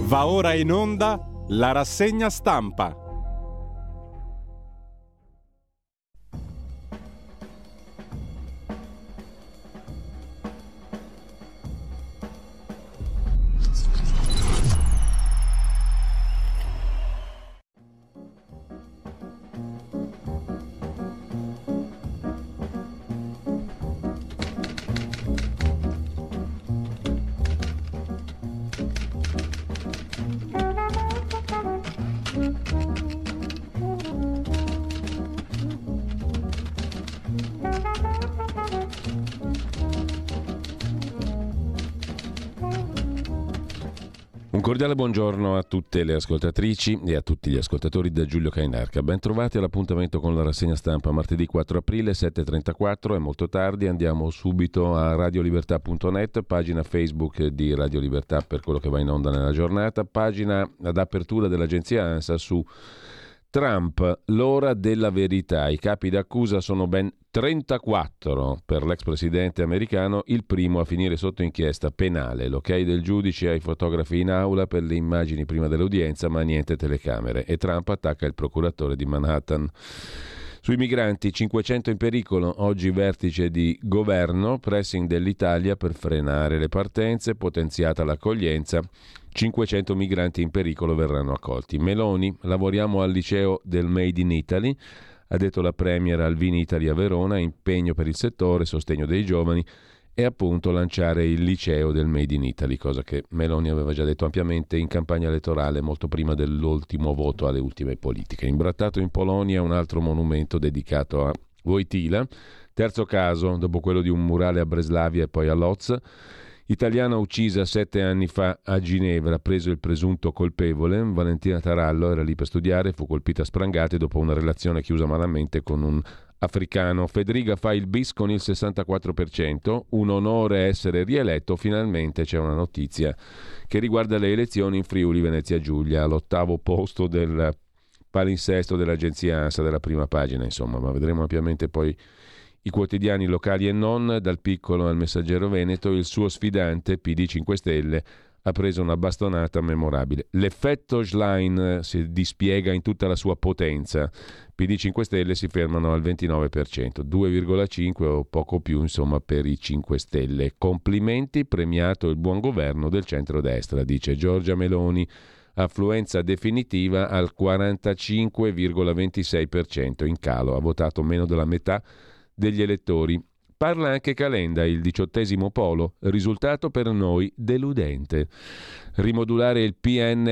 Va ora in onda la rassegna stampa. Un cordiale buongiorno a tutte le ascoltatrici e a tutti gli ascoltatori da Giulio Cainarca. Ben trovati all'appuntamento con la rassegna stampa martedì 4 aprile 7.34, è molto tardi, andiamo subito a radiolibertà.net, pagina Facebook di Radio Libertà per quello che va in onda nella giornata, pagina ad apertura dell'agenzia ANSA su Trump, l'ora della verità. I capi d'accusa sono ben 34 per l'ex presidente americano, il primo a finire sotto inchiesta penale. L'ok del giudice ai fotografi in aula per le immagini prima dell'udienza, ma niente telecamere. E Trump attacca il procuratore di Manhattan. Sui migranti, 500 in pericolo, oggi vertice di governo, pressing dell'Italia per frenare le partenze, potenziata l'accoglienza, 500 migranti in pericolo verranno accolti. Meloni, lavoriamo al liceo del Made in Italy, ha detto la premier al Vinitaly a Verona, impegno per il settore, sostegno dei giovani e appunto lanciare il liceo del Made in Italy, cosa che Meloni aveva già detto ampiamente in campagna elettorale molto prima dell'ultimo voto alle ultime politiche. Imbrattato in Polonia un altro monumento dedicato a Wojtyla, terzo caso dopo quello di un murale a Breslavia e poi a Lodz. Italiana uccisa 7 anni fa a Ginevra, preso il presunto colpevole. Valentina Tarallo era lì per studiare, fu colpita a sprangate dopo una relazione chiusa malamente con un africano. Federica fa il bis con il 64%, un onore essere rieletto. Finalmente c'è una notizia che riguarda le elezioni in Friuli Venezia Giulia, all'8° posto del palinsesto dell'agenzia ANSA della prima pagina, insomma, ma vedremo ampiamente poi i quotidiani locali e non, dal Piccolo al Messaggero Veneto. Il suo sfidante, PD 5 Stelle, ha preso una bastonata memorabile. L'effetto Schlein si dispiega in tutta la sua potenza. PD 5 Stelle si fermano al 29%, 2,5 o poco più insomma per i 5 Stelle. Complimenti, premiato il buon governo del centrodestra, dice Giorgia Meloni. Affluenza definitiva al 45,26%, in calo, ha votato meno della metà degli elettori. Parla anche Calenda, il 18° polo, risultato per noi deludente. Rimodulare il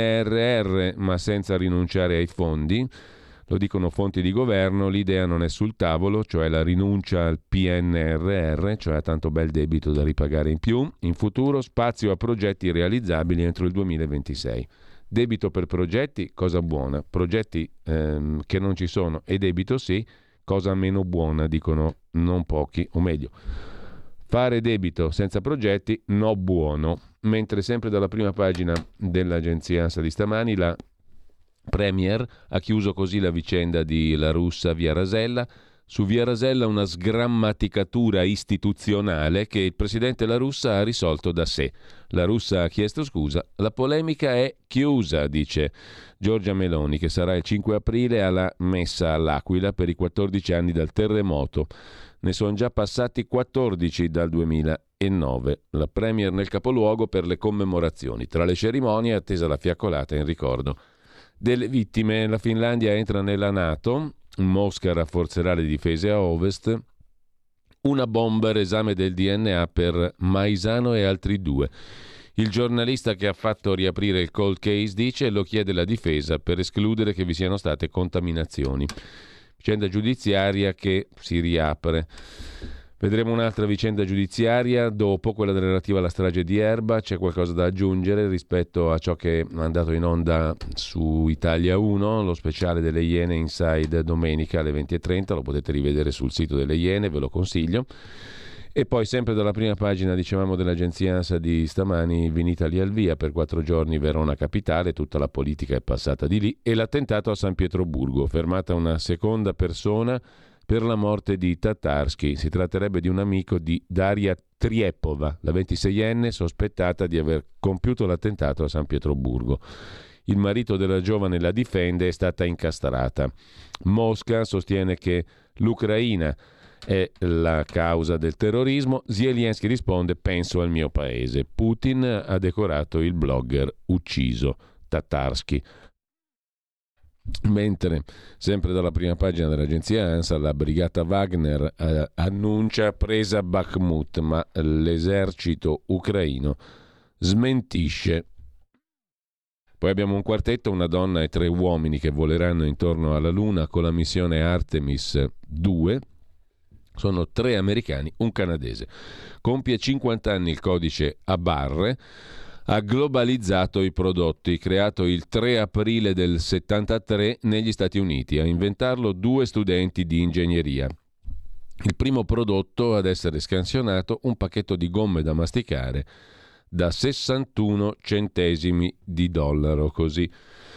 PNRR ma senza rinunciare ai fondi, lo dicono fonti di governo, l'idea non è sul tavolo, cioè la rinuncia al PNRR, cioè a tanto bel debito da ripagare in più. In futuro spazio a progetti realizzabili entro il 2026. Debito per progetti, cosa buona, progetti che non ci sono e debito sì, cosa meno buona, dicono non pochi, o meglio, fare debito senza progetti, no buono. Mentre sempre dalla prima pagina dell'agenzia ANSA di stamani, la Premier ha chiuso così la vicenda di La Russa via Rasella. Su via Rasella una sgrammaticatura istituzionale che il presidente La Russa ha risolto da sé. La Russa ha chiesto scusa, la polemica è chiusa, dice Giorgia Meloni, che sarà il 5 aprile alla messa all'Aquila per i 14 anni dal terremoto. Ne sono già passati 14 dal 2009. La premier nel capoluogo per le commemorazioni. Tra le cerimonie è attesa la fiaccolata in ricordo delle vittime. La Finlandia entra nella NATO. Mosca rafforzerà le difese a ovest. Una bomber, esame del DNA per Maisano e altri 2. Il giornalista che ha fatto riaprire il cold case dice lo chiede la difesa per escludere che vi siano state contaminazioni. Vicenda giudiziaria che si riapre. Vedremo un'altra vicenda giudiziaria dopo, quella relativa alla strage di Erba. C'è qualcosa da aggiungere rispetto a ciò che è andato in onda su Italia 1, lo speciale delle Iene Inside domenica alle 20.30, lo potete rivedere sul sito delle Iene, ve lo consiglio. E poi sempre dalla prima pagina, dicevamo, dell'agenzia ANSA di stamani, Vinitaly al via per 4 giorni Verona capitale, tutta la politica è passata di lì, e l'attentato a San Pietroburgo, fermata una seconda persona per la morte di Tatarsky. Si tratterebbe di un amico di Daria Triepova, la 26enne sospettata di aver compiuto l'attentato a San Pietroburgo. Il marito della giovane la difende, è stata incastrata. Mosca sostiene che l'Ucraina è la causa del terrorismo. Zelensky risponde: penso al mio paese. Putin ha decorato il blogger ucciso Tatarsky. Mentre, sempre dalla prima pagina dell'agenzia ANSA, la brigata Wagner annuncia presa Bakhmut, ma l'esercito ucraino smentisce. Poi abbiamo un quartetto, una donna e 3 uomini che voleranno intorno alla Luna con la missione Artemis 2. Sono 3 americani, un canadese. Compie 50 anni il codice a barre. Ha globalizzato i prodotti, creato il 3 aprile del 73 negli Stati Uniti. A inventarlo 2 studenti di ingegneria. Il primo prodotto ad essere scansionato, un pacchetto di gomme da masticare da 61 centesimi di dollaro, così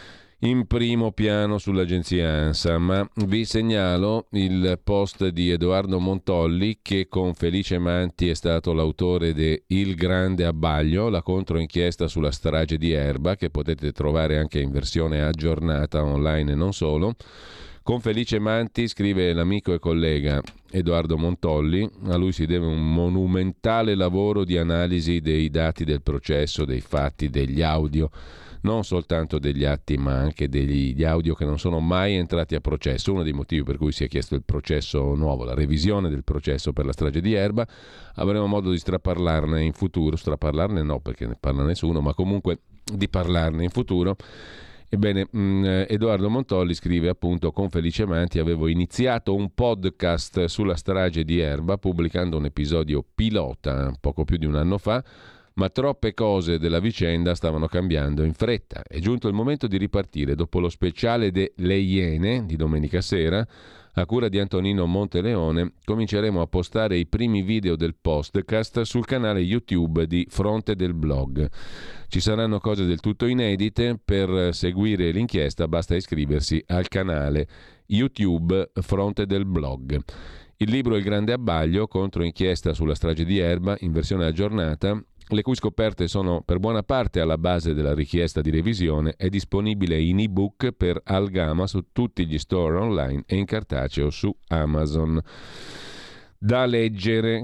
in primo piano sull'agenzia ANSA. Ma vi segnalo il post di Edoardo Montolli, che con Felice Manti è stato l'autore di Il Grande Abbaglio, la controinchiesta sulla strage di Erba, che potete trovare anche in versione aggiornata online e non solo. Con Felice Manti, scrive l'amico e collega Edoardo Montolli, a lui si deve un monumentale lavoro di analisi dei dati del processo, dei fatti, degli audio, non soltanto degli atti ma anche degli audio che non sono mai entrati a processo, uno dei motivi per cui si è chiesto il processo nuovo, la revisione del processo per la strage di Erba. Avremo modo di straparlarne in futuro, straparlarne no perché ne parla nessuno, ma comunque di parlarne in futuro. Ebbene, Edoardo Montolli scrive appunto: con Felice Manti avevo iniziato un podcast sulla strage di Erba pubblicando un episodio pilota poco più di un anno fa, ma troppe cose della vicenda stavano cambiando in fretta. È giunto il momento di ripartire. Dopo lo speciale Le Iene di domenica sera, a cura di Antonino Monteleone, cominceremo a postare i primi video del podcast sul canale YouTube di Fronte del Blog. Ci saranno cose del tutto inedite. Per seguire l'inchiesta basta iscriversi al canale YouTube Fronte del Blog. Il libro Il Grande Abbaglio, controinchiesta sulla strage di Erba, in versione aggiornata, le cui scoperte sono per buona parte alla base della richiesta di revisione, è disponibile in ebook per Algama su tutti gli store online e in cartaceo su Amazon. Da leggere.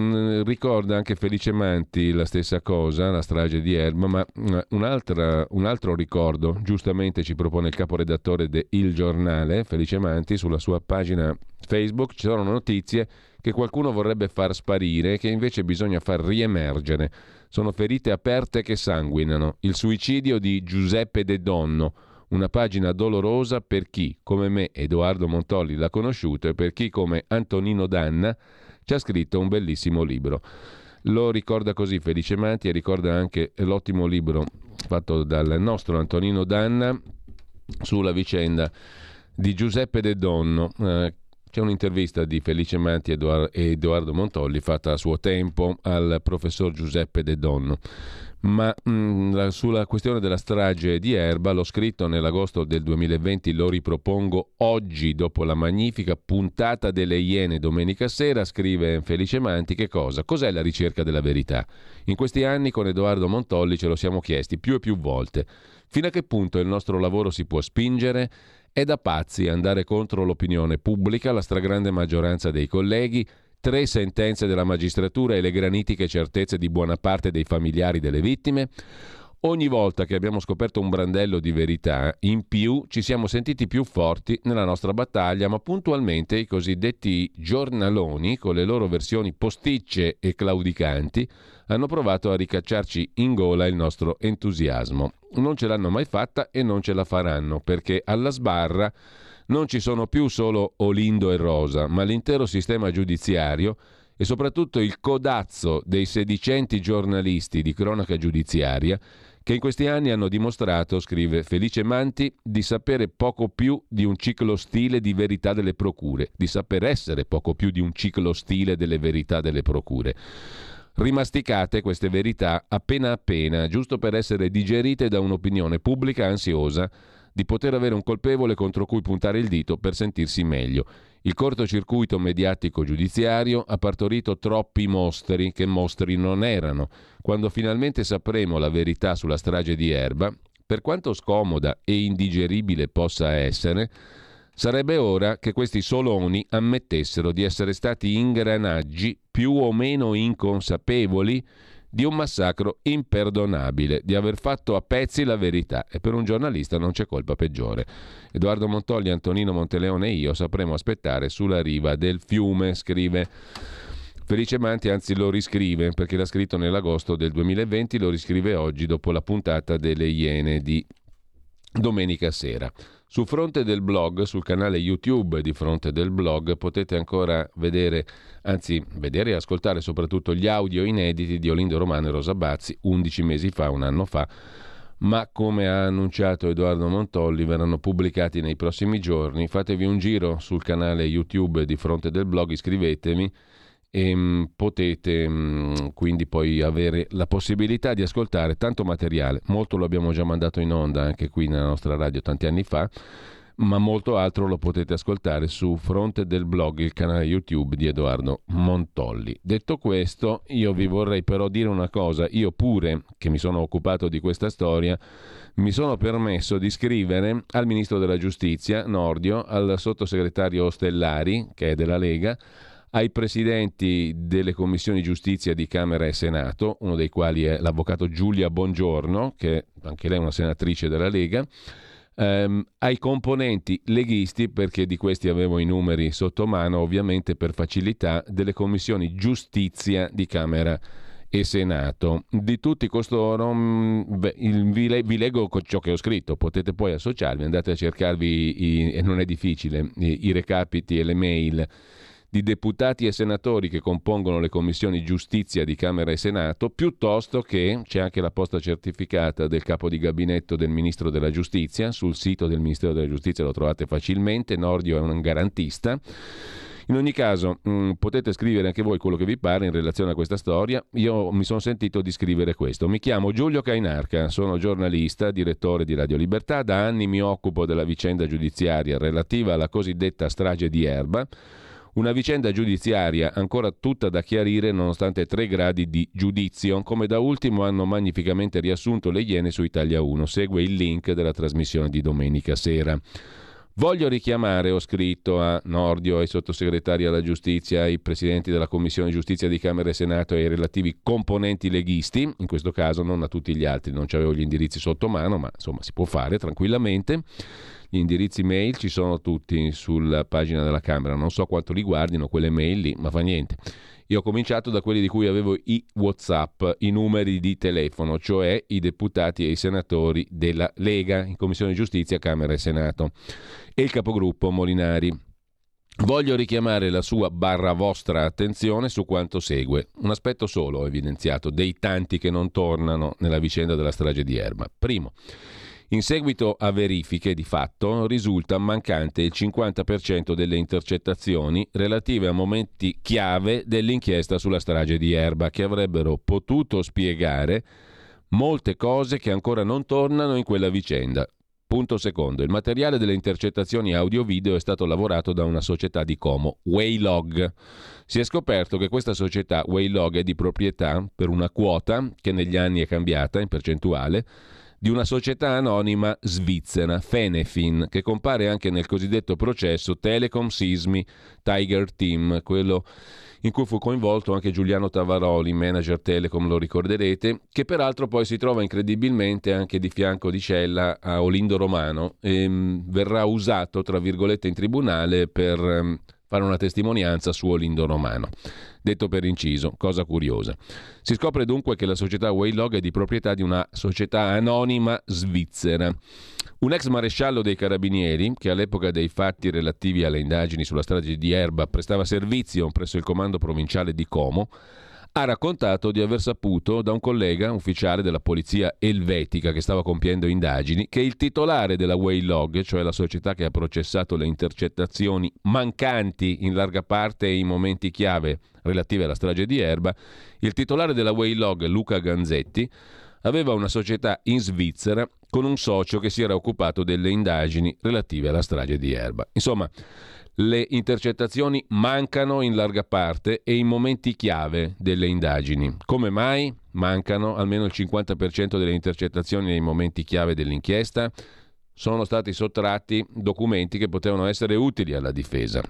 Ricorda anche Felice Manti la stessa cosa, la strage di Erba, ma un altro ricordo giustamente ci propone il caporedattore de Il Giornale, Felice Manti. Sulla sua pagina Facebook ci sono notizie che qualcuno vorrebbe far sparire e che invece bisogna far riemergere. Sono ferite aperte che sanguinano. Il suicidio di Giuseppe De Donno, una pagina dolorosa per chi, come me, Edoardo Montolli, l'ha conosciuto e per chi, come Antonino Danna, ci ha scritto un bellissimo libro. Lo ricorda così Felice Manti e ricorda anche l'ottimo libro fatto dal nostro Antonino Danna sulla vicenda di Giuseppe De Donno. C'è un'intervista di Felice Manti e Edoardo Montolli fatta a suo tempo al professor Giuseppe De Donno. Ma sulla questione della strage di Erba l'ho scritto nell'agosto del 2020, lo ripropongo oggi dopo la magnifica puntata delle Iene domenica sera. Scrive Felice Manti: che cosa? Cos'è la ricerca della verità? In questi anni con Edoardo Montolli ce lo siamo chiesti più e più volte. Fino a che punto il nostro lavoro si può spingere? È da pazzi andare contro l'opinione pubblica, la stragrande maggioranza dei colleghi, 3 sentenze della magistratura e le granitiche certezze di buona parte dei familiari delle vittime. Ogni volta che abbiamo scoperto un brandello di verità in più ci siamo sentiti più forti nella nostra battaglia, ma puntualmente i cosiddetti giornaloni, con le loro versioni posticce e claudicanti, hanno provato a ricacciarci in gola il nostro entusiasmo. Non ce l'hanno mai fatta e non ce la faranno, perché alla sbarra non ci sono più solo Olindo e Rosa, ma l'intero sistema giudiziario e soprattutto il codazzo dei sedicenti giornalisti di cronaca giudiziaria che in questi anni hanno dimostrato, scrive Felice Manti, di sapere poco più di un ciclostile di verità delle procure, di saper essere poco più di un ciclostile delle verità delle procure. Rimasticate queste verità appena appena, giusto per essere digerite da un'opinione pubblica ansiosa di poter avere un colpevole contro cui puntare il dito per sentirsi meglio. Il cortocircuito mediatico giudiziario ha partorito troppi mostri che mostri non erano. Quando finalmente sapremo la verità sulla strage di Erba, per quanto scomoda e indigeribile possa essere, sarebbe ora che questi soloni ammettessero di essere stati ingranaggi più o meno inconsapevoli di un massacro imperdonabile, di aver fatto a pezzi la verità, e per un giornalista non c'è colpa peggiore. Edoardo Montolli, Antonino Monteleone e io sapremo aspettare sulla riva del fiume, scrive Felice Manti, anzi lo riscrive perché l'ha scritto nell'agosto del 2020, lo riscrive oggi dopo la puntata delle Iene di domenica sera. Su Fronte del Blog, sul canale YouTube di Fronte del Blog, potete ancora vedere e ascoltare soprattutto gli audio inediti di Olindo Romano e Rosa Bazzi 11 mesi fa, un anno fa, ma come ha annunciato Edoardo Montolli verranno pubblicati nei prossimi giorni. Fatevi un giro sul canale YouTube di Fronte del Blog, iscrivetevi e potete quindi poi avere la possibilità di ascoltare tanto materiale. Molto lo abbiamo già mandato in onda anche qui nella nostra radio tanti anni fa, ma molto altro lo potete ascoltare su Fronte del Blog, il canale YouTube di Edoardo Montolli. Detto questo, io vi vorrei però dire una cosa. Io pure, che mi sono occupato di questa storia, mi sono permesso di scrivere al Ministro della Giustizia, Nordio, al Sottosegretario Ostellari, che è della Lega, ai presidenti delle commissioni giustizia di Camera e Senato, uno dei quali è l'avvocato Giulia Bongiorno, che anche lei è una senatrice della Lega, ai componenti leghisti, perché di questi avevo i numeri sotto mano, ovviamente per facilità, delle commissioni giustizia di Camera e Senato. Di tutti costoro vi leggo ciò che ho scritto, potete poi associarvi, andate a cercarvi, e non è difficile, i recapiti e le mail di deputati e senatori che compongono le commissioni giustizia di Camera e Senato, piuttosto che c'è anche la posta certificata del capo di gabinetto del Ministro della Giustizia. Sul sito del Ministero della Giustizia lo trovate facilmente, Nordio è un garantista. In ogni caso potete scrivere anche voi quello che vi pare in relazione a questa storia. Io mi sono sentito di scrivere questo. Mi chiamo Giulio Cainarca, sono giornalista, direttore di Radio Libertà, da anni mi occupo della vicenda giudiziaria relativa alla cosiddetta strage di Erba. Una vicenda giudiziaria ancora tutta da chiarire nonostante 3 gradi di giudizio, come da ultimo hanno magnificamente riassunto le Iene su Italia 1. Segue il link della trasmissione di domenica sera. Voglio richiamare, ho scritto a Nordio, ai sottosegretari alla giustizia, ai presidenti della Commissione Giustizia di Camera e Senato e ai relativi componenti leghisti, in questo caso non a tutti gli altri, non c'avevo gli indirizzi sotto mano, ma insomma si può fare tranquillamente. Gli indirizzi mail ci sono tutti sulla pagina della Camera, non so quanto li guardino quelle mail lì, ma fa niente. Io ho cominciato da quelli di cui avevo i WhatsApp, i numeri di telefono, cioè i deputati e i senatori della Lega in Commissione Giustizia, Camera e Senato, e il capogruppo Molinari. Voglio richiamare la sua vostra attenzione su quanto segue. Un aspetto solo ho evidenziato, dei tanti che non tornano nella vicenda della strage di Erba. Primo, in seguito a verifiche di fatto risulta mancante il 50% delle intercettazioni relative a momenti chiave dell'inchiesta sulla strage di Erba, che avrebbero potuto spiegare molte cose che ancora non tornano in quella vicenda. Punto secondo, il materiale delle intercettazioni audio-video è stato lavorato da una società di Como, Waylog. Si è scoperto che questa società Waylog è di proprietà, per una quota che negli anni è cambiata in percentuale, di una società anonima svizzera, Fenefin, che compare anche nel cosiddetto processo Telecom Sismi Tiger Team, quello in cui fu coinvolto anche Giuliano Tavaroli, manager Telecom, lo ricorderete, che peraltro poi si trova incredibilmente anche di fianco di cella a Olindo Romano e verrà usato, tra virgolette, in tribunale per fare una testimonianza su Olindo Romano. Detto per inciso, cosa curiosa. Si scopre dunque che la società Waylog è di proprietà di una società anonima svizzera. Un ex maresciallo dei Carabinieri, che all'epoca dei fatti relativi alle indagini sulla strage di Erba prestava servizio presso il comando provinciale di Como, ha raccontato di aver saputo da un collega ufficiale della polizia elvetica che stava compiendo indagini che il titolare della Waylog, cioè la società che ha processato le intercettazioni mancanti in larga parte e in momenti chiave relative alla strage di Erba, il titolare della Waylog, Luca Ganzetti, aveva una società in Svizzera con un socio che si era occupato delle indagini relative alla strage di Erba. Insomma, Le intercettazioni mancano in larga parte e in momenti chiave delle indagini. Come mai mancano almeno il 50% delle intercettazioni nei momenti chiave dell'inchiesta? Sono stati sottratti documenti che potevano essere utili alla difesa.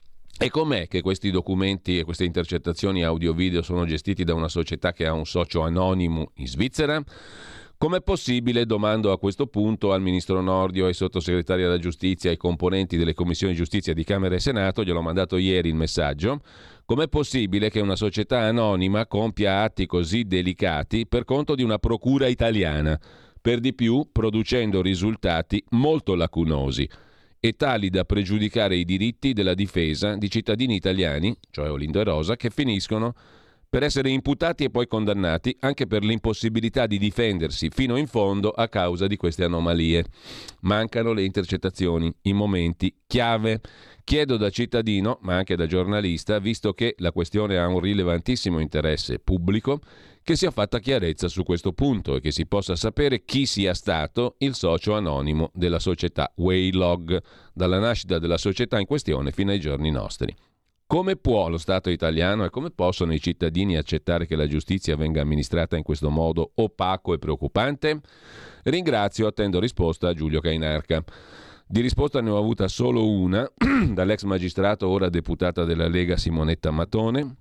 E com'è che questi documenti e queste intercettazioni audio-video sono gestiti da una società che ha un socio anonimo in Svizzera? Com'è possibile, domando a questo punto al ministro Nordio, ai sottosegretari alla giustizia, ai componenti delle commissioni giustizia di Camera e Senato, gliel'ho mandato ieri il messaggio, com'è possibile che una società anonima compia atti così delicati per conto di una procura italiana, per di più producendo risultati molto lacunosi e tali da pregiudicare i diritti della difesa di cittadini italiani, cioè Olindo e Rosa, che finiscono per essere imputati e poi condannati anche per l'impossibilità di difendersi fino in fondo a causa di queste anomalie. Mancano le intercettazioni in momenti chiave. Chiedo da cittadino, ma anche da giornalista, visto che la questione ha un rilevantissimo interesse pubblico, che sia fatta chiarezza su questo punto e che si possa sapere chi sia stato il socio anonimo della società Waylog, dalla nascita della società in questione fino ai giorni nostri. Come può lo Stato italiano e come possono i cittadini accettare che la giustizia venga amministrata in questo modo opaco e preoccupante? Ringrazio, attendo risposta a Giulio Cainarca. Di risposta ne ho avuta solo una, dall'ex magistrato, ora deputata della Lega Simonetta Matone,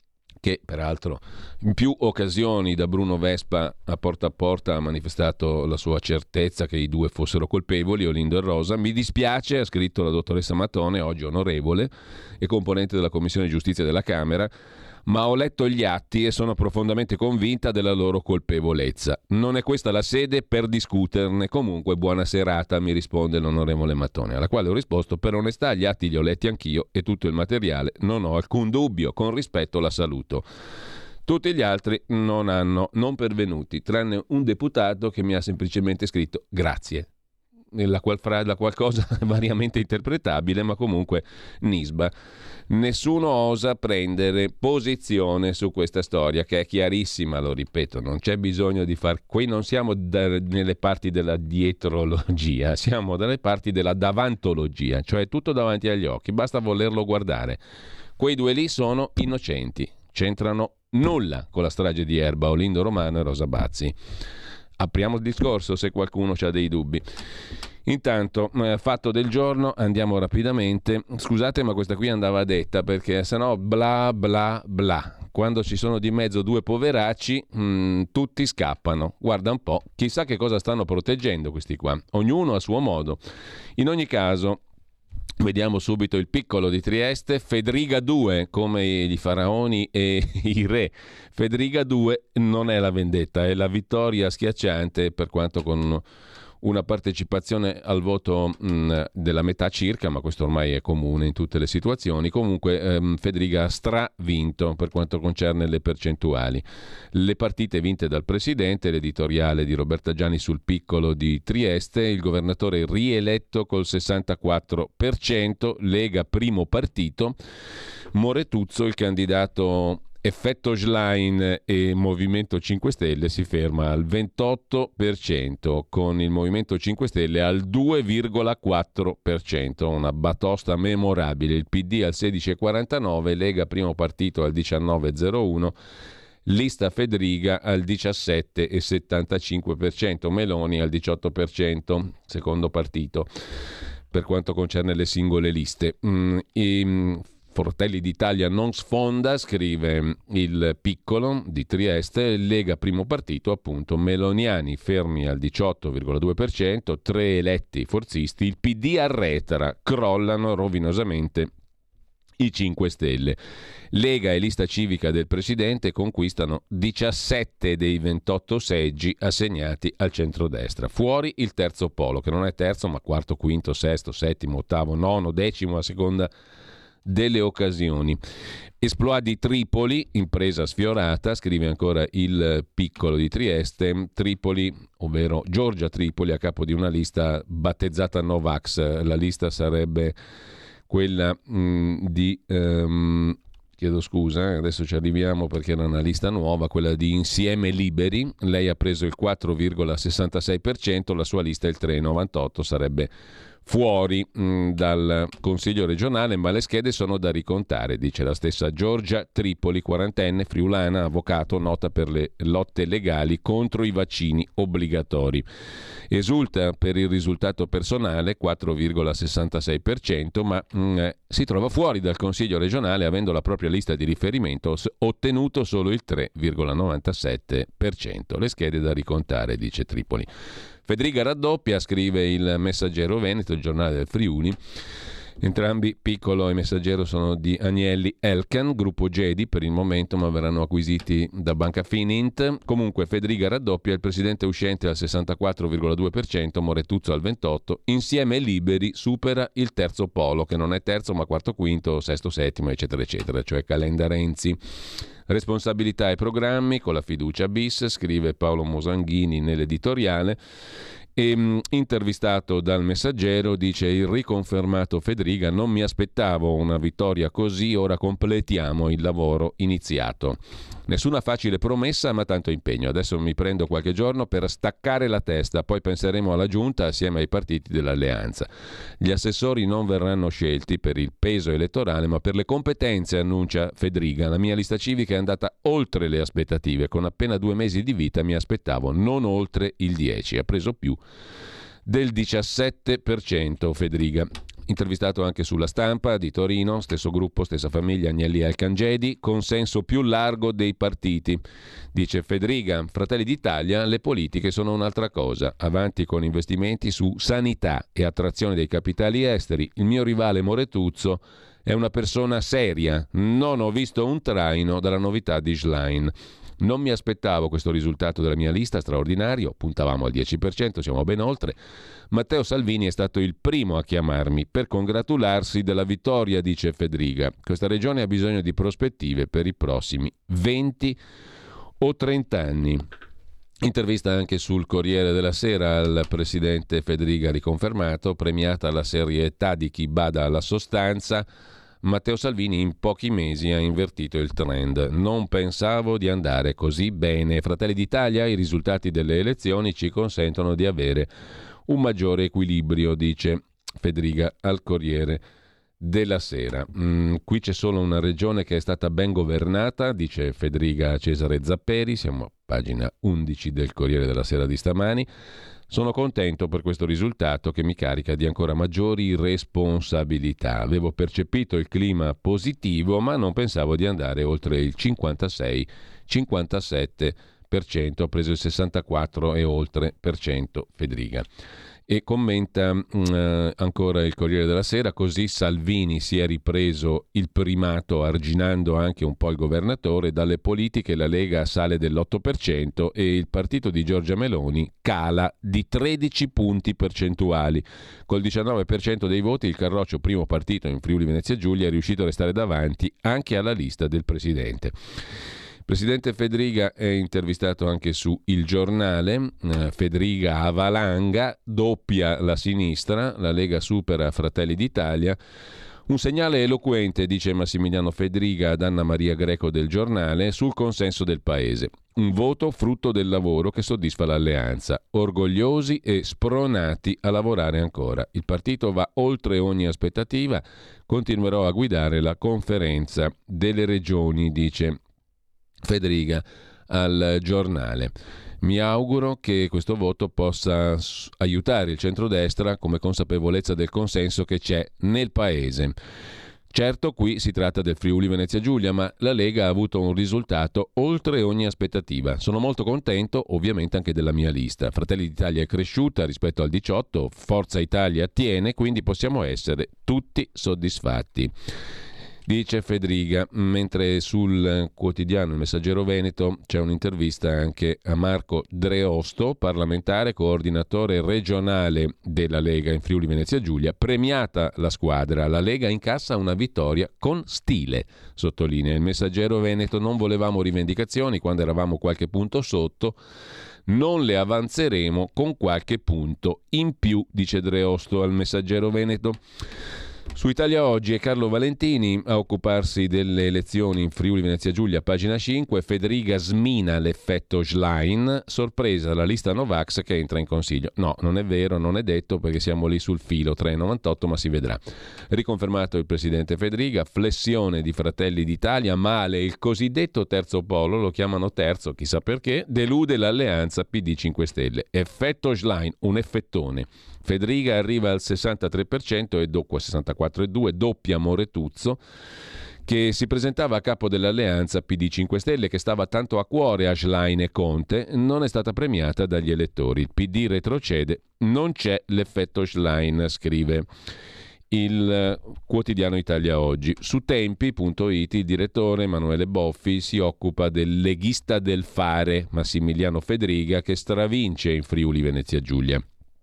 che peraltro in più occasioni da Bruno Vespa a porta ha manifestato la sua certezza che i due fossero colpevoli, Olindo e Rosa. Mi dispiace, ha scritto la dottoressa Matone, oggi onorevole e componente della Commissione Giustizia della Camera, ma ho letto gli atti e sono profondamente convinta della loro colpevolezza. Non è questa la sede per discuterne. Comunque buona serata, mi risponde l'onorevole Mattone, alla quale ho risposto: per onestà gli atti li ho letti anch'io e tutto il materiale non ho alcun dubbio, con rispetto la saluto. Tutti gli altri non pervenuti, tranne un deputato che mi ha semplicemente scritto grazie. La qualcosa variamente interpretabile, ma comunque nisba. Nessuno osa prendere posizione su questa storia, che è chiarissima, lo ripeto, non c'è bisogno di far... Qui non siamo nelle parti della dietrologia, siamo dalle parti della davantologia, cioè tutto davanti agli occhi, basta volerlo guardare. Quei due lì sono innocenti, c'entrano nulla con la strage di Erba, Olindo Romano e Rosa Bazzi. Apriamo il discorso se qualcuno ha dei dubbi. Intanto, fatto del giorno, andiamo rapidamente. Scusate, ma questa qui andava detta perché sennò bla bla bla. Quando ci sono di mezzo due poveracci, tutti scappano. Guarda un po', chissà che cosa stanno proteggendo questi qua. Ognuno a suo modo. In ogni caso, vediamo subito il piccolo di Trieste, Fedriga 2, come i faraoni e i re. Fedriga 2 non è la vendetta, è la vittoria schiacciante, per quanto con una partecipazione al voto della metà circa, ma questo ormai è comune in tutte le situazioni. Comunque Fedriga ha stravinto per quanto concerne le percentuali. Le partite vinte dal presidente, l'editoriale di Roberta Gianni sul piccolo di Trieste, il governatore rieletto col 64%, Lega primo partito, Moretuzzo il candidato effetto Schlein e Movimento 5 Stelle si ferma al 28%, con il Movimento 5 Stelle al 2,4%, una batosta memorabile. Il PD al 16,49%, Lega primo partito al 19,01%, lista Fedriga al 17,75%, Meloni al 18%, secondo partito, per quanto concerne le singole liste. Fratelli d'Italia non sfonda, scrive il piccolo di Trieste, Lega primo partito, appunto, meloniani fermi al 18,2%, 3 eletti forzisti, il PD arretra, crollano rovinosamente i 5 Stelle. Lega e lista civica del presidente conquistano 17 dei 28 seggi assegnati al centrodestra. Fuori il terzo polo, che non è terzo ma quarto, quinto, sesto, settimo, ottavo, nono, decimo a seconda delle occasioni. Esploit di Tripoli, impresa sfiorata, scrive ancora il piccolo di Trieste. Tripoli, ovvero Giorgia Tripoli, a capo di una lista battezzata Novax. La lista sarebbe quella di chiedo scusa, adesso ci arriviamo perché era una lista nuova, quella di Insieme Liberi. Lei ha preso il 4,66%, la sua lista il 3,98%, sarebbe fuori dal Consiglio regionale, ma le schede sono da ricontare, dice la stessa Giorgia Tripoli, quarantenne, friulana, avvocato, nota per le lotte legali contro i vaccini obbligatori. Esulta per il risultato personale, 4,66%, ma si trova fuori dal Consiglio regionale avendo la propria lista di riferimento ottenuto solo il 3,97%. Le schede da ricontare, dice Tripoli. Federica raddoppia, scrive il Messaggero Veneto, il giornale del Friuli. Entrambi, Piccolo e Messaggero, sono di Agnelli Elkan, gruppo Gedi per il momento, ma verranno acquisiti da Banca Finint. Comunque Federica raddoppia, il presidente uscente al 64,2%, Moretuzzo al 28%, insieme Liberi supera il terzo polo, che non è terzo ma quarto, quinto, sesto, settimo, eccetera, eccetera, cioè Calenda Renzi. Responsabilità e programmi con la fiducia bis, scrive Paolo Mosanghini nell'editoriale. E, intervistato dal Messaggero, dice: il riconfermato Federica, non mi aspettavo una vittoria così, ora completiamo il lavoro iniziato. Nessuna facile promessa, ma tanto impegno. Adesso mi prendo qualche giorno per staccare la testa, poi penseremo alla giunta assieme ai partiti dell'alleanza. Gli assessori non verranno scelti per il peso elettorale, ma per le competenze, annuncia Federica. La mia lista civica è andata oltre le aspettative, con appena 2 mesi di vita mi aspettavo non oltre il 10%, ha preso più del 17% Federica. Intervistato anche sulla Stampa di Torino, stesso gruppo, stessa famiglia, Agnelli Alcangedi, consenso più largo dei partiti. Dice Federica, Fratelli d'Italia, le politiche sono un'altra cosa, avanti con investimenti su sanità e attrazione dei capitali esteri. Il mio rivale Moretuzzo è una persona seria, non ho visto un traino dalla novità di Schlein. Non mi aspettavo questo risultato della mia lista, straordinario, puntavamo al 10%, siamo ben oltre. Matteo Salvini è stato il primo a chiamarmi per congratularsi della vittoria, dice Federica. Questa regione ha bisogno di prospettive per i prossimi 20 o 30 anni. Intervista anche sul Corriere della Sera al presidente Federica, riconfermato, premiata la serietà di chi bada alla sostanza. Matteo Salvini in pochi mesi ha invertito il trend. Non pensavo di andare così bene. Fratelli d'Italia, i risultati delle elezioni ci consentono di avere un maggiore equilibrio, dice Federica al Corriere della Sera. Qui c'è solo una regione che è stata ben governata, dice Federica a Cesare Zapperi, siamo a pagina 11 del Corriere della Sera di stamani. Sono contento per questo risultato che mi carica di ancora maggiori responsabilità. Avevo percepito il clima positivo, ma non pensavo di andare oltre il 56-57%, ho preso il 64% e oltre per cento Federica. E commenta ancora il Corriere della Sera, così Salvini si è ripreso il primato arginando anche un po' il governatore, dalle politiche la Lega sale dell'8% e il partito di Giorgia Meloni cala di 13 punti percentuali. Col 19% dei voti il Carroccio, primo partito in Friuli Venezia Giulia, è riuscito a restare davanti anche alla lista del presidente. Presidente Federica è intervistato anche su Il Giornale. Federica a valanga, doppia la sinistra, la Lega supera Fratelli d'Italia. Un segnale eloquente, dice Massimiliano Federica ad Anna Maria Greco del Giornale, sul consenso del Paese. Un voto frutto del lavoro che soddisfa l'alleanza. Orgogliosi e spronati a lavorare ancora. Il partito va oltre ogni aspettativa. Continuerò a guidare la conferenza delle regioni, dice Federica al Giornale. Mi auguro che questo voto possa aiutare il centrodestra come consapevolezza del consenso che c'è nel Paese. Certo, qui si tratta del Friuli Venezia Giulia, ma la Lega ha avuto un risultato oltre ogni aspettativa. Sono molto contento, ovviamente, anche della mia lista. Fratelli d'Italia è cresciuta rispetto al 18, Forza Italia tiene, quindi possiamo essere tutti soddisfatti, dice Federica. Mentre sul quotidiano Il Messaggero Veneto c'è un'intervista anche a Marco Dreosto, parlamentare, coordinatore regionale della Lega in Friuli Venezia Giulia. Premiata la squadra, la Lega incassa una vittoria con stile, sottolinea Il Messaggero Veneto. Non volevamo rivendicazioni quando eravamo qualche punto sotto, non le avanzeremo con qualche punto in più, dice Dreosto al Messaggero Veneto. Su Italia Oggi è Carlo Valentini a occuparsi delle elezioni in Friuli Venezia Giulia, pagina 5. Federica smina l'effetto Schlein, sorpresa la lista Novax che entra in consiglio. No, non è vero, non è detto, perché siamo lì sul filo, 3,98, ma si vedrà. Riconfermato il presidente Federica, flessione di Fratelli d'Italia, male il cosiddetto terzo polo, lo chiamano terzo, chissà perché, delude l'alleanza PD 5 Stelle. Effetto Schlein, un effettone. Federica arriva al 63% e dopo 64,2, doppia Moretuzzo, che si presentava a capo dell'alleanza PD 5 Stelle, che stava tanto a cuore a Schlein e Conte, non è stata premiata dagli elettori. Il PD retrocede, non c'è l'effetto Schlein, scrive il quotidiano Italia Oggi. Su Tempi.it il direttore Emanuele Boffi si occupa del leghista del fare Massimiliano Federica, che stravince in Friuli Venezia Giulia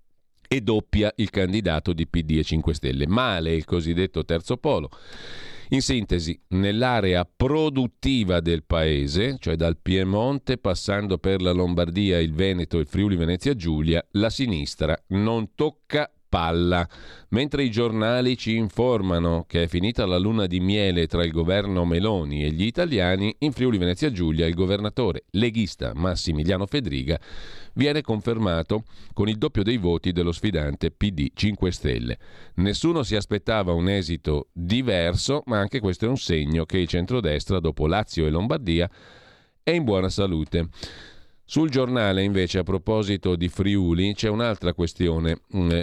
e doppia il candidato di PD e 5 Stelle. Male il cosiddetto terzo polo. In sintesi, nell'area produttiva del paese, cioè dal Piemonte passando per la Lombardia, il Veneto e il Friuli Venezia Giulia, la sinistra non tocca palla, mentre i giornali ci informano che è finita la luna di miele tra il governo Meloni e gli italiani. In Friuli Venezia Giulia il governatore leghista Massimiliano Federica viene confermato con il doppio dei voti dello sfidante PD 5 Stelle. Nessuno si aspettava un esito diverso, ma anche questo è un segno che il centrodestra, dopo Lazio e Lombardia, è in buona salute. Sul Giornale, invece, a proposito di Friuli, c'è un'altra questione.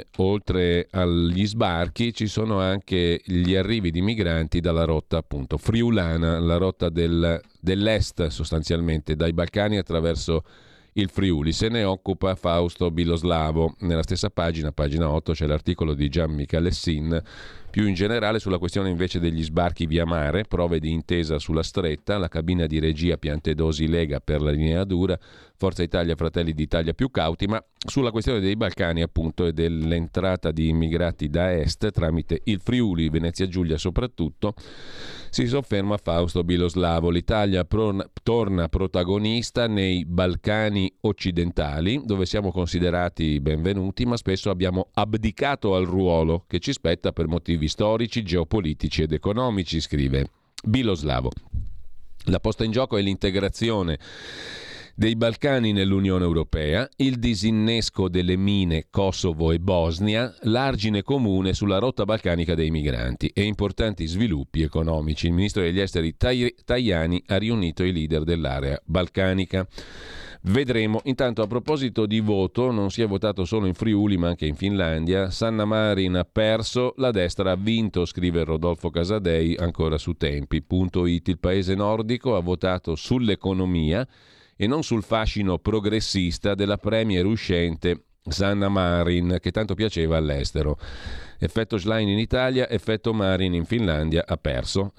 Oltre agli sbarchi ci sono anche gli arrivi di migranti dalla rotta, appunto, friulana, la rotta dell'est sostanzialmente, dai Balcani attraverso il Friuli. Se ne occupa Fausto Biloslavo. Nella stessa pagina 8, c'è l'articolo di Gian Michalessin, più in generale sulla questione invece degli sbarchi via mare, prove di intesa sulla stretta, la cabina di regia Piantedosi Lega per la linea dura, Forza Italia Fratelli d'Italia più cauti, ma sulla questione dei Balcani appunto e dell'entrata di immigrati da est tramite il Friuli Venezia Giulia soprattutto, si sofferma Fausto Biloslavo. L'Italia torna protagonista nei Balcani occidentali, dove siamo considerati benvenuti, ma spesso abbiamo abdicato al ruolo che ci spetta per motivi storici, geopolitici ed economici, scrive Biloslavo. La posta in gioco è l'integrazione dei Balcani nell'Unione Europea, il disinnesco delle mine Kosovo e Bosnia, l'argine comune sulla rotta balcanica dei migranti e importanti sviluppi economici. Il ministro degli esteri Tajani ha riunito i leader dell'area balcanica. Vedremo. Intanto, a proposito di voto, non si è votato solo in Friuli ma anche in Finlandia. Sanna Marin ha perso, la destra ha vinto, scrive Rodolfo Casadei ancora su Tempi.it. Il paese nordico ha votato sull'economia e non sul fascino progressista della premier uscente Sanna Marin, che tanto piaceva all'estero. Effetto Schlein in Italia, effetto Marin in Finlandia, ha perso.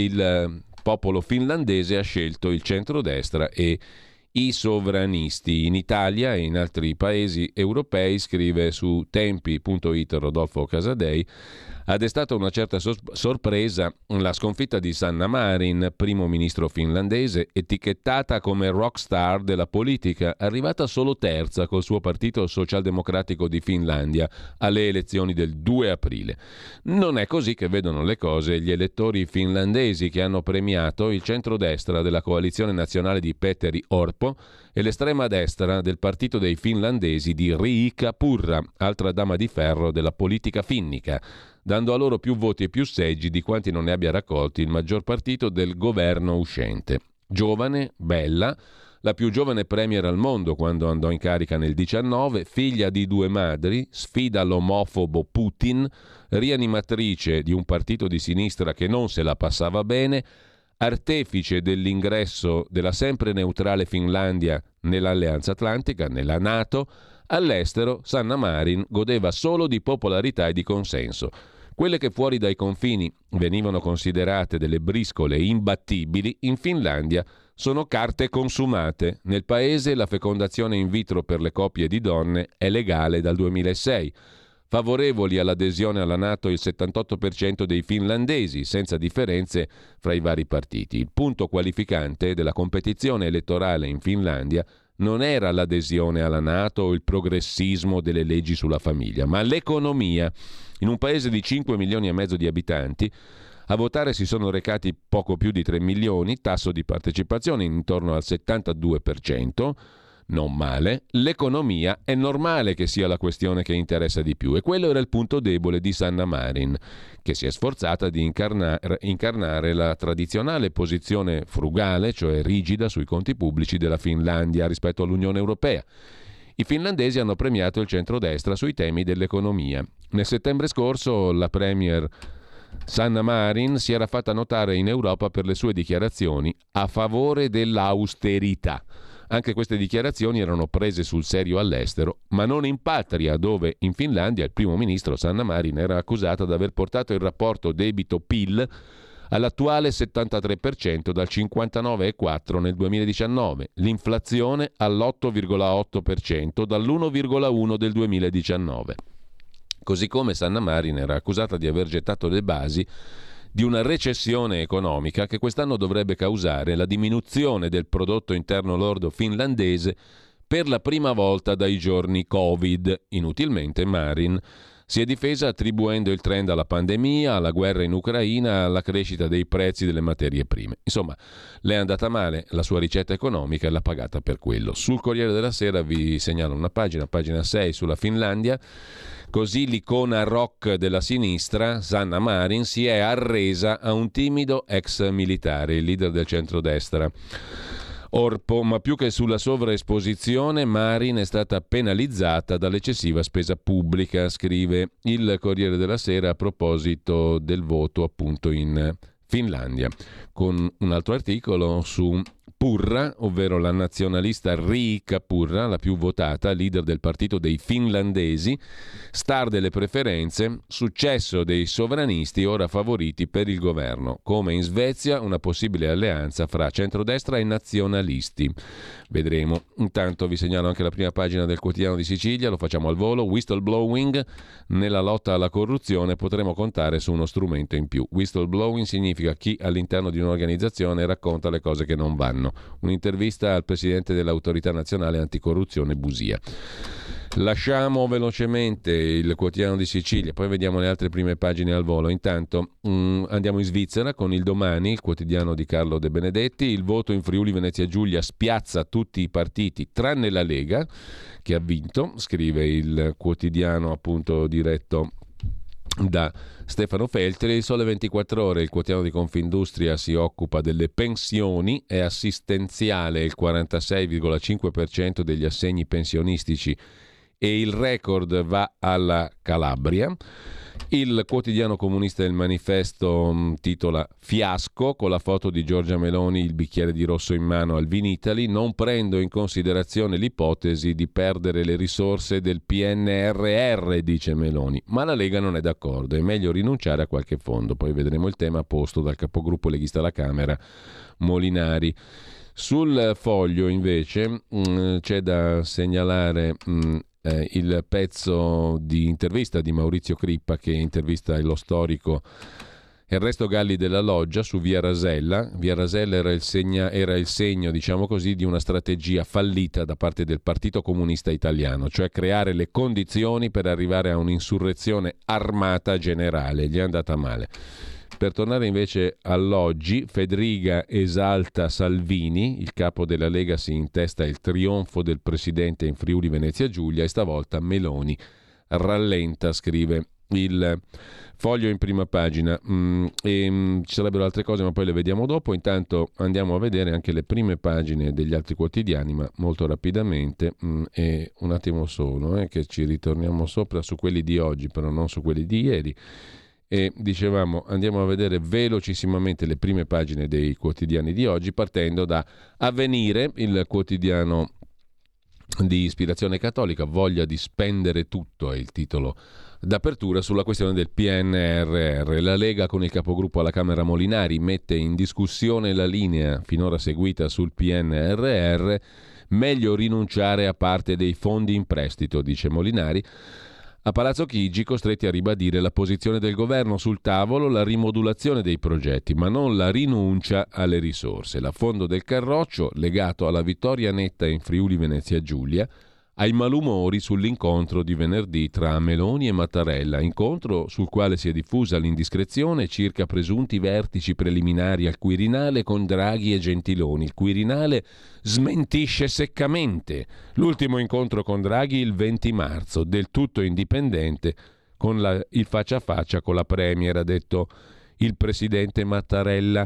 Il popolo finlandese ha scelto il centrodestra e i sovranisti. In Italia e in altri paesi europei, scrive su Tempi.it Rodolfo Casadei, ha destato una certa sorpresa la sconfitta di Sanna Marin, primo ministro finlandese, etichettata come rockstar della politica, arrivata solo terza col suo partito socialdemocratico di Finlandia alle elezioni del 2 aprile. Non è così che vedono le cose gli elettori finlandesi, che hanno premiato il centrodestra della coalizione nazionale di Petteri Orpo e l'estrema destra del partito dei finlandesi di Riikka Purra, altra dama di ferro della politica finnica, dando a loro più voti e più seggi di quanti non ne abbia raccolti il maggior partito del governo uscente. Giovane, bella, la più giovane premier al mondo quando andò in carica nel 19, figlia di 2 madri, sfida l'omofobo Putin, rianimatrice di un partito di sinistra che non se la passava bene, artefice dell'ingresso della sempre neutrale Finlandia nell'Alleanza Atlantica, nella NATO. All'estero Sanna Marin godeva solo di popolarità e di consenso. Quelle che fuori dai confini venivano considerate delle briscole imbattibili, in Finlandia sono carte consumate. Nel paese la fecondazione in vitro per le coppie di donne è legale dal 2006. Favorevoli all'adesione alla NATO il 78% dei finlandesi, senza differenze fra i vari partiti. Il punto qualificante della competizione elettorale in Finlandia non era l'adesione alla NATO o il progressismo delle leggi sulla famiglia, ma l'economia. In un paese di 5 milioni e mezzo di abitanti, a votare si sono recati poco più di 3 milioni, tasso di partecipazione intorno al 72%, non male. L'economia è normale che sia la questione che interessa di più, e quello era il punto debole di Sanna Marin, che si è sforzata di incarnare la tradizionale posizione frugale, cioè rigida sui conti pubblici della Finlandia rispetto all'Unione Europea. I finlandesi hanno premiato il centrodestra sui temi dell'economia. Nel settembre scorso la premier Sanna Marin si era fatta notare in Europa per le sue dichiarazioni a favore dell'austerità. Anche queste dichiarazioni erano prese sul serio all'estero, ma non in patria, dove in Finlandia il primo ministro Sanna Marin era accusato di aver portato il rapporto debito-PIL all'attuale 73% dal 59,4% nel 2019, l'inflazione all'8,8% dall'1,1% del 2019. Così come Sanna Marin era accusata di aver gettato le basi di una recessione economica che quest'anno dovrebbe causare la diminuzione del prodotto interno lordo finlandese per la prima volta dai giorni Covid. Inutilmente Marin si è difesa attribuendo il trend alla pandemia, alla guerra in Ucraina, alla crescita dei prezzi delle materie prime. Insomma, le è andata male la sua ricetta economica e l'ha pagata per quello. Sul Corriere della Sera vi segnalo una pagina 6 sulla Finlandia. Così l'icona rock della sinistra, Sanna Marin, si è arresa a un timido ex militare, il leader del centrodestra Orpo, ma più che sulla sovraesposizione, Marin è stata penalizzata dall'eccessiva spesa pubblica, scrive il Corriere della Sera a proposito del voto appunto in Finlandia, con un altro articolo su Purra, ovvero la nazionalista Riikka Purra, la più votata, leader del partito dei finlandesi, star delle preferenze, successo dei sovranisti ora favoriti per il governo. Come in Svezia, una possibile alleanza fra centrodestra e nazionalisti. Vedremo. Intanto vi segnalo anche la prima pagina del Quotidiano di Sicilia, lo facciamo al volo. Whistleblowing, nella lotta alla corruzione potremo contare su uno strumento in più. Whistleblowing significa chi all'interno di un'organizzazione racconta le cose che non vanno. Un'intervista al presidente dell'Autorità Nazionale Anticorruzione Busia. Lasciamo velocemente il Quotidiano di Sicilia, poi vediamo le altre prime pagine al volo. Intanto andiamo in Svizzera con il Domani, il quotidiano di Carlo De Benedetti. Il voto in Friuli Venezia Giulia spiazza tutti i partiti tranne la Lega, che ha vinto, scrive il quotidiano appunto diretto da Stefano Feltri. Il Sole 24 Ore, il quotidiano di Confindustria, si occupa delle pensioni. È assistenziale il 46,5% degli assegni pensionistici e il record va alla Calabria. Il quotidiano comunista del Manifesto titola Fiasco, con la foto di Giorgia Meloni, il bicchiere di rosso in mano al Vinitaly. Non prendo in considerazione l'ipotesi di perdere le risorse del PNRR, dice Meloni, ma la Lega non è d'accordo, è meglio rinunciare a qualche fondo. Poi vedremo il tema posto dal capogruppo leghista alla Camera Molinari. Sul Foglio invece c'è da segnalare il pezzo di intervista di Maurizio Crippa, che intervista lo storico Ernesto Galli della Loggia su Via Rasella. Via Rasella era il segno, diciamo così, di una strategia fallita da parte del Partito Comunista Italiano, cioè creare le condizioni per arrivare a un'insurrezione armata generale. Gli è andata male. Per tornare invece all'oggi, Fedriga esalta Salvini, il capo della Lega si intesta il trionfo del presidente in Friuli Venezia Giulia e stavolta Meloni rallenta, scrive il Foglio in prima pagina. Ci sarebbero altre cose, ma poi le vediamo dopo. Intanto andiamo a vedere anche le prime pagine degli altri quotidiani, ma molto rapidamente. E un attimo solo, che ci ritorniamo sopra su quelli di oggi, però non su quelli di ieri. E dicevamo, andiamo a vedere velocissimamente le prime pagine dei quotidiani di oggi, partendo da Avvenire, il quotidiano di ispirazione cattolica. Voglia di spendere tutto è il titolo d'apertura sulla questione del PNRR. La Lega con il capogruppo alla Camera Molinari mette in discussione la linea finora seguita sul PNRR. Meglio rinunciare a parte dei fondi in prestito, dice Molinari. A Palazzo Chigi costretti a ribadire la posizione del governo sul tavolo, la rimodulazione dei progetti, ma non la rinuncia alle risorse. L'affondo del Carroccio, legato alla vittoria netta in Friuli Venezia Giulia, ai malumori sull'incontro di venerdì tra Meloni e Mattarella, incontro sul quale si è diffusa l'indiscrezione circa presunti vertici preliminari al Quirinale con Draghi e Gentiloni. Il Quirinale smentisce seccamente l'ultimo incontro con Draghi il 20 marzo, del tutto indipendente, con il faccia a faccia con la Premier, ha detto il presidente Mattarella.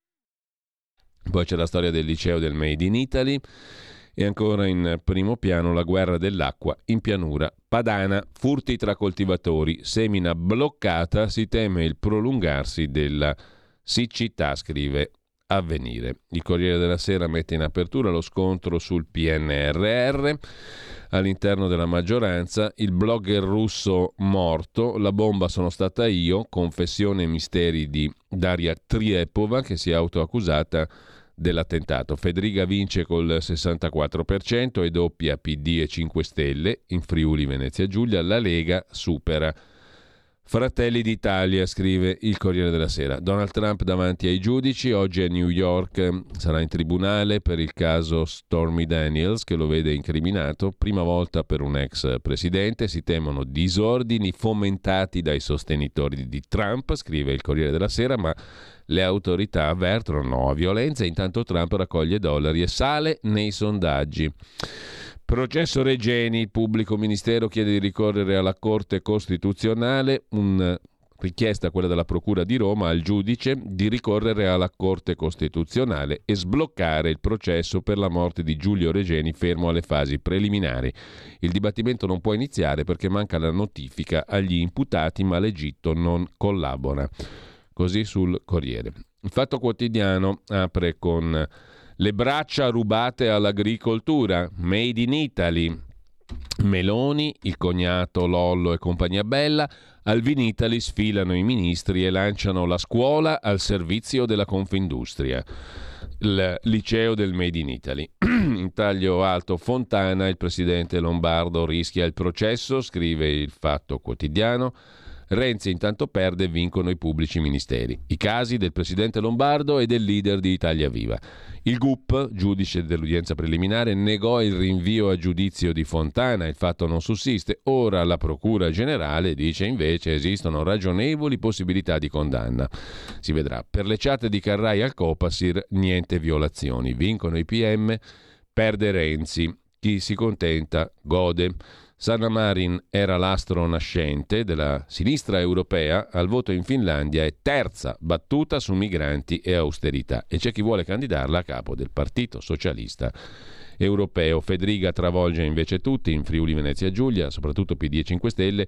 Poi c'è la storia del liceo del Made in Italy. E ancora in primo piano la guerra dell'acqua in pianura padana, furti tra coltivatori, semina bloccata, si teme il prolungarsi della siccità, scrive Avvenire. Il Corriere della Sera mette in apertura lo scontro sul PNRR. All'interno della maggioranza, il blogger russo morto, la bomba sono stata io, confessione e misteri di Daria Triepova, che si è autoaccusata dell'attentato. Federica vince col 64% e doppia PD e 5 Stelle. In Friuli Venezia Giulia la Lega supera Fratelli d'Italia, scrive il Corriere della Sera. Donald Trump davanti ai giudici, oggi a New York, sarà in tribunale per il caso Stormy Daniels, che lo vede incriminato, prima volta per un ex presidente. Si temono disordini fomentati dai sostenitori di Trump, scrive il Corriere della Sera, ma le autorità avvertono no a violenza, intanto Trump raccoglie dollari e sale nei sondaggi. Processo Regeni, il pubblico ministero chiede di ricorrere alla Corte Costituzionale, una richiesta, quella della Procura di Roma, al giudice di ricorrere alla Corte Costituzionale e sbloccare il processo per la morte di Giulio Regeni fermo alle fasi preliminari. Il dibattimento non può iniziare perché manca la notifica agli imputati, ma l'Egitto non collabora. Così sul Corriere. Il Fatto Quotidiano apre con le braccia rubate all'agricoltura, Made in Italy. Meloni, il cognato Lollo e compagnia bella, al Vinitaly sfilano i ministri e lanciano la scuola al servizio della Confindustria. Il liceo del Made in Italy. In taglio alto Fontana, il presidente lombardo rischia il processo, scrive il Fatto Quotidiano. Renzi intanto perde e vincono i pubblici ministeri. I casi del presidente lombardo e del leader di Italia Viva. Il GUP, giudice dell'udienza preliminare, negò il rinvio a giudizio di Fontana, il fatto non sussiste. Ora la Procura Generale dice invece esistono ragionevoli possibilità di condanna. Si vedrà. Per le chat di Carrai al Copasir niente violazioni. Vincono i PM, perde Renzi. Chi si contenta gode. Sanna Marin era l'astro nascente della sinistra europea, al voto in Finlandia è terza battuta su migranti e austerità e c'è chi vuole candidarla a capo del Partito Socialista Europeo. Federica travolge invece tutti in Friuli Venezia Giulia, soprattutto PD e 5 Stelle.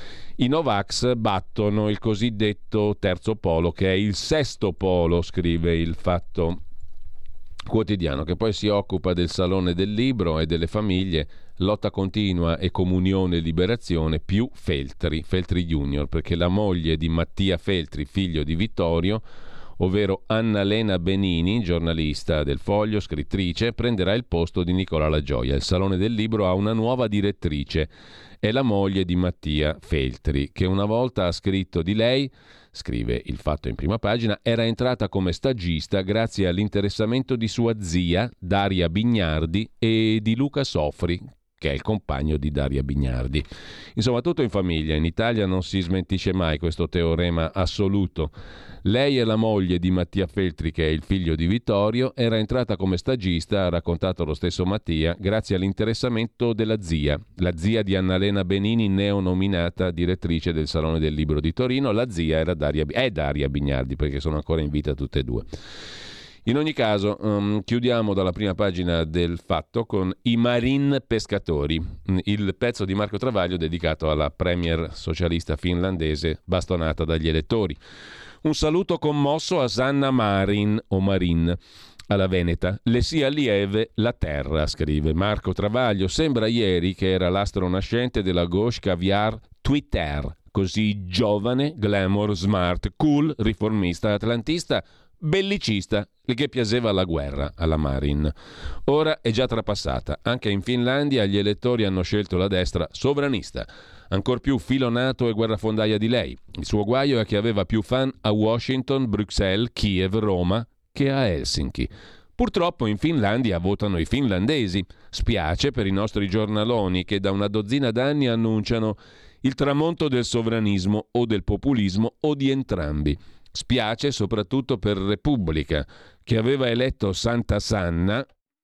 I Novax battono il cosiddetto terzo polo, che è il sesto polo, scrive il Fatto Quotidiano, che poi si occupa del Salone del Libro e delle famiglie. Lotta continua e comunione e liberazione più Feltri Junior, perché la moglie di Mattia Feltri, figlio di Vittorio, ovvero Annalena Benini, giornalista del Foglio, scrittrice, prenderà il posto di Nicola La Gioia. Il Salone del Libro ha una nuova direttrice, è la moglie di Mattia Feltri, che una volta ha scritto di lei, scrive il Fatto in prima pagina, era entrata come stagista grazie all'interessamento di sua zia, Daria Bignardi, e di Luca Sofri, che è il compagno di Daria Bignardi. Insomma, tutto in famiglia. In Italia non si smentisce mai questo teorema assoluto. Lei è la moglie di Mattia Feltri, che è il figlio di Vittorio, era entrata come stagista, ha raccontato lo stesso Mattia, grazie all'interessamento della zia, la zia di Annalena Benini, neonominata direttrice del Salone del Libro di Torino. La zia è Daria Bignardi, perché sono ancora in vita tutte e due. In ogni caso, chiudiamo dalla prima pagina del Fatto con i Marin pescatori, il pezzo di Marco Travaglio dedicato alla premier socialista finlandese bastonata dagli elettori. Un saluto commosso a Sanna Marin o Marin, alla Veneta. Le sia lieve la terra, scrive Marco Travaglio. Sembra ieri che era l'astro nascente della gauche caviar Twitter. Così giovane, glamour, smart, cool, riformista, atlantista, bellicista, il che piaceva alla guerra, alla Marin. Ora è già trapassata. Anche in Finlandia gli elettori hanno scelto la destra sovranista, ancor più filonato e guerrafondaia di lei. Il suo guaio è che aveva più fan a Washington, Bruxelles, Kiev, Roma che a Helsinki. Purtroppo in Finlandia votano i finlandesi. Spiace per i nostri giornaloni che da una dozzina d'anni annunciano il tramonto del sovranismo o del populismo o di entrambi. Spiace soprattutto per Repubblica, che aveva eletto Santa Sanna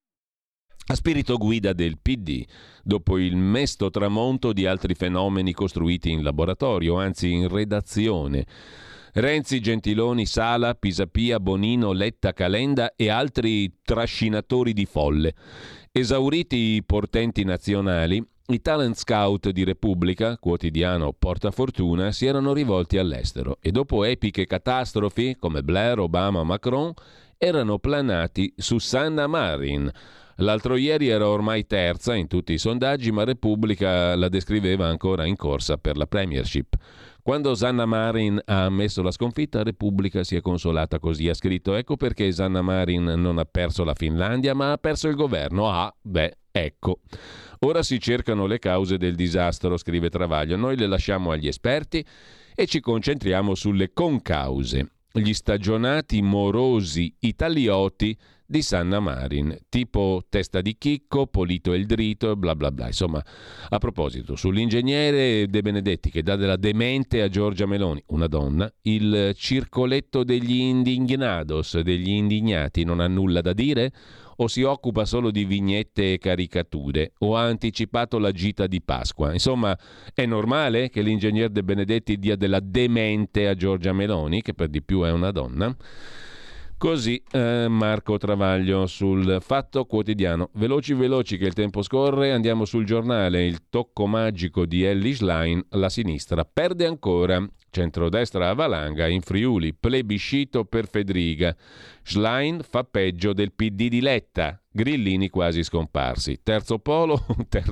a spirito guida del PD, dopo il mesto tramonto di altri fenomeni costruiti in laboratorio, anzi in redazione. Renzi, Gentiloni, Sala, Pisapia, Bonino, Letta, Calenda e altri trascinatori di folle. Esauriti i portenti nazionali, i talent scout di Repubblica, quotidiano portafortuna, si erano rivolti all'estero e dopo epiche catastrofi come Blair, Obama, Macron, erano planati su Sanna Marin. L'altro ieri era ormai terza in tutti i sondaggi, ma Repubblica la descriveva ancora in corsa per la premiership. Quando Sanna Marin ha ammesso la sconfitta, Repubblica si è consolata così. Ha scritto: ecco perché Sanna Marin non ha perso la Finlandia, ma ha perso il governo. Ecco. Ora si cercano le cause del disastro, scrive Travaglio. Noi le lasciamo agli esperti e ci concentriamo sulle concause. Gli stagionati morosi italioti di Sanna Marin, tipo testa di chicco, Polito e il drito, bla bla bla. Insomma, a proposito, sull'ingegnere De Benedetti che dà della demente a Giorgia Meloni, una donna, il circoletto degli indignados, degli indignati, non ha nulla da dire? O si occupa solo di vignette e caricature? O ha anticipato la gita di Pasqua? Insomma, è normale che l'ingegner De Benedetti dia della demente a Giorgia Meloni, che per di più è una donna? Così Marco Travaglio sul Fatto Quotidiano. Veloci che il tempo scorre, andiamo sul Giornale. Il tocco magico di Elly Schlein, la sinistra perde ancora. Centrodestra a valanga in Friuli, plebiscito per Fedriga. Schlein fa peggio del PD di Letta, grillini quasi scomparsi. Terzo polo,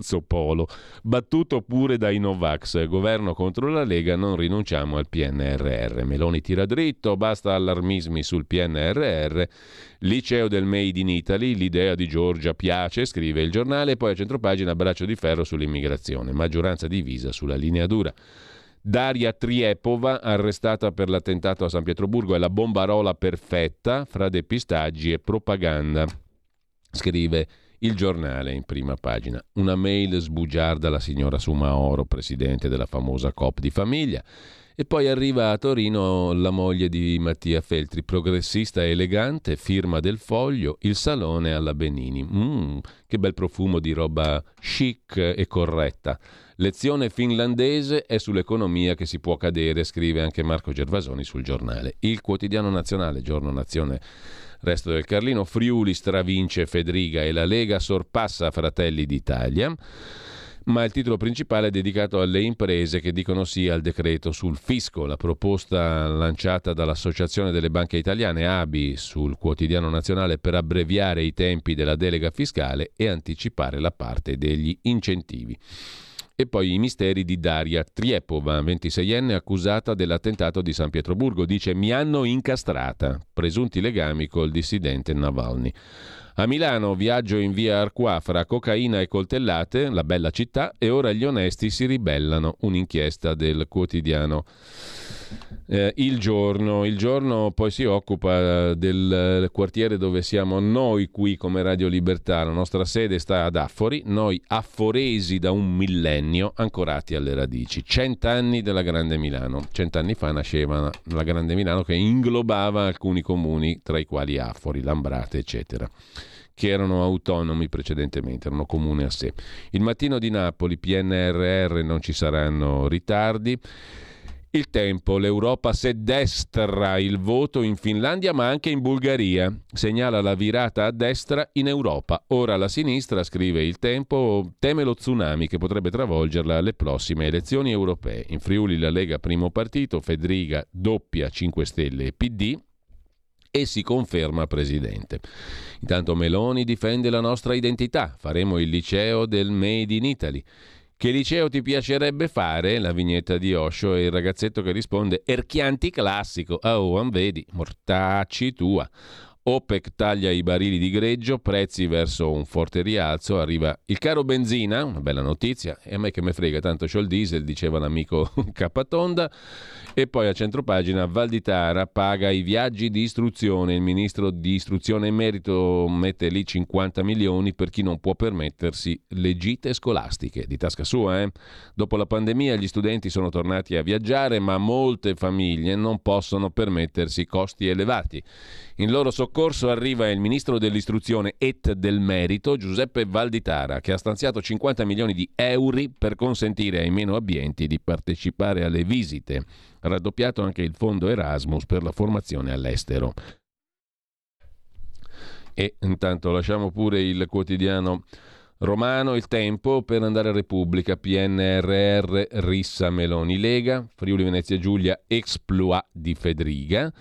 battuto pure dai Novax. Governo contro la Lega, non rinunciamo al PNRR. Meloni tira dritto, basta allarmismi sul PNRR. Liceo del Made in Italy, l'idea di Giorgia piace, scrive il Giornale, poi a centropagina braccio di ferro sull'immigrazione, maggioranza divisa sulla linea dura. Daria Triepova, arrestata per l'attentato a San Pietroburgo, è la bombarola perfetta fra depistaggi e propaganda, scrive il Giornale in prima pagina. Una mail sbugiarda alla signora Sumaoro, presidente della famosa Coop di famiglia. E poi arriva a Torino la moglie di Mattia Feltri, progressista e elegante, firma del Foglio, il salone alla Benini. Che bel profumo di roba chic e corretta. Lezione finlandese è sull'economia che si può cadere, scrive anche Marco Gervasoni sul Giornale. Il Quotidiano Nazionale, Giorno Nazione, Resto del Carlino, Friuli stravince Fedriga e la Lega sorpassa Fratelli d'Italia. Ma il titolo principale è dedicato alle imprese che dicono sì al decreto sul fisco. La proposta lanciata dall'Associazione delle Banche Italiane, ABI, sul Quotidiano Nazionale per abbreviare i tempi della delega fiscale e anticipare la parte degli incentivi. E poi i misteri di Daria Triepova, 26enne accusata dell'attentato di San Pietroburgo. Dice: mi hanno incastrata, presunti legami col dissidente Navalny. A Milano, viaggio in via Arquà fra cocaina e coltellate, la bella città, e ora gli onesti si ribellano. Un'inchiesta del quotidiano Il Giorno poi si occupa del quartiere dove siamo noi qui come Radio Libertà. La nostra sede sta ad Affori, noi afforesi da un millennio, ancorati alle radici. 100 anni della Grande Milano. 100 anni fa nasceva la Grande Milano che inglobava alcuni comuni, tra i quali Affori, Lambrate, eccetera, che erano autonomi precedentemente, erano comuni a sé. Il Mattino di Napoli, PNRR, non ci saranno ritardi. Il Tempo, l'Europa seddestra il voto in Finlandia ma anche in Bulgaria, segnala la virata a destra in Europa. Ora la sinistra, scrive il Tempo, teme lo tsunami che potrebbe travolgerla alle prossime elezioni europee. In Friuli la Lega primo partito, Fedriga doppia 5 Stelle e PD e si conferma presidente. Intanto Meloni difende la nostra identità, faremo il liceo del Made in Italy. Che liceo ti piacerebbe fare? La vignetta di Osho e il ragazzetto che risponde Erchianti classico. Oh, vedi, mortacci tua. OPEC taglia i barili di greggio, prezzi verso un forte rialzo, arriva il caro benzina, una bella notizia, e a me che me frega, tanto c'ho il diesel, diceva l'amico Capatonda. E poi a centropagina Valditara paga i viaggi di istruzione, il ministro di istruzione in merito mette lì 50 milioni per chi non può permettersi le gite scolastiche, di tasca sua. Dopo la pandemia gli studenti sono tornati a viaggiare, ma molte famiglie non possono permettersi costi elevati. In loro soccorso arriva il ministro dell'istruzione et del merito, Giuseppe Valditara, che ha stanziato 50 milioni di euro per consentire ai meno abbienti di partecipare alle visite. Raddoppiato anche il fondo Erasmus per la formazione all'estero. E intanto lasciamo pure il quotidiano romano, Il Tempo, per andare a Repubblica. PNRR, rissa Meloni Lega, Friuli Venezia Giulia, exploit di Fedriga.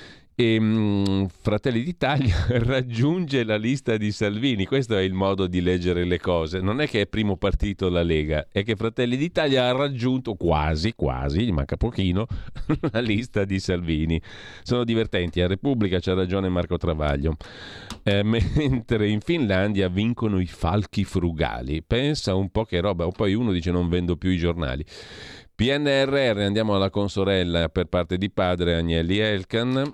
E Fratelli d'Italia raggiunge la lista di Salvini. Questo è il modo di leggere le cose. Non è che è primo partito la Lega, è che Fratelli d'Italia ha raggiunto quasi, gli manca pochino, la lista di Salvini. Sono divertenti. A Repubblica c'ha ragione Marco Travaglio. Mentre in Finlandia vincono i falchi frugali. Pensa un po' che roba. Poi uno dice non vendo più i giornali. PNRR, andiamo alla consorella per parte di padre Agnelli Elkann.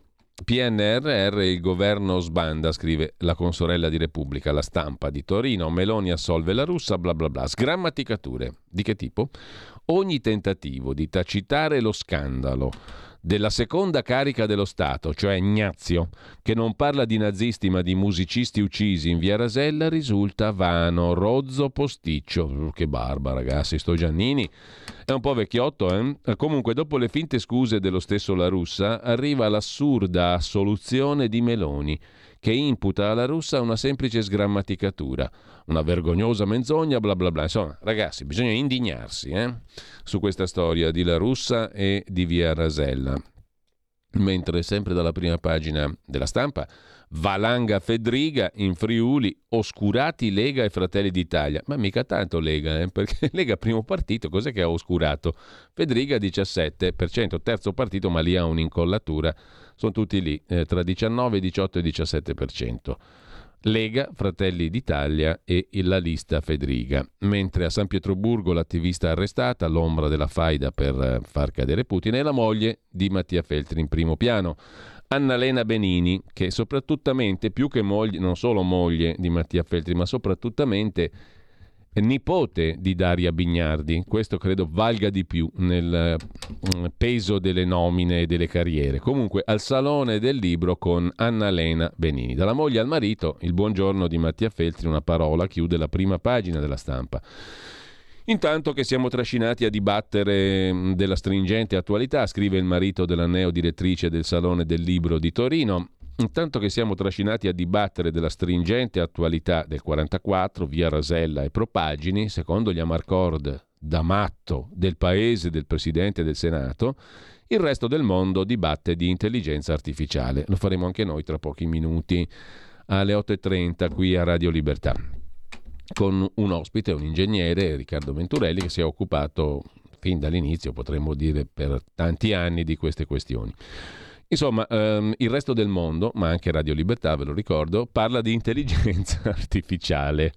PNRR, il governo sbanda, scrive la consorella di Repubblica. La Stampa di Torino, Meloni assolve la russa, bla bla bla. Sgrammaticature. Di che tipo? Ogni tentativo di tacitare lo scandalo della seconda carica dello Stato, cioè Ignazio, che non parla di nazisti ma di musicisti uccisi in via Rasella, risulta vano, rozzo, posticcio. Che barba, ragazzi, sto Giannini è un po' vecchiotto, eh? Comunque, dopo le finte scuse dello stesso La Russa, arriva l'assurda assoluzione di Meloni, che imputa alla Russa una semplice sgrammaticatura, una vergognosa menzogna, bla bla bla. Insomma, ragazzi, bisogna indignarsi su questa storia di La Russa e di via Rasella. Mentre sempre dalla prima pagina della Stampa, valanga Fedriga in Friuli, oscurati Lega e Fratelli d'Italia. Ma mica tanto Lega, perché Lega primo partito, cos'è che ha oscurato? Fedriga 17%, terzo partito, ma lì ha un'incollatura, sono tutti lì, tra 19, 18 e 17%. Lega, Fratelli d'Italia e la lista Fedriga. Mentre a San Pietroburgo l'attivista arrestata, l'ombra della faida per far cadere Putin, è la moglie di Mattia Feltri in primo piano. Annalena Benini, che soprattutamente, più che moglie, non solo moglie di Mattia Feltri, ma soprattutamente nipote di Daria Bignardi. Questo credo valga di più nel peso delle nomine e delle carriere. Comunque al Salone del Libro con Annalena Benini. Dalla moglie al marito, il buongiorno di Mattia Feltri, una parola chiude la prima pagina della Stampa. Intanto che siamo trascinati a dibattere della stringente attualità, scrive il marito della neodirettrice del Salone del Libro di Torino, intanto che siamo trascinati a dibattere della stringente attualità del 44, via Rasella e Propagini, secondo gli Amarcord da matto del paese del Presidente del Senato, il resto del mondo dibatte di intelligenza artificiale. Lo faremo anche noi tra pochi minuti alle 8.30 qui a Radio Libertà, con un ospite, un ingegnere, Riccardo Venturelli, che si è occupato fin dall'inizio, potremmo dire per tanti anni, di queste questioni. Insomma, il resto del mondo, ma anche Radio Libertà, ve lo ricordo, parla di intelligenza artificiale.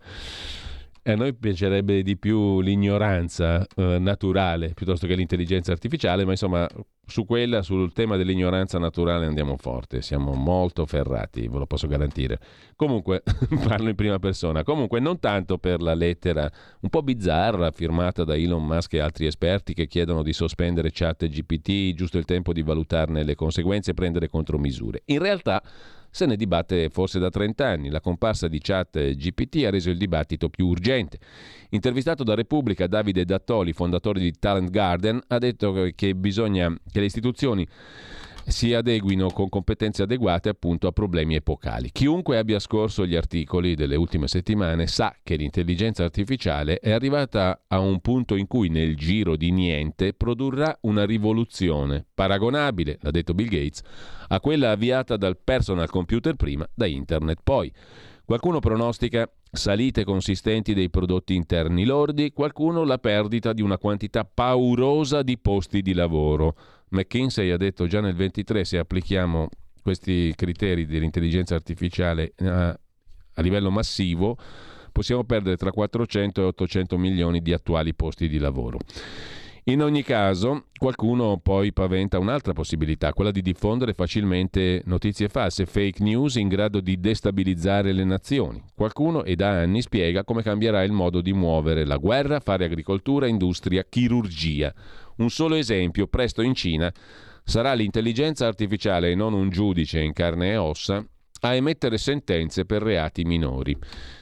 A noi piacerebbe di più l'ignoranza naturale piuttosto che l'intelligenza artificiale, ma insomma su quella, sul tema dell'ignoranza naturale andiamo forte, siamo molto ferrati, ve lo posso garantire. Comunque, parlo in prima persona, comunque non tanto per la lettera un po' bizzarra firmata da Elon Musk e altri esperti che chiedono di sospendere ChatGPT, giusto il tempo di valutarne le conseguenze e prendere contromisure. In realtà se ne dibatte forse da 30 anni. La comparsa di ChatGPT ha reso il dibattito più urgente. Intervistato da Repubblica, Davide Dattoli, fondatore di Talent Garden, ha detto che bisogna che le istituzioni si adeguino con competenze adeguate appunto a problemi epocali. Chiunque abbia scorso gli articoli delle ultime settimane sa che l'intelligenza artificiale è arrivata a un punto in cui nel giro di niente produrrà una rivoluzione paragonabile, l'ha detto Bill Gates, a quella avviata dal personal computer prima, da internet poi. Qualcuno pronostica salite consistenti dei prodotti interni lordi, qualcuno la perdita di una quantità paurosa di posti di lavoro. McKinsey ha detto già nel 23, se applichiamo questi criteri dell'intelligenza artificiale a livello massivo, possiamo perdere tra 400 e 800 milioni di attuali posti di lavoro. In ogni caso, qualcuno poi paventa un'altra possibilità, quella di diffondere facilmente notizie false, fake news in grado di destabilizzare le nazioni. Qualcuno, e da anni, spiega come cambierà il modo di muovere la guerra, fare agricoltura, industria, chirurgia. Un solo esempio, presto in Cina sarà l'intelligenza artificiale e non un giudice in carne e ossa a emettere sentenze per reati minori.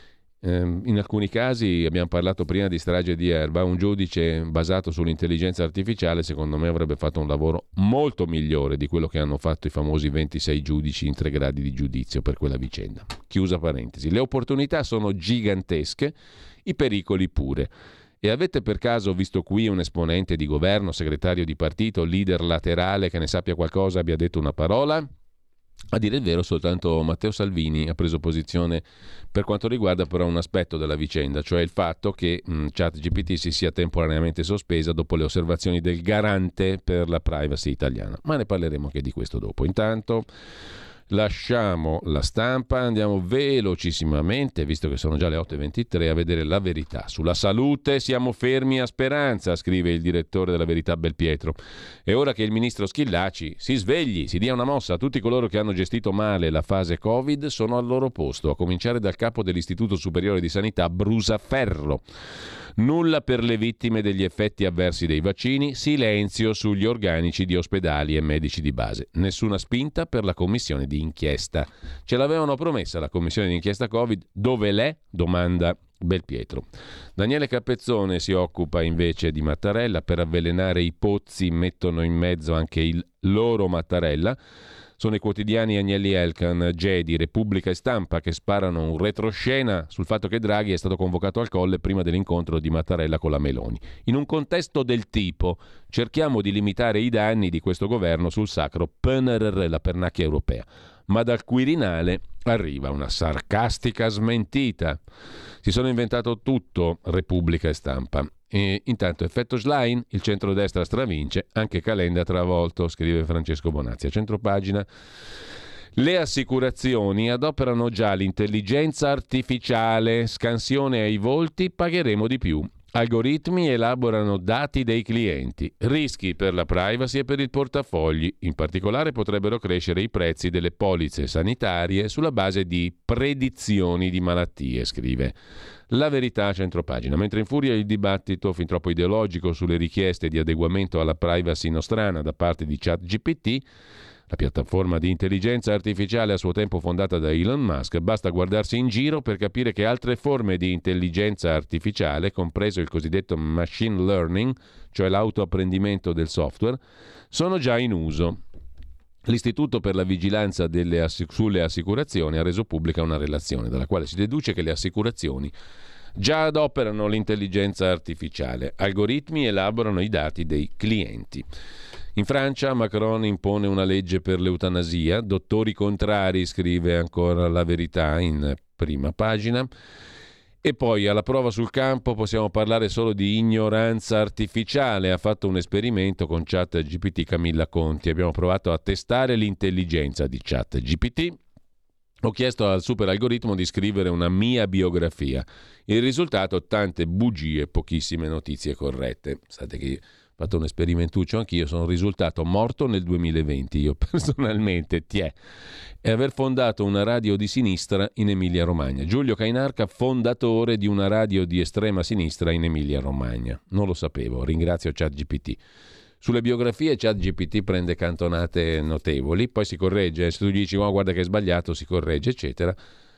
In alcuni casi, abbiamo parlato prima di strage di Erba, un giudice basato sull'intelligenza artificiale secondo me avrebbe fatto un lavoro molto migliore di quello che hanno fatto i famosi 26 giudici in 3 gradi di giudizio per quella vicenda. Chiusa parentesi. Le opportunità sono gigantesche, i pericoli pure. E avete per caso visto qui un esponente di governo, segretario di partito, leader laterale che ne sappia qualcosa, abbia detto una parola? A dire il vero, soltanto Matteo Salvini ha preso posizione per quanto riguarda però un aspetto della vicenda, cioè il fatto che ChatGPT si sia temporaneamente sospesa dopo le osservazioni del garante per la privacy italiana. Ma ne parleremo anche di questo dopo. Intanto lasciamo la stampa, andiamo velocissimamente, visto che sono già le 8:23, a vedere La Verità. Sulla salute siamo fermi a speranza, scrive il direttore della Verità Belpietro. È ora che il ministro Schillaci si svegli, si dia una mossa. Tutti coloro che hanno gestito male la fase Covid sono al loro posto, a cominciare dal capo dell'Istituto Superiore di Sanità Brusaferro. Nulla per le vittime degli effetti avversi dei vaccini, silenzio sugli organici di ospedali e medici di base. Nessuna spinta per la commissione di inchiesta. Ce l'avevano promessa la commissione di inchiesta Covid, dove l'è? Domanda Belpietro. Daniele Capezzone si occupa invece di Mattarella. Per avvelenare i pozzi mettono in mezzo anche il loro Mattarella. Sono i quotidiani Agnelli Elkan, Gedi, Repubblica e Stampa che sparano un retroscena sul fatto che Draghi è stato convocato al Colle prima dell'incontro di Mattarella con la Meloni. In un contesto del tipo: cerchiamo di limitare i danni di questo governo sul sacro PNRR, la pernacchia europea. Ma dal Quirinale arriva una sarcastica smentita. Si sono inventato tutto, Repubblica e Stampa. E intanto effetto Schlein, il centrodestra stravince, anche Calenda travolto, scrive Francesco Bonazzi. A centropagina: le assicurazioni adoperano già l'intelligenza artificiale, scansione ai volti, pagheremo di più. Algoritmi elaborano dati dei clienti, rischi per la privacy e per il portafogli. In particolare potrebbero crescere i prezzi delle polizze sanitarie sulla base di predizioni di malattie, scrive La Verità a centropagina. Mentre infuria il dibattito fin troppo ideologico sulle richieste di adeguamento alla privacy nostrana da parte di ChatGPT, la piattaforma di intelligenza artificiale a suo tempo fondata da Elon Musk, basta guardarsi in giro per capire che altre forme di intelligenza artificiale, compreso il cosiddetto machine learning, cioè l'autoapprendimento del software, sono già in uso. L'Istituto per la Vigilanza sulle Assicurazioni ha reso pubblica una relazione dalla quale si deduce che le assicurazioni già adoperano l'intelligenza artificiale. Algoritmi elaborano i dati dei clienti. In Francia Macron impone una legge per l'eutanasia, dottori contrari, scrive ancora La Verità in prima pagina. E poi alla prova sul campo possiamo parlare solo di ignoranza artificiale. Ha fatto un esperimento con ChatGPT Camilla Conti. Abbiamo provato a testare l'intelligenza di ChatGPT. Ho chiesto al super algoritmo di scrivere una mia biografia. Il risultato: tante bugie, pochissime notizie corrette. Sapete che ho fatto un esperimentuccio anch'io, sono risultato morto nel 2020, io personalmente, e aver fondato una radio di sinistra in Emilia-Romagna. Giulio Cainarca, fondatore di una radio di estrema sinistra in Emilia-Romagna. Non lo sapevo, ringrazio ChatGPT. Sulle biografie ChatGPT prende cantonate notevoli, poi si corregge, se tu dici oh, guarda che è sbagliato, si corregge, eccetera.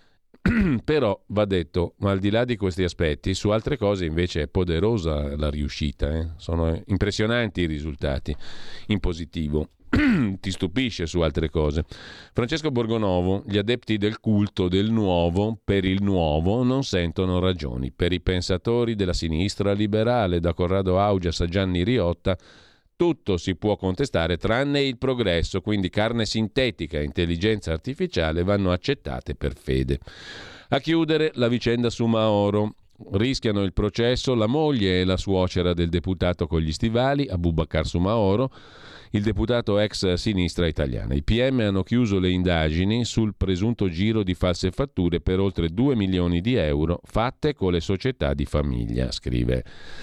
Però va detto, ma al di là di questi aspetti, su altre cose invece è poderosa la riuscita, sono impressionanti i risultati in positivo. Ti stupisce su altre cose. Francesco Borgonovo: gli adepti del culto del nuovo per il nuovo non sentono ragioni. Per i pensatori della sinistra liberale, da Corrado Augias a Gianni Riotta, tutto si può contestare tranne il progresso, quindi carne sintetica e intelligenza artificiale vanno accettate per fede. A chiudere la vicenda su Maoro. Rischiano il processo la moglie e la suocera del deputato con gli stivali, Abubakar Soumahoro, il deputato ex sinistra italiana. I PM hanno chiuso le indagini sul presunto giro di false fatture per oltre 2 milioni di euro fatte con le società di famiglia, scrive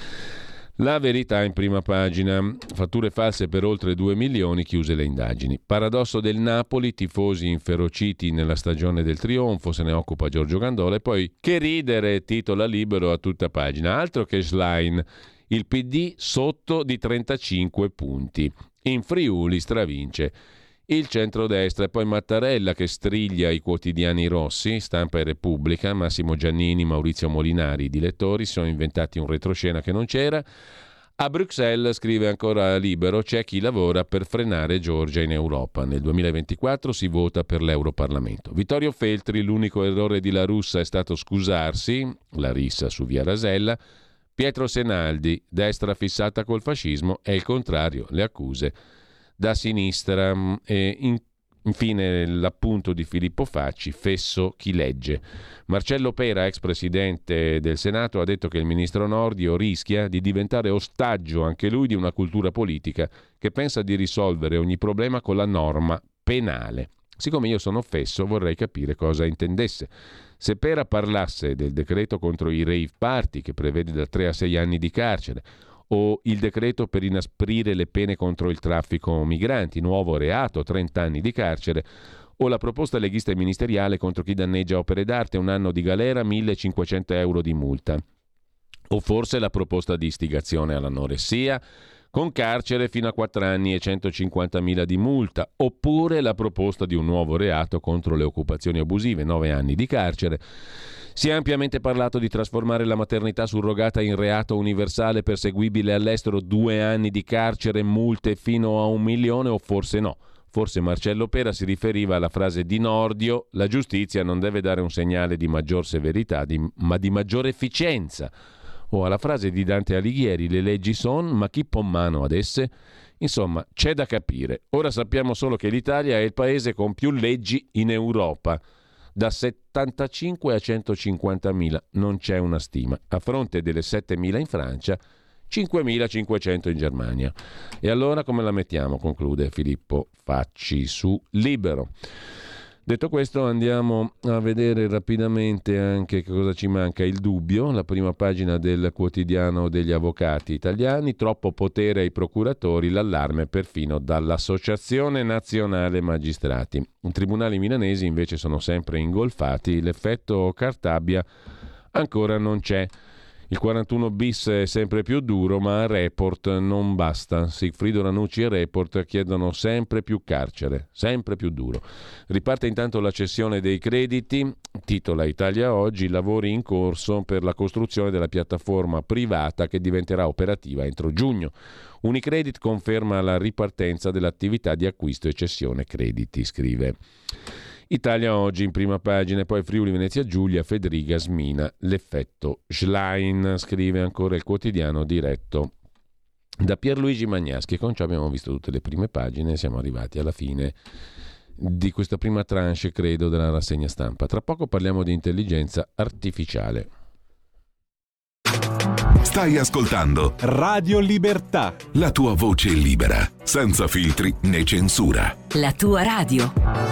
La Verità in prima pagina. Fatture false per oltre 2 milioni, chiuse le indagini. Paradosso del Napoli, tifosi inferociti nella stagione del trionfo, se ne occupa Giorgio Gandola. E poi che ridere, titola Libero a tutta pagina. Altro che Schlein, il PD sotto di 35 punti. In Friuli stravince il centrodestra. E poi Mattarella che striglia i quotidiani rossi, Stampa e Repubblica. Massimo Giannini, Maurizio Molinari, i dilettori si sono inventati un retroscena che non c'era. A Bruxelles, scrive ancora Libero, c'è chi lavora per frenare Giorgia in Europa. Nel 2024 si vota per l'Europarlamento. Vittorio Feltri, l'unico errore di La Russa è stato scusarsi, la rissa su via Rasella. Pietro Senaldi, destra fissata col fascismo, è il contrario, le accuse da sinistra. E infine l'appunto di Filippo Facci, fesso chi legge. Marcello Pera, ex presidente del Senato, ha detto che il ministro Nordio rischia di diventare ostaggio anche lui di una cultura politica che pensa di risolvere ogni problema con la norma penale. Siccome io sono fesso, vorrei capire cosa intendesse. Se Pera parlasse del decreto contro i rave party, che prevede da 3 a 6 anni di carcere, o il decreto per inasprire le pene contro il traffico migranti, nuovo reato, 30 anni di carcere, o la proposta leghista e ministeriale contro chi danneggia opere d'arte, 1 anno di galera, 1.500 euro di multa, o forse la proposta di istigazione all'anoressia con carcere fino a 4 anni e 150.000 di multa, oppure la proposta di un nuovo reato contro le occupazioni abusive, 9 anni di carcere. Si è ampiamente parlato di trasformare la maternità surrogata in reato universale perseguibile all'estero, 2 anni di carcere, multe fino a 1 milione, o forse no. Forse Marcello Pera si riferiva alla frase di Nordio: la giustizia non deve dare un segnale di maggior severità, ma di maggiore efficienza. O alla frase di Dante Alighieri: le leggi son, ma chi pon mano ad esse? Insomma, c'è da capire. Ora sappiamo solo che l'Italia è il paese con più leggi in Europa. Da 75 a 150.000 non c'è una stima, a fronte delle 7.000 in Francia, 5.500 in Germania. E allora come la mettiamo? Conclude Filippo Facci su Libero. Detto questo, andiamo a vedere rapidamente anche che cosa ci manca. Il Dubbio, la prima pagina del quotidiano degli avvocati italiani. Troppo potere ai procuratori, l'allarme perfino dall'Associazione Nazionale Magistrati. I tribunali milanesi invece sono sempre ingolfati, l'effetto Cartabia ancora non c'è. Il 41 bis è sempre più duro, ma a Report non basta. Sigfrido Ranucci e Report chiedono sempre più carcere, sempre più duro. Riparte intanto la cessione dei crediti, titola Italia Oggi, lavori in corso per la costruzione della piattaforma privata che diventerà operativa entro giugno. Unicredit conferma la ripartenza dell'attività di acquisto e cessione crediti, scrive Italia Oggi in prima pagina. E poi Friuli Venezia Giulia, Federica smina l'effetto Schlein, scrive ancora il quotidiano diretto da Pierluigi Magnaschi. Con ciò abbiamo visto tutte le prime pagine, siamo arrivati alla fine di questa prima tranche, credo, della rassegna stampa. Tra poco parliamo di intelligenza artificiale. Stai ascoltando Radio Libertà, la tua voce libera, senza filtri né censura. La tua radio.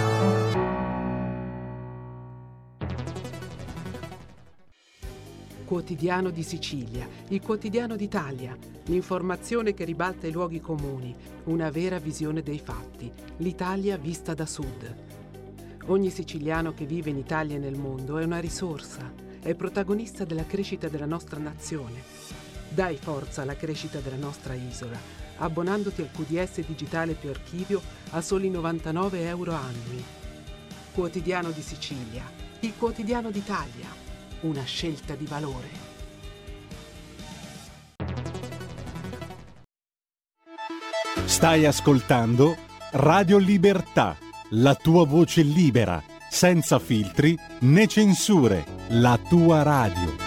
Quotidiano di Sicilia, il quotidiano d'Italia, l'informazione che ribalta i luoghi comuni, una vera visione dei fatti, l'Italia vista da sud. Ogni siciliano che vive in Italia e nel mondo è una risorsa, è protagonista della crescita della nostra nazione. Dai forza alla crescita della nostra isola, abbonandoti al QDS digitale più archivio a soli 99 euro annui. Quotidiano di Sicilia, il quotidiano d'Italia. Una scelta di valore. Stai ascoltando Radio Libertà, la tua voce libera, senza filtri né censure, la tua radio.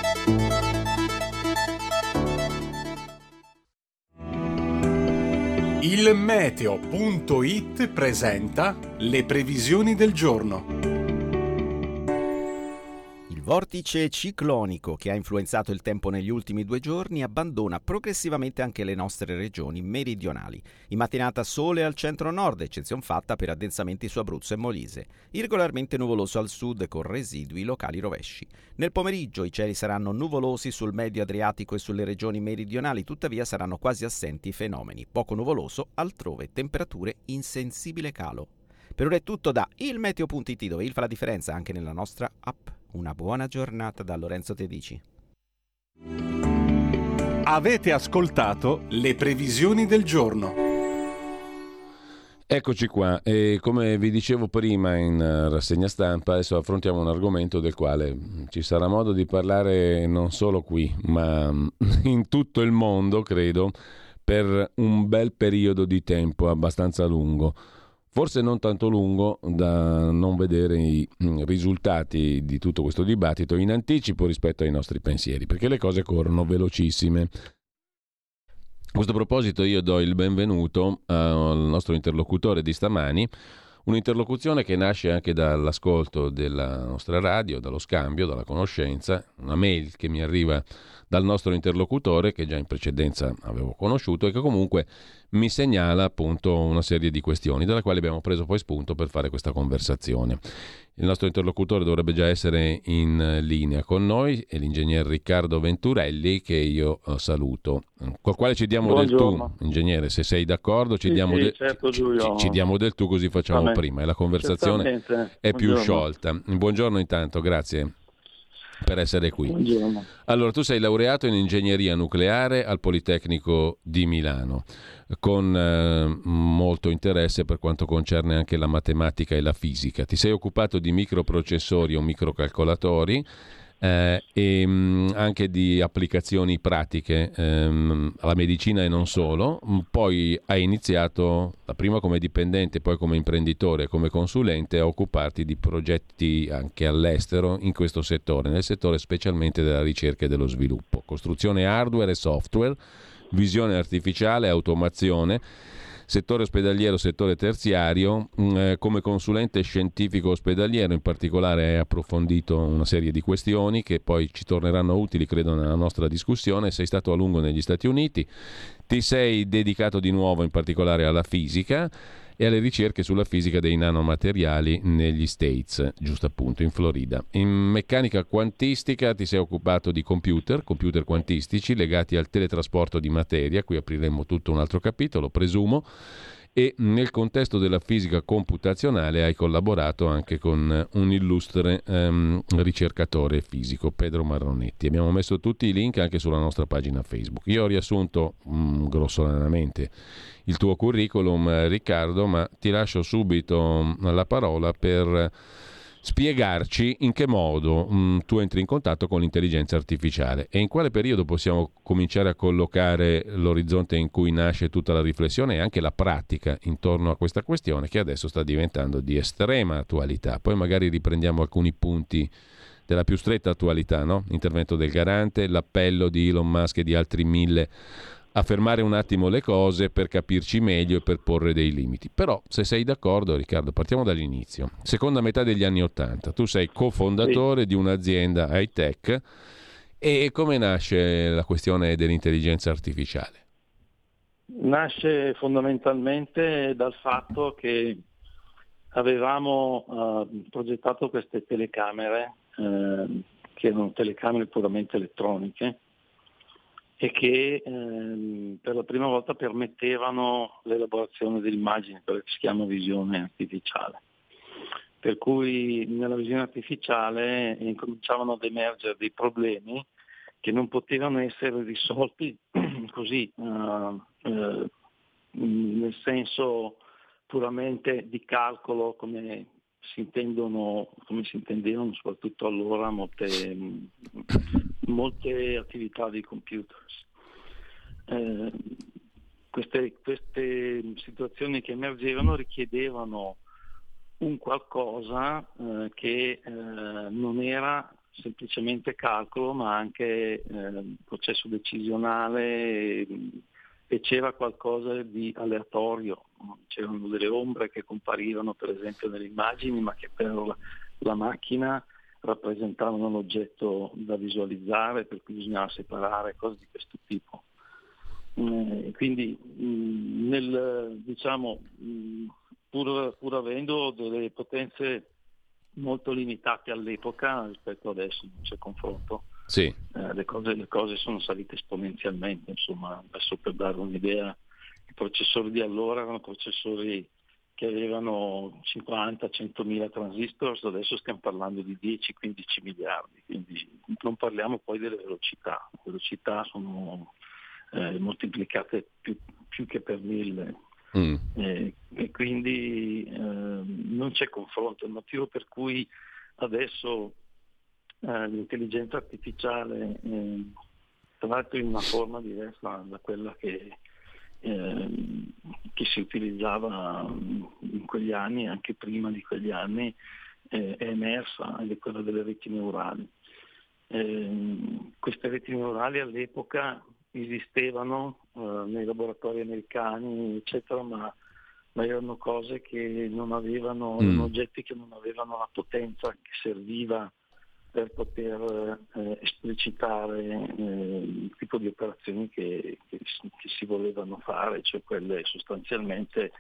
Il meteo.it presenta le previsioni del giorno. Il vortice ciclonico che ha influenzato il tempo negli ultimi 2 giorni abbandona progressivamente anche le nostre regioni meridionali. In mattinata sole al centro-nord, eccezion fatta per addensamenti su Abruzzo e Molise. Irregolarmente nuvoloso al sud con residui locali rovesci. Nel pomeriggio i cieli saranno nuvolosi sul medio Adriatico e sulle regioni meridionali, tuttavia saranno quasi assenti i fenomeni. Poco nuvoloso altrove, temperature in sensibile calo. Per ora è tutto da ilmeteo.it, dove il fa la differenza anche nella nostra app. Una buona giornata da Lorenzo Tedici. Avete ascoltato le previsioni del giorno. Eccoci qua, e come vi dicevo prima in rassegna stampa, adesso affrontiamo un argomento del quale ci sarà modo di parlare non solo qui, ma in tutto il mondo, credo, per un bel periodo di tempo abbastanza lungo. Forse non tanto lungo da non vedere i risultati di tutto questo dibattito in anticipo rispetto ai nostri pensieri, perché le cose corrono velocissime. A questo proposito io do il benvenuto al nostro interlocutore di stamani, un'interlocuzione che nasce anche dall'ascolto della nostra radio, dallo scambio, dalla conoscenza, una mail che mi arriva dal nostro interlocutore che già in precedenza avevo conosciuto e che comunque mi segnala appunto una serie di questioni dalla quale abbiamo preso poi spunto per fare questa conversazione. Il nostro interlocutore dovrebbe già essere in linea con noi, è l'ingegner Riccardo Venturelli, che io saluto, col quale ci diamo Buongiorno. del tu, ingegnere, se sei d'accordo ci Sì, diamo, sì, certo, ci diamo del tu, così facciamo prima e la conversazione è più sciolta. Buongiorno intanto, grazie per essere qui. Buongiorno. Allora, tu sei laureato in ingegneria nucleare al Politecnico di Milano, con molto interesse per quanto concerne anche la matematica e la fisica. Ti sei occupato di microprocessori o microcalcolatori e anche di applicazioni pratiche alla medicina e non solo. Poi hai iniziato prima come dipendente, poi come imprenditore e come consulente a occuparti di progetti anche all'estero in questo settore, nel settore specialmente della ricerca e dello sviluppo, costruzione hardware e software, visione artificiale, automazione, settore ospedaliero, settore terziario. Come consulente scientifico ospedaliero in particolare hai approfondito una serie di questioni che poi ci torneranno utili, credo, nella nostra discussione. Sei stato a lungo negli Stati Uniti, ti sei dedicato di nuovo in particolare alla fisica e alle ricerche sulla fisica dei nanomateriali negli States, giusto appunto in Florida. In meccanica quantistica ti sei occupato di computer quantistici legati al teletrasporto di materia, qui apriremo tutto un altro capitolo, presumo, e nel contesto della fisica computazionale hai collaborato anche con un illustre ricercatore fisico, Pedro Marronetti. Abbiamo messo tutti i link anche sulla nostra pagina Facebook. Io ho riassunto grossolanamente il tuo curriculum, Riccardo, ma ti lascio subito la parola per spiegarci in che modo tu entri in contatto con l'intelligenza artificiale e in quale periodo possiamo cominciare a collocare l'orizzonte in cui nasce tutta la riflessione e anche la pratica intorno a questa questione che adesso sta diventando di estrema attualità. Poi magari riprendiamo alcuni punti della più stretta attualità, no? L'intervento del garante, l'appello di Elon Musk e di altri 1000 a fermare un attimo le cose per capirci meglio e per porre dei limiti. Però, se sei d'accordo, Riccardo, partiamo dall'inizio. Seconda metà degli anni '80, tu sei cofondatore di un'azienda high-tech e come nasce la questione dell'intelligenza artificiale? Nasce fondamentalmente dal fatto che avevamo progettato queste telecamere, che erano telecamere puramente elettroniche, e che per la prima volta permettevano l'elaborazione delle immagini, quello che si chiama visione artificiale. Per cui nella visione artificiale incominciavano ad emergere dei problemi che non potevano essere risolti così, nel senso puramente di calcolo come si intendevano soprattutto allora molte attività di computers. Queste situazioni che emergevano richiedevano un qualcosa che non era semplicemente calcolo, ma anche processo decisionale, e c'era qualcosa di aleatorio. C'erano delle ombre che comparivano per esempio nelle immagini, ma che per la macchina rappresentavano un oggetto da visualizzare, per cui bisognava separare, cose di questo tipo. Quindi pur avendo delle potenze molto limitate all'epoca, rispetto adesso non c'è confronto. Sì. Le cose sono salite esponenzialmente, insomma. Adesso, per dare un'idea, i processori di allora erano processori che avevano 50-100.000 transistor, adesso stiamo parlando di 10-15 miliardi, quindi non parliamo poi delle velocità. Le velocità sono moltiplicate più che per 1000. E quindi non c'è confronto. Il motivo per cui adesso l'intelligenza artificiale, tra l'altro in una forma diversa da quella che si utilizzava in quegli anni, anche prima di quegli anni, è emersa, ed è quella delle reti neurali. Queste reti neurali all'epoca esistevano nei laboratori americani, eccetera, ma erano cose che non avevano, erano oggetti che non avevano la potenza che serviva per poter esplicitare il tipo di operazioni che si volevano fare, cioè quelle sostanzialmente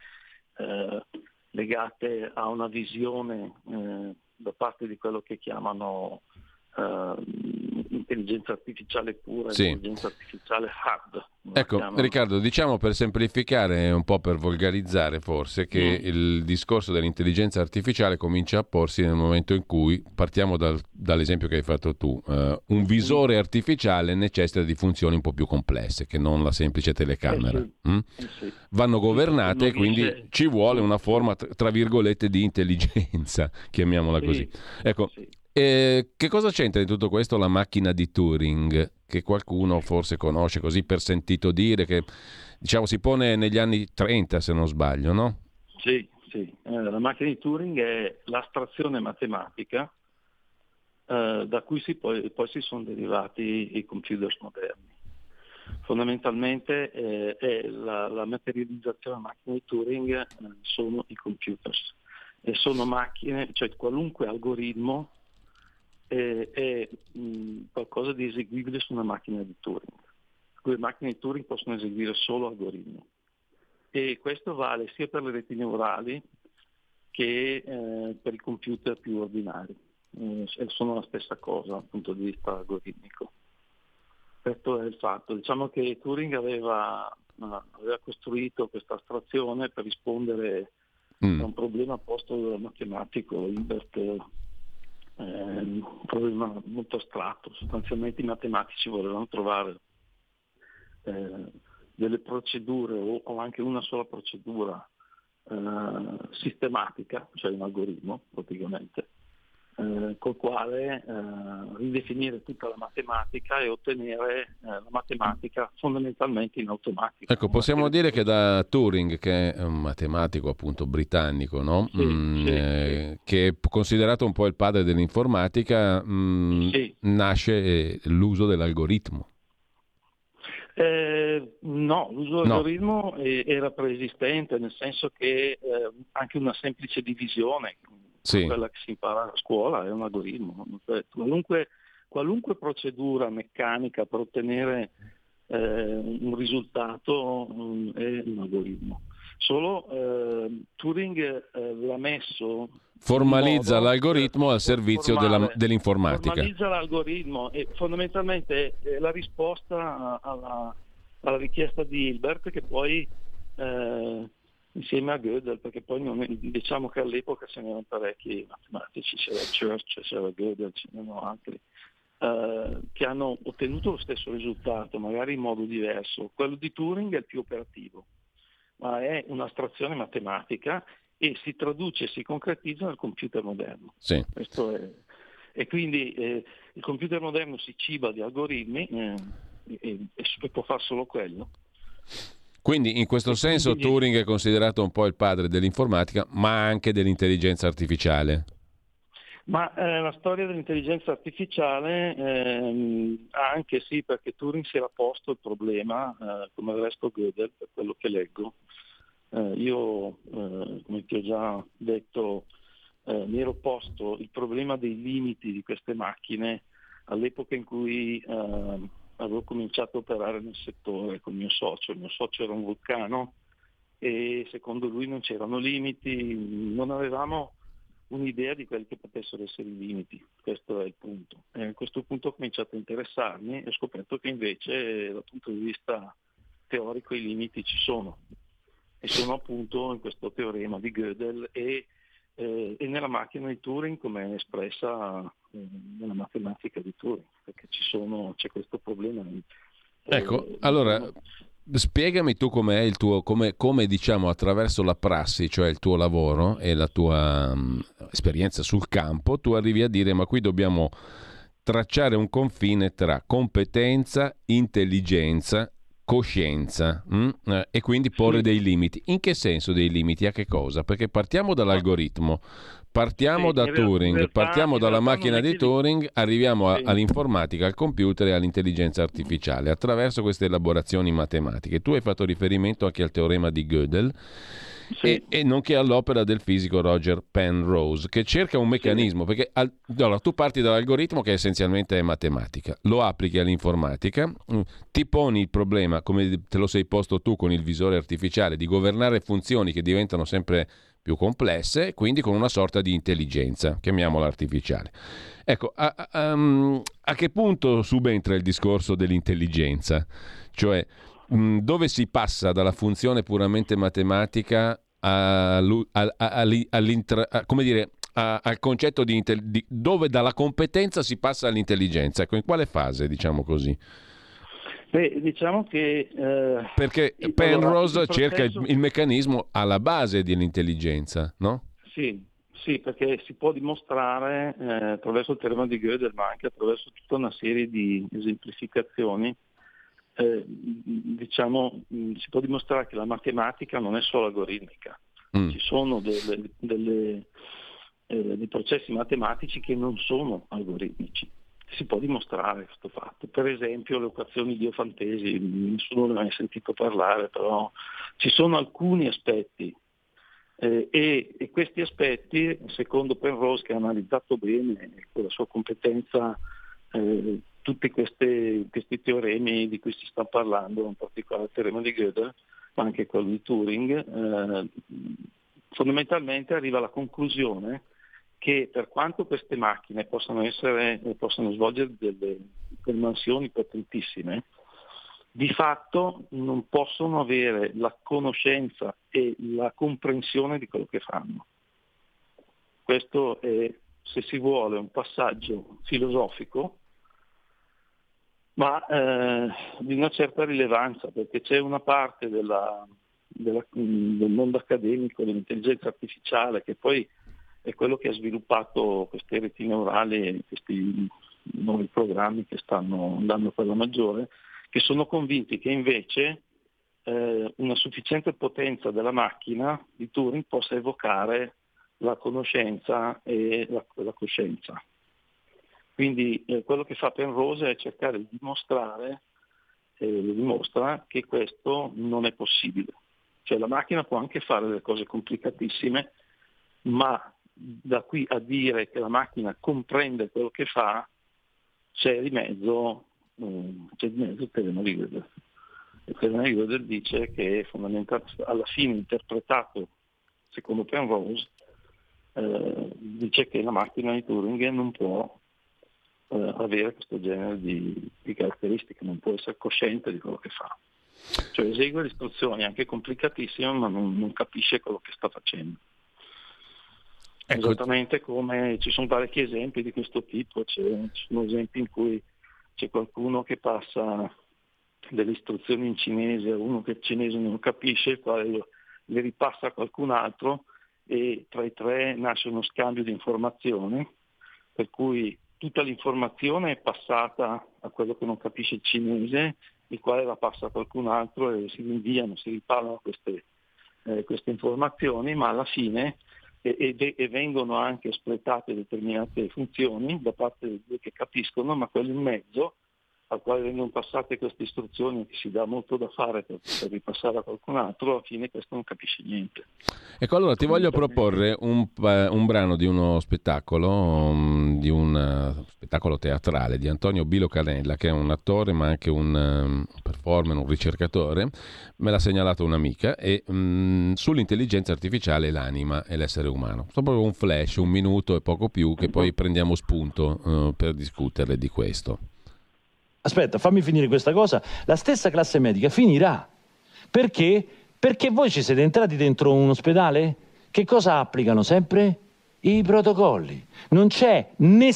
legate a una visione da parte di quello che chiamano intelligenza artificiale pura, sì. Intelligenza artificiale hard. Ecco, Riccardo, diciamo, per semplificare, un po' per volgarizzare forse, che il discorso dell'intelligenza artificiale comincia a porsi nel momento in cui, partiamo dall'esempio che hai fatto tu, un visore artificiale necessita di funzioni un po' più complesse che non la semplice telecamera. Sì. Vanno governate, quindi ci vuole una forma, tra virgolette, di intelligenza, chiamiamola così. Ecco. Sì. Che cosa c'entra in tutto questo la macchina di Turing, che qualcuno forse conosce così per sentito dire, che diciamo si pone negli anni 30 se non sbaglio, no? Sì. La macchina di Turing è l'astrazione matematica da cui poi si sono derivati i computer moderni. Fondamentalmente è la materializzazione della macchina di Turing sono i computers, e sono macchine, cioè qualunque algoritmo è qualcosa di eseguibile su una macchina di Turing. Le macchine di Turing possono eseguire solo algoritmi, e questo vale sia per le reti neurali che per i computer più ordinari. Sono la stessa cosa dal punto di vista algoritmico. Questo è il fatto. Diciamo che Turing aveva costruito questa astrazione per rispondere a un problema posto dal matematico Hilbert, un problema molto astratto. Sostanzialmente i matematici volevano trovare delle procedure o anche una sola procedura sistematica, cioè un algoritmo praticamente, col quale ridefinire tutta la matematica e ottenere la matematica fondamentalmente in automatico. Ecco, possiamo dire che da Turing, che è un matematico appunto britannico, no? Che è considerato un po' il padre dell'informatica, nasce l'uso dell'algoritmo. No, l'uso dell'algoritmo era preesistente, nel senso che anche una semplice divisione, quella che si impara a scuola, è un algoritmo. Qualunque procedura meccanica per ottenere un risultato è un algoritmo. Solo Turing l'ha messo, formalizza l'algoritmo al servizio dell'informatica. Formalizza l'algoritmo e fondamentalmente è la risposta alla richiesta di Hilbert, che poi insieme a Gödel, perché poi diciamo che all'epoca ce n'erano parecchi matematici, c'era Church, c'era Gödel, ce n'erano altri, che hanno ottenuto lo stesso risultato, magari in modo diverso. Quello di Turing è il più operativo, ma è un'astrazione matematica e si traduce, si concretizza nel computer moderno. Sì. Questo è. E quindi il computer moderno si ciba di algoritmi e può fare solo quello. Quindi in questo senso Turing è considerato un po' il padre dell'informatica, ma anche dell'intelligenza artificiale. Ma la storia dell'intelligenza artificiale anche sì, perché Turing si era posto il problema, come del resto Gödel, per quello che leggo. Io, come ti ho già detto, mi ero posto il problema dei limiti di queste macchine all'epoca in cui avevo cominciato a operare nel settore con il mio socio. Il mio socio era un vulcano e secondo lui non c'erano limiti, non avevamo un'idea di quelli che potessero essere i limiti, questo è il punto. E a questo punto ho cominciato a interessarmi e ho scoperto che invece dal punto di vista teorico i limiti ci sono, e sono appunto in questo teorema di Gödel e nella macchina di Turing come è espressa nella matematica di Turing, perché c'è questo problema. Ecco, allora spiegami tu com'è il tuo, come diciamo attraverso la prassi, cioè il tuo lavoro e la tua esperienza sul campo, tu arrivi a dire ma qui dobbiamo tracciare un confine tra competenza, intelligenza, coscienza e quindi porre dei limiti. In che senso dei limiti? A che cosa? Perché partiamo dall'algoritmo, partiamo da Turing, partiamo dalla macchina di Turing, arriviamo all'informatica, al computer e all'intelligenza artificiale attraverso queste elaborazioni matematiche. Tu hai fatto riferimento anche al teorema di Gödel e nonché all'opera del fisico Roger Penrose, che cerca un meccanismo, perché allora, tu parti dall'algoritmo che essenzialmente è matematica, lo applichi all'informatica, ti poni il problema, come te lo sei posto tu con il visore artificiale, di governare funzioni che diventano sempre più complesse, quindi con una sorta di intelligenza, chiamiamola artificiale. Ecco, a che punto subentra il discorso dell'intelligenza? Cioè, dove si passa dalla funzione puramente matematica al concetto di dove dalla competenza si passa all'intelligenza? Ecco, in quale fase, diciamo così? Beh, diciamo che perché Penrose cerca il meccanismo alla base dell'intelligenza, no? Sì, perché si può dimostrare attraverso il teorema di Gödel, ma anche attraverso tutta una serie di esemplificazioni. Si può dimostrare che la matematica non è solo algoritmica, ci sono dei processi matematici che non sono algoritmici. Si può dimostrare questo fatto. Per esempio le equazioni di Diofantesi, nessuno ne ha mai sentito parlare, però ci sono alcuni aspetti e questi aspetti, secondo Penrose, che ha analizzato bene con la sua competenza tutti questi teoremi di cui si sta parlando, in particolare il teorema di Gödel, ma anche quello di Turing, fondamentalmente arriva alla conclusione che per quanto queste macchine possano svolgere delle mansioni potentissime, di fatto non possono avere la conoscenza e la comprensione di quello che fanno. Questo è, se si vuole, un passaggio filosofico, ma di una certa rilevanza, perché c'è una parte del mondo accademico dell'intelligenza artificiale che poi è quello che ha sviluppato queste reti neurali e questi nuovi programmi che stanno andando per la maggiore, che sono convinti che invece una sufficiente potenza della macchina di Turing possa evocare la conoscenza e la coscienza. Quindi quello che fa Penrose è cercare di dimostrare, lo dimostra, che questo non è possibile. Cioè la macchina può anche fare delle cose complicatissime, ma da qui a dire che la macchina comprende quello che fa, c'è di mezzo il teorema di Gödel. Il teorema di Gödel dice che fondamentalmente, alla fine interpretato secondo Penrose, dice che la macchina di Turing non può avere questo genere di caratteristiche, non può essere cosciente di quello che fa. Cioè esegue le istruzioni anche complicatissime, ma non capisce quello che sta facendo. Ecco. Esattamente come ci sono parecchi esempi di questo tipo, ci sono esempi in cui c'è qualcuno che passa delle istruzioni in cinese a uno che il cinese non capisce, il quale le ripassa a qualcun altro e tra i tre nasce uno scambio di informazioni, per cui tutta l'informazione è passata a quello che non capisce il cinese, il quale la passa a qualcun altro e si rinviano, si riparano queste informazioni, ma alla fine e vengono anche espletate determinate funzioni da parte dei due che capiscono, ma quello in mezzo al quale vengono passate queste istruzioni, che si dà molto da fare per ripassare a qualcun altro, alla fine questo non capisce niente. Ecco, allora ti voglio proporre un brano di uno spettacolo, di un spettacolo teatrale di Antonio Bilo Canella, che è un attore ma anche un performer, un ricercatore, me l'ha segnalato un'amica, e sull'intelligenza artificiale e l'anima e l'essere umano. Sto proprio un flash, 1 minuto e poco più, che poi prendiamo spunto per discutere di questo. Aspetta, fammi finire questa cosa. La stessa classe medica finirà. Perché? Perché voi ci siete entrati dentro un ospedale? Che cosa applicano sempre? I protocolli. Non c'è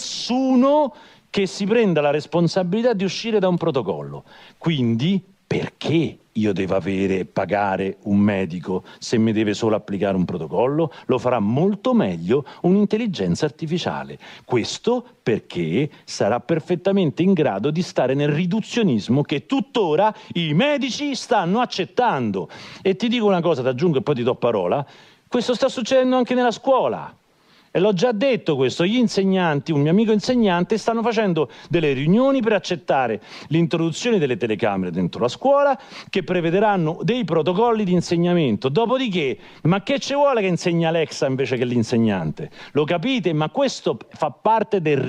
nessuno che si prenda la responsabilità di uscire da un protocollo. Quindi, perché io devo pagare un medico se mi deve solo applicare un protocollo? Lo farà molto meglio un'intelligenza artificiale. Questo perché sarà perfettamente in grado di stare nel riduzionismo che tuttora i medici stanno accettando. E ti dico una cosa, ti aggiungo e poi ti do parola, questo sta succedendo anche nella scuola. E l'ho già detto questo, gli insegnanti, un mio amico insegnante, stanno facendo delle riunioni per accettare l'introduzione delle telecamere dentro la scuola che prevederanno dei protocolli di insegnamento. Dopodiché, ma che ci vuole che insegna Alexa invece che l'insegnante? Lo capite? Ma questo fa parte del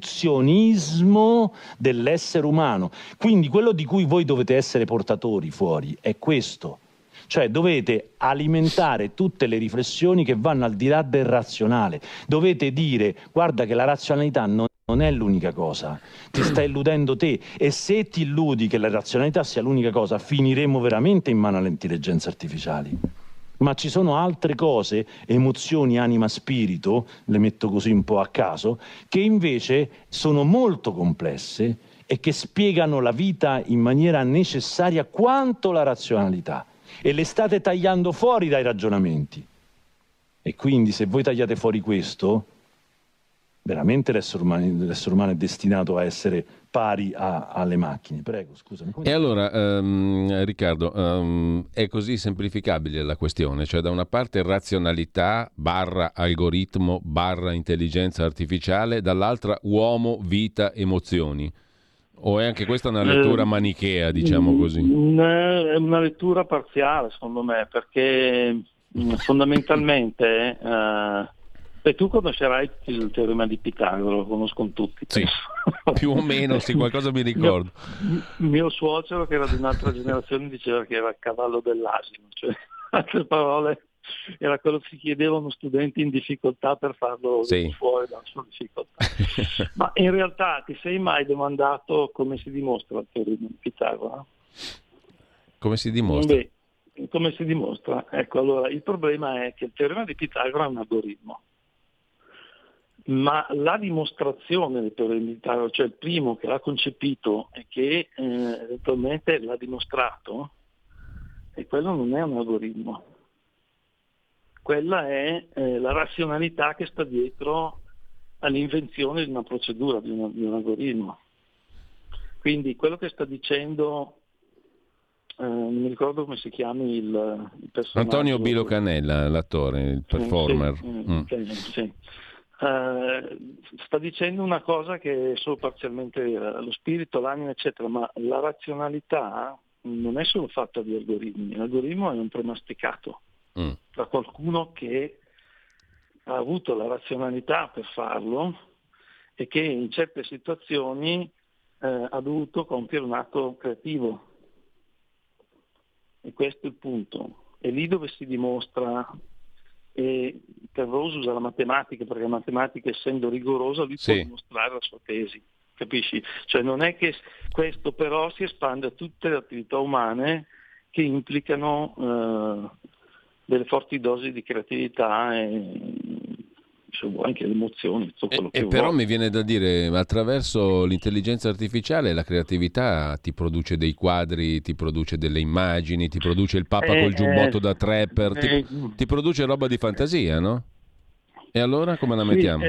riduzionismo dell'essere umano. Quindi quello di cui voi dovete essere portatori fuori è questo. Cioè dovete alimentare tutte le riflessioni che vanno al di là del razionale. Dovete dire, guarda che la razionalità non è l'unica cosa, ti sta illudendo te, e se ti illudi che la razionalità sia l'unica cosa, finiremo veramente in mano alle intelligenze artificiali. Ma ci sono altre cose, emozioni, anima, spirito, le metto così un po' a caso, che invece sono molto complesse e che spiegano la vita in maniera necessaria quanto la razionalità. E le state tagliando fuori dai ragionamenti. E quindi se voi tagliate fuori questo, veramente l'essere umano è destinato a essere pari alle macchine. Prego, scusami. E allora, Riccardo, è così semplificabile la questione? Cioè da una parte razionalità / algoritmo / intelligenza artificiale, dall'altra uomo, vita, emozioni? O è anche questa una lettura manichea, diciamo così? È una lettura parziale, secondo me, perché fondamentalmente tu conoscerai il teorema di Pitagora, lo conoscono tutti. Sì, più o meno, sì, qualcosa mi ricordo. Mio suocero, che era di un'altra generazione, diceva che era il cavallo dell'asino, cioè, in altre parole, era quello che si chiedeva a uno studente in difficoltà per farlo fuori dalla sua difficoltà. Ma in realtà ti sei mai domandato come si dimostra il teorema di Pitagora? Come si dimostra? Come si dimostra? Ecco, allora, il problema è che il teorema di Pitagora è un algoritmo, ma la dimostrazione del teorema di Pitagora, cioè il primo che l'ha concepito e che eventualmente l'ha dimostrato, e quello non è un algoritmo. Quella è la razionalità che sta dietro all'invenzione di una procedura, di un algoritmo. Quindi quello che sta dicendo, non mi ricordo come si chiami il personaggio. Antonio Bilo Canella, l'attore, il performer. Sì. Sta dicendo una cosa che è solo parzialmente lo spirito, l'anima, eccetera, ma la razionalità non è solo fatta di algoritmi. L'algoritmo è un premasticato da qualcuno che ha avuto la razionalità per farlo e che in certe situazioni ha dovuto compiere un atto creativo. E questo è il punto. È lì dove si dimostra, e Rose usa la matematica, perché la matematica, essendo rigorosa, lui può dimostrare la sua tesi, capisci? Cioè non è che questo però si espande a tutte le attività umane che implicano delle forti dosi di creatività e anche le emozioni, tutto quello che però mi viene da dire, attraverso l'intelligenza artificiale la creatività ti produce dei quadri, ti produce delle immagini, ti produce il Papa col giubbotto da trapper, ti produce roba di fantasia, no? E allora come la mettiamo?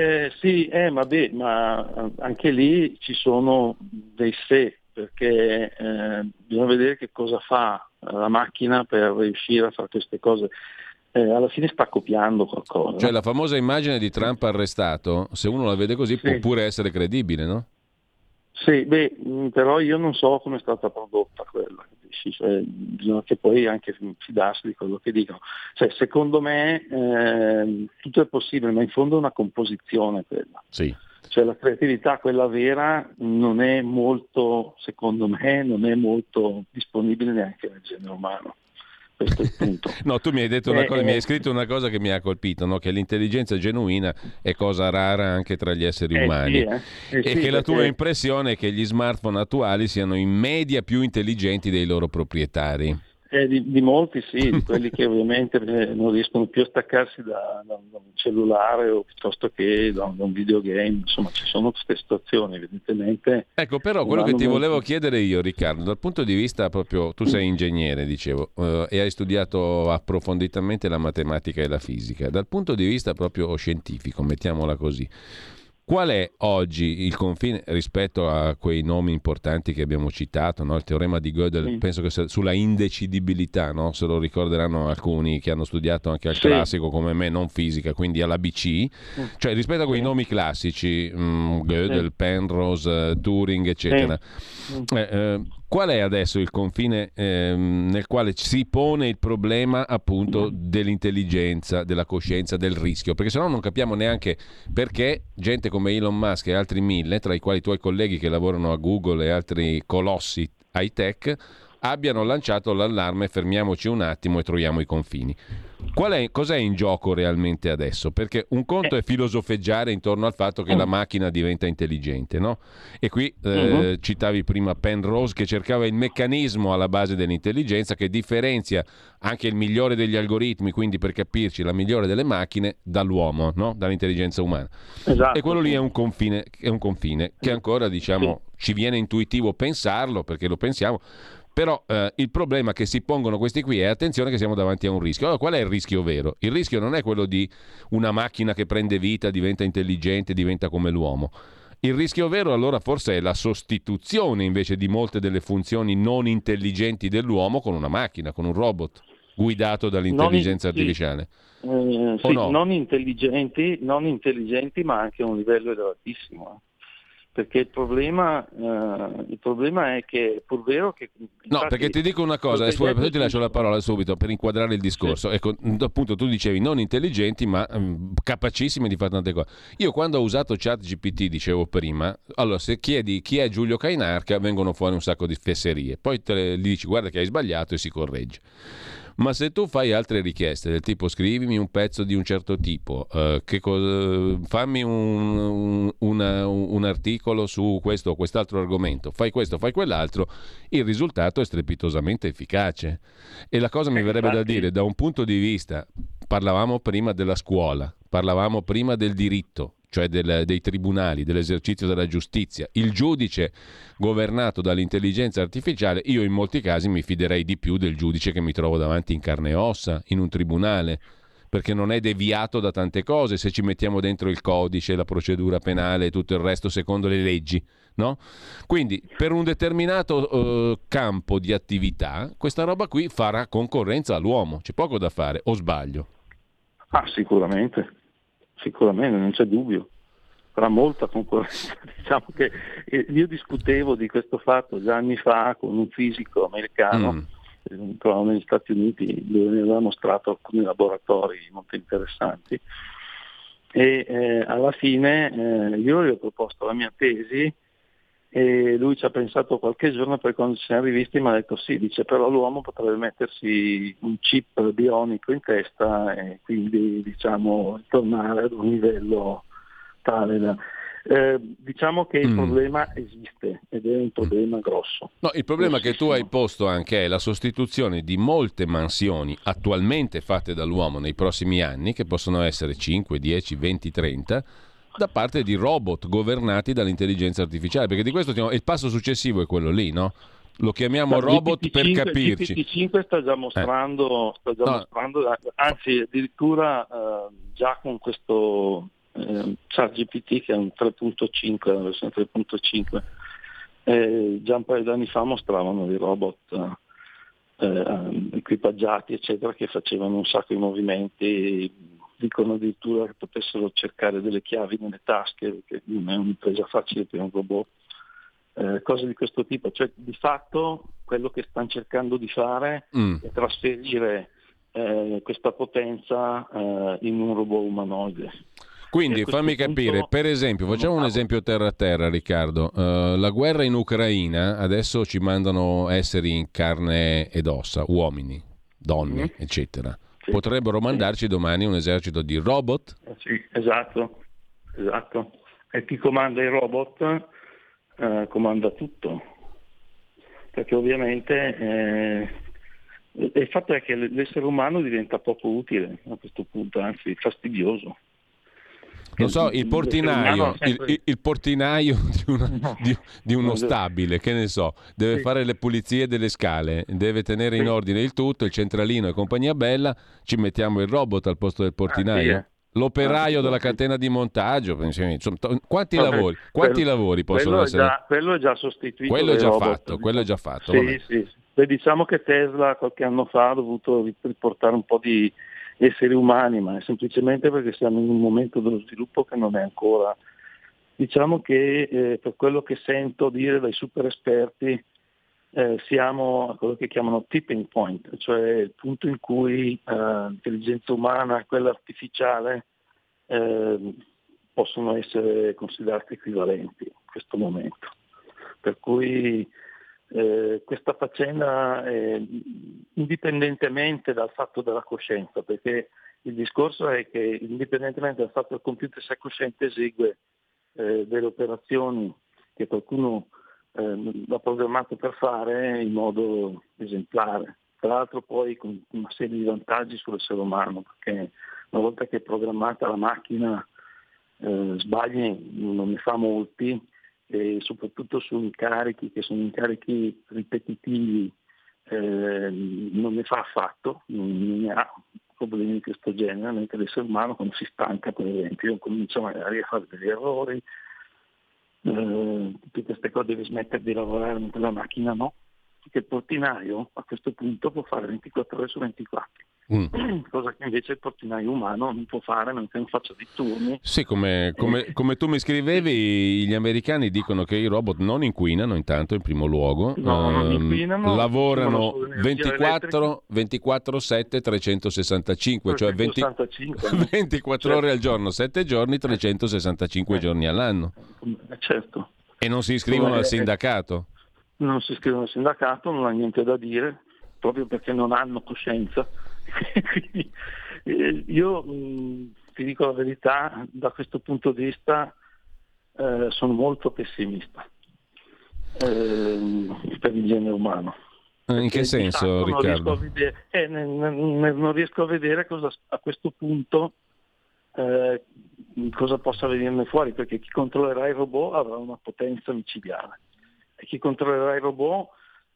Ma anche lì ci sono dei se, perché bisogna vedere che cosa fa la macchina per riuscire a fare queste cose. Alla fine sta copiando qualcosa. Cioè la famosa immagine di Trump arrestato, se uno la vede così può pure essere credibile, no? Sì, però io non so come è stata prodotta quella, cioè, bisogna che poi anche fidarsi di quello che dicono. Cioè, secondo me tutto è possibile, ma in fondo è una composizione quella. Sì. Cioè la creatività, quella vera, non è molto, secondo me, non è molto disponibile neanche nel genere umano. Questo è il punto. No, tu mi hai detto una cosa, mi hai scritto una cosa che mi ha colpito, no? Che l'intelligenza genuina è cosa rara anche tra gli esseri umani Sì, e che la tua impressione è che gli smartphone attuali siano in media più intelligenti dei loro proprietari. Di molti sì, di quelli che ovviamente non riescono più a staccarsi da un cellulare o piuttosto che da un videogame, insomma ci sono queste situazioni evidentemente. Ecco, però quello che ti volevo chiedere io, Riccardo, dal punto di vista proprio, tu sei ingegnere, dicevo, e hai studiato approfonditamente la matematica e la fisica, dal punto di vista proprio scientifico, mettiamola così. Qual è oggi il confine rispetto a quei nomi importanti che abbiamo citato, no? Il teorema di Gödel, penso che sulla indecidibilità, no? Se lo ricorderanno alcuni che hanno studiato anche al classico come me, non fisica, quindi all'ABC, cioè rispetto a quei nomi classici, Gödel, Penrose, Turing, eccetera. Qual è adesso il confine nel quale si pone il problema appunto dell'intelligenza, della coscienza, del rischio? Perché sennò non capiamo neanche perché gente come Elon Musk e altri 1000, tra i quali i tuoi colleghi che lavorano a Google e altri colossi high tech, abbiano lanciato l'allarme fermiamoci un attimo e troviamo i confini. Cos'è in gioco realmente adesso? Perché un conto è filosofeggiare intorno al fatto che la macchina diventa intelligente, no? E qui citavi prima Penrose che cercava il meccanismo alla base dell'intelligenza che differenzia anche il migliore degli algoritmi, quindi per capirci la migliore delle macchine, dall'uomo, no? Dall'intelligenza umana. Esatto. E quello lì è un confine che ancora, diciamo, ci viene intuitivo pensarlo, perché lo pensiamo. Però il problema che si pongono questi qui è attenzione che siamo davanti a un rischio. Allora, qual è il rischio vero? Il rischio non è quello di una macchina che prende vita, diventa intelligente, diventa come l'uomo. Il rischio vero allora forse è la sostituzione invece di molte delle funzioni non intelligenti dell'uomo con una macchina, con un robot guidato dall'intelligenza artificiale. Sì, no? non intelligenti, ma anche a un livello elevatissimo. Perché il problema è che è pur vero che... No, perché ti dico una cosa, poi ti lascio la parola subito per inquadrare il discorso. Sì. Ecco, appunto tu dicevi non intelligenti ma capacissimi di fare tante cose. Io quando ho usato ChatGPT, dicevo prima, allora se chiedi chi è Giulio Cainarca vengono fuori un sacco di fesserie, poi gli dici guarda che hai sbagliato e si corregge. Ma se tu fai altre richieste del tipo scrivimi un pezzo di un certo tipo, fammi un articolo su questo o quest'altro argomento, fai questo, fai quell'altro, il risultato è strepitosamente efficace. E la cosa mi verrebbe da dire, da un punto di vista, parlavamo prima della scuola, parlavamo prima del diritto, cioè dei tribunali, dell'esercizio della giustizia, il giudice governato dall'intelligenza artificiale, io in molti casi mi fiderei di più del giudice che mi trovo davanti in carne e ossa, in un tribunale, perché non è deviato da tante cose se ci mettiamo dentro il codice, la procedura penale e tutto il resto secondo le leggi, no? Quindi per un determinato campo di attività questa roba qui farà concorrenza all'uomo, c'è poco da fare, o sbaglio? Sicuramente, non c'è dubbio, farà molta concorrenza. Diciamo che io discutevo di questo fatto già anni fa con un fisico americano, trovavamo negli Stati Uniti, dove mi aveva mostrato alcuni laboratori molto interessanti e alla fine io gli ho proposto la mia tesi e lui ci ha pensato qualche giorno, poi quando ci siamo rivisti mi ha detto sì, dice però l'uomo potrebbe mettersi un chip bionico in testa e quindi diciamo tornare ad un livello tale da... diciamo che il problema esiste ed è un problema grosso. No, il problema che tu hai posto anche è la sostituzione di molte mansioni attualmente fatte dall'uomo nei prossimi anni, che possono essere 5, 10, 20, 30, da parte di robot governati dall'intelligenza artificiale, perché di questo il passo successivo è quello lì, no? Lo chiamiamo robot per capirci. GPT-5 sta già mostrando, anzi addirittura già con questo ChatGPT che è un 3.5, la versione 3.5, già un paio di anni fa mostravano dei robot equipaggiati eccetera che facevano un sacco di movimenti, dicono addirittura che potessero cercare delle chiavi nelle tasche, perché non è un'impresa facile per un robot cose di questo tipo. Cioè, di fatto quello che stanno cercando di fare è trasferire questa potenza in un robot umanoide. Quindi fammi capire, per esempio, facciamo un esempio terra-terra, Riccardo. La guerra in Ucraina, adesso ci mandano esseri in carne ed ossa, uomini, donne, eccetera. Sì. Potrebbero mandarci domani un esercito di robot? Sì, esatto. E chi comanda i robot comanda tutto. Perché ovviamente il fatto è che l'essere umano diventa poco utile a questo punto, anzi fastidioso. Non so, il portinaio di uno stabile, che ne so, deve fare le pulizie delle scale, deve tenere in ordine il tutto, il centralino e compagnia bella, ci mettiamo il robot al posto del portinaio? L'operaio della catena di montaggio, insomma, quanti lavori possono essere? Quello è già sostituito. Quello è già fatto. Sì. Beh, diciamo che Tesla qualche anno fa ha dovuto riportare un po' di esseri umani, ma è semplicemente perché siamo in un momento dello sviluppo che non è ancora. Diciamo che per quello che sento dire dai super esperti siamo a quello che chiamano tipping point, cioè il punto in cui l'intelligenza umana e quella artificiale possono essere considerate equivalenti in questo momento. Per cui questa faccenda, indipendentemente dal fatto della coscienza, perché il discorso è che indipendentemente dal fatto che il computer sia cosciente esegue delle operazioni che qualcuno l'ha programmato per fare in modo esemplare, tra l'altro poi con una serie di vantaggi sull'essere umano, perché una volta che è programmata la macchina sbagli non ne fa molti, e soprattutto su incarichi che sono incarichi ripetitivi non ne fa affatto, non ne ha problemi di questo genere, mentre l'essere umano quando si stanca, per esempio, comincia magari a fare degli errori, tutte queste cose, devi smettere di lavorare mentre la macchina no, perché il portinaio a questo punto può fare 24 ore su 24. Cosa che invece il portinaio umano non può fare, non faccia di turni. Sì, come tu mi scrivevi, gli americani dicono che i robot non inquinano intanto in primo luogo, non inquinano, lavorano 24/7 365, cioè 24 ore al giorno, 7 giorni, 365 giorni all'anno. Certo. E non si iscrivono al sindacato? Non si iscrivono al sindacato, non hanno niente da dire, proprio perché non hanno coscienza. Quindi, io ti dico la verità, da questo punto di vista sono molto pessimista per il genere umano. In che senso, Riccardo? Non riesco a vedere cosa a questo punto cosa possa venirne fuori, perché chi controllerà i robot avrà una potenza micidiale e chi controllerà i robot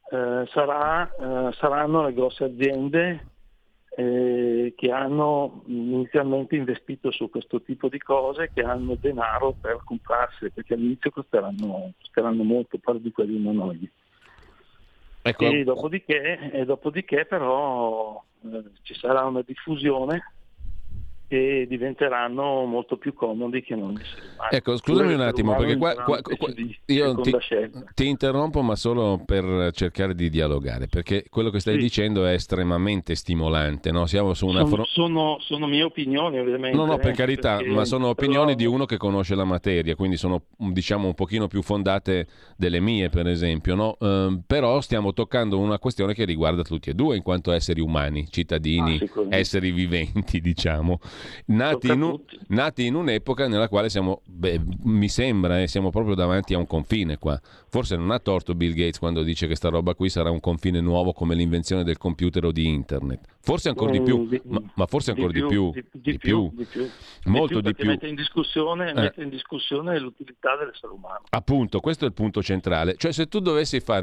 saranno le grosse aziende che hanno inizialmente investito su questo tipo di cose, che hanno denaro per comprarsi, perché all'inizio costeranno molto, parlo di quelli umanoidi. Ecco. E dopodiché però ci sarà una diffusione e diventeranno molto più comodi che non esseri umani. Ecco, scusami un attimo, perché qua io ti interrompo, ma solo per cercare di dialogare, perché quello che stai dicendo è estremamente stimolante, no? Siamo su una sono mie opinioni, ovviamente. No, per carità, ma sono opinioni di uno che conosce la materia, quindi sono, diciamo, un pochino più fondate delle mie, per esempio, no? Però stiamo toccando una questione che riguarda tutti e due, in quanto esseri umani, cittadini, esseri viventi, diciamo. Nati in un'epoca nella quale mi sembra, siamo proprio davanti a un confine qua. Forse non ha torto Bill Gates quando dice che sta roba qui sarà un confine nuovo come l'invenzione del computer o di internet. Forse ancora di più, ma forse ancora di più. Molto di più. Mette in discussione l'utilità dell'essere umano. Appunto, questo è il punto centrale. Cioè, se tu dovessi fare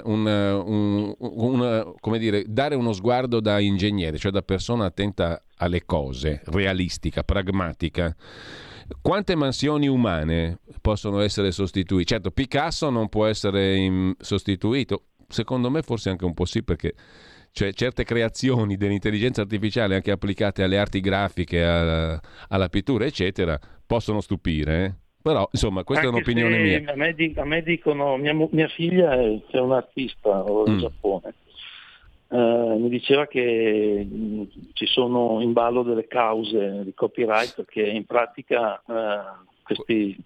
come dire, dare uno sguardo da ingegnere, cioè da persona attenta alle cose, realistica, pragmatica, quante mansioni umane possono essere sostituite? Certo, Picasso non può essere sostituito, secondo me forse anche un po' sì, perché cioè, certe creazioni dell'intelligenza artificiale anche applicate alle arti grafiche, alla pittura eccetera, possono stupire, Però, insomma, questa Anche è un'opinione mia. A me dicono, mia figlia è un'artista in Giappone, mi diceva che ci sono in ballo delle cause di copyright perché in pratica questi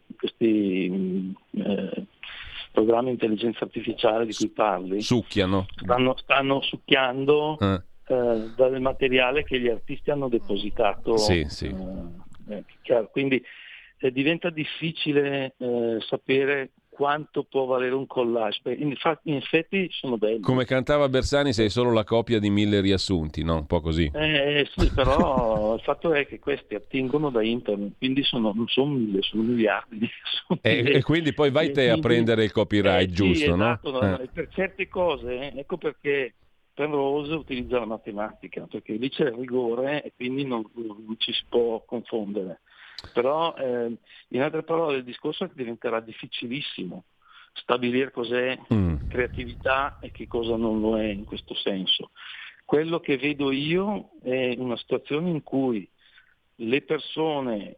programmi di intelligenza artificiale di cui parli Succhiano. stanno succhiando dal materiale che gli artisti hanno depositato. Sì. Chiaro. Quindi diventa difficile sapere quanto può valere un collage. In effetti sono belli. Come cantava Bersani, sei solo la copia di 1000 riassunti, no? Un po' così. Sì, però il fatto è che questi attingono da internet, quindi non sono 1000, sono miliardi. E quindi poi vai te a prendere il copyright, giusto, esatto, no? Per certe cose, ecco perché Penrose utilizza la matematica, perché lì c'è il rigore e quindi non ci si può confondere. Però in altre parole il discorso è che diventerà difficilissimo stabilire cos'è creatività e che cosa non lo è in questo senso. Quello che vedo io è una situazione in cui le persone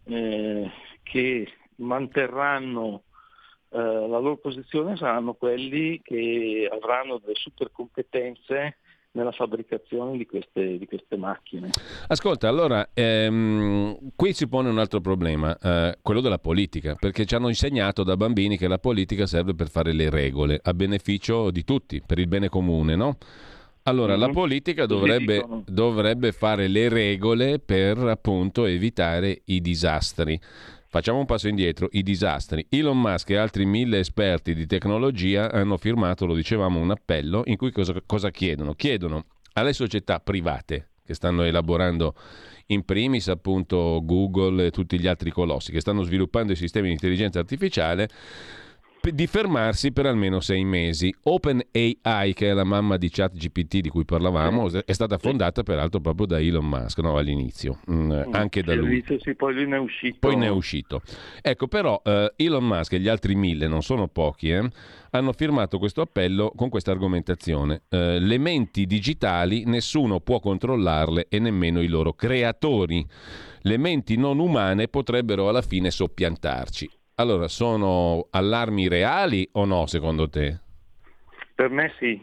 che manterranno la loro posizione saranno quelli che avranno delle super competenze nella fabbricazione di queste macchine. Ascolta, allora, qui si pone un altro problema, quello della politica, perché ci hanno insegnato da bambini che la politica serve per fare le regole, a beneficio di tutti, per il bene comune, no? Allora, la politica dovrebbe fare le regole per appunto evitare i disastri. Facciamo un passo indietro, i disastri. Elon Musk e altri 1000 esperti di tecnologia hanno firmato, lo dicevamo, un appello in cui cosa chiedono? Chiedono alle società private che stanno elaborando in primis appunto Google e tutti gli altri colossi che stanno sviluppando i sistemi di intelligenza artificiale di fermarsi per almeno 6 mesi. OpenAI, che è la mamma di ChatGPT di cui parlavamo, è stata fondata peraltro proprio da Elon Musk, no? All'inizio, anche da lui. Sì, poi lui ne è uscito. Ecco, però Elon Musk e gli altri 1000, non sono pochi, hanno firmato questo appello con questa argomentazione. Le menti digitali nessuno può controllarle e nemmeno i loro creatori. Le menti non umane potrebbero alla fine soppiantarci. Allora, sono allarmi reali o no, secondo te? Per me sì,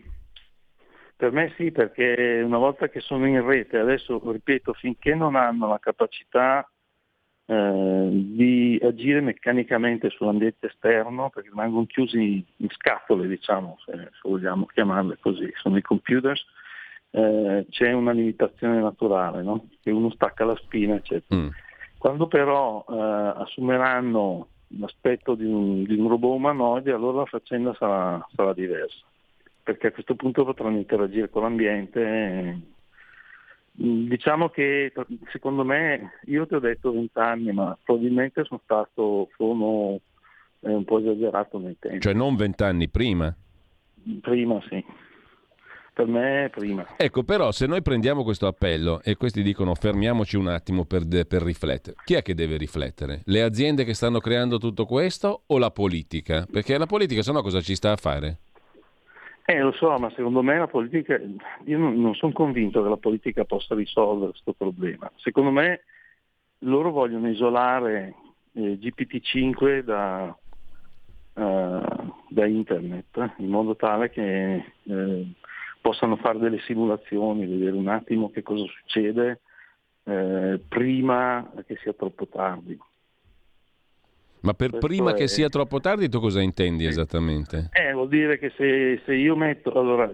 perché una volta che sono in rete, adesso ripeto, finché non hanno la capacità di agire meccanicamente sull'ambiente esterno, perché rimangono chiusi in scatole, diciamo, se vogliamo chiamarle così, sono i computers, c'è una limitazione naturale, no? Che uno stacca la spina, eccetera. Quando però assumeranno l'aspetto di un robot umanoide, allora la faccenda sarà diversa, perché a questo punto potranno interagire con l'ambiente. Diciamo che secondo me, io ti ho detto 20 anni, ma probabilmente sono un po' esagerato nei tempi. Cioè non 20 anni prima? Prima sì. Per me prima. Ecco, però se noi prendiamo questo appello e questi dicono fermiamoci un attimo per riflettere, chi è che deve riflettere? Le aziende che stanno creando tutto questo o la politica? Perché la politica sennò cosa ci sta a fare? Lo so, ma secondo me la politica, io non sono convinto che la politica possa risolvere questo problema. Secondo me loro vogliono isolare GPT-5 da internet, in modo tale che possano fare delle simulazioni, vedere un attimo che cosa succede prima che sia troppo tardi. Ma per Questo prima che sia troppo tardi tu cosa intendi esattamente? Vuol dire che se io metto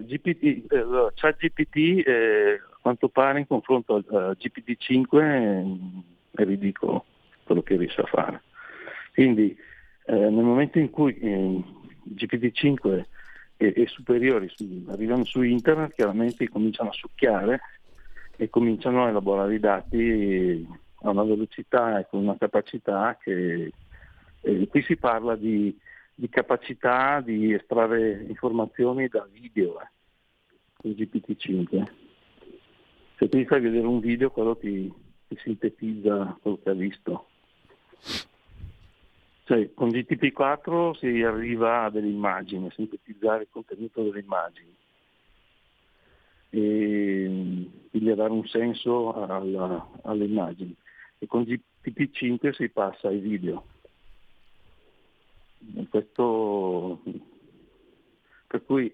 ChatGPT a quanto pare in confronto a GPT-5 è ridicolo quello che riesce a fare. Quindi nel momento in cui GPT-5 e superiori arrivano su internet, chiaramente cominciano a succhiare e cominciano a elaborare i dati a una velocità e con una capacità che qui si parla di capacità di estrarre informazioni da video con GPT-5. Se tu gli fai vedere un video, quello ti sintetizza quello che ha visto. Cioè, con GTP4 si arriva a delle immagini, a sintetizzare il contenuto delle immagini e quindi a dare un senso alle immagini. E con GTP5 si passa ai video. Questo, per cui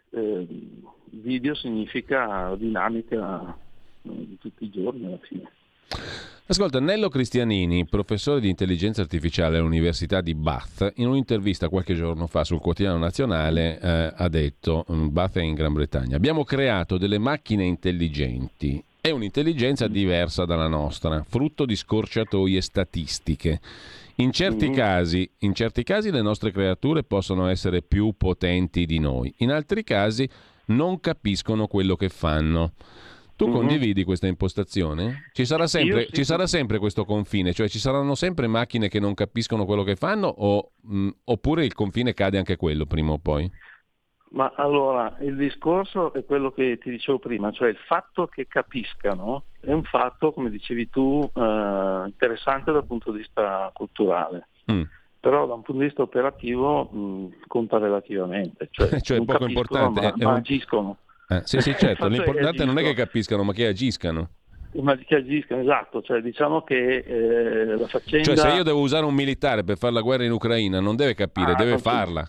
video significa dinamica di tutti i giorni alla fine. Ascolta, Nello Cristianini, professore di intelligenza artificiale all'Università di Bath, in un'intervista qualche giorno fa sul Quotidiano Nazionale ha detto, Bath è in Gran Bretagna, abbiamo creato delle macchine intelligenti. È un'intelligenza diversa dalla nostra, frutto di scorciatoie statistiche. In certi casi le nostre creature possono essere più potenti di noi, in altri casi non capiscono quello che fanno. Tu condividi questa impostazione? Ci sarà sempre questo confine, cioè ci saranno sempre macchine che non capiscono quello che fanno oppure il confine cade anche quello prima o poi? Ma allora, il discorso è quello che ti dicevo prima, cioè il fatto che capiscano è un fatto, come dicevi tu, interessante dal punto di vista culturale. Però da un punto di vista operativo conta relativamente. Cioè è poco importante. Ma agiscono. Sì, certo, l'importante non è che capiscano, ma che agiscano. Ma che agiscano, esatto, cioè diciamo che la faccenda... Cioè se io devo usare un militare per fare la guerra in Ucraina, non deve capire, deve farla.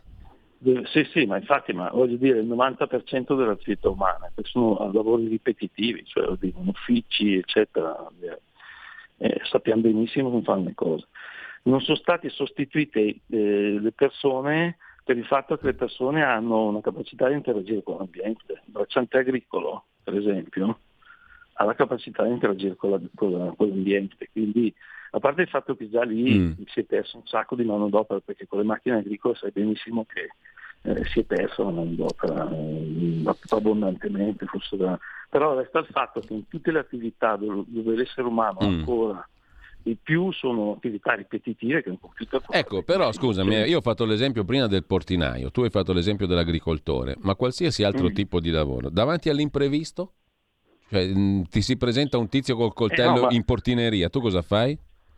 Sì, ma infatti, voglio dire, il 90% delle attività umane sono lavori ripetitivi, cioè in uffici, eccetera. Sappiamo benissimo come fanno le cose. Non sono state sostituite le persone per il fatto che le persone hanno una capacità di interagire con l'ambiente. Il bracciante agricolo, per esempio, ha la capacità di interagire con l'ambiente, quindi a parte il fatto che già lì si è perso un sacco di manodopera, perché con le macchine agricole sai benissimo che si è persa la manodopera abbondantemente, però resta il fatto che in tutte le attività dove l'essere umano ancora di più sono attività ripetitive che un computer può fare. Ecco, però scusami, io ho fatto l'esempio prima del portinaio, tu hai fatto l'esempio dell'agricoltore, ma qualsiasi altro tipo di lavoro, davanti all'imprevisto? Cioè, ti si presenta un tizio col coltello in portineria, tu cosa fai?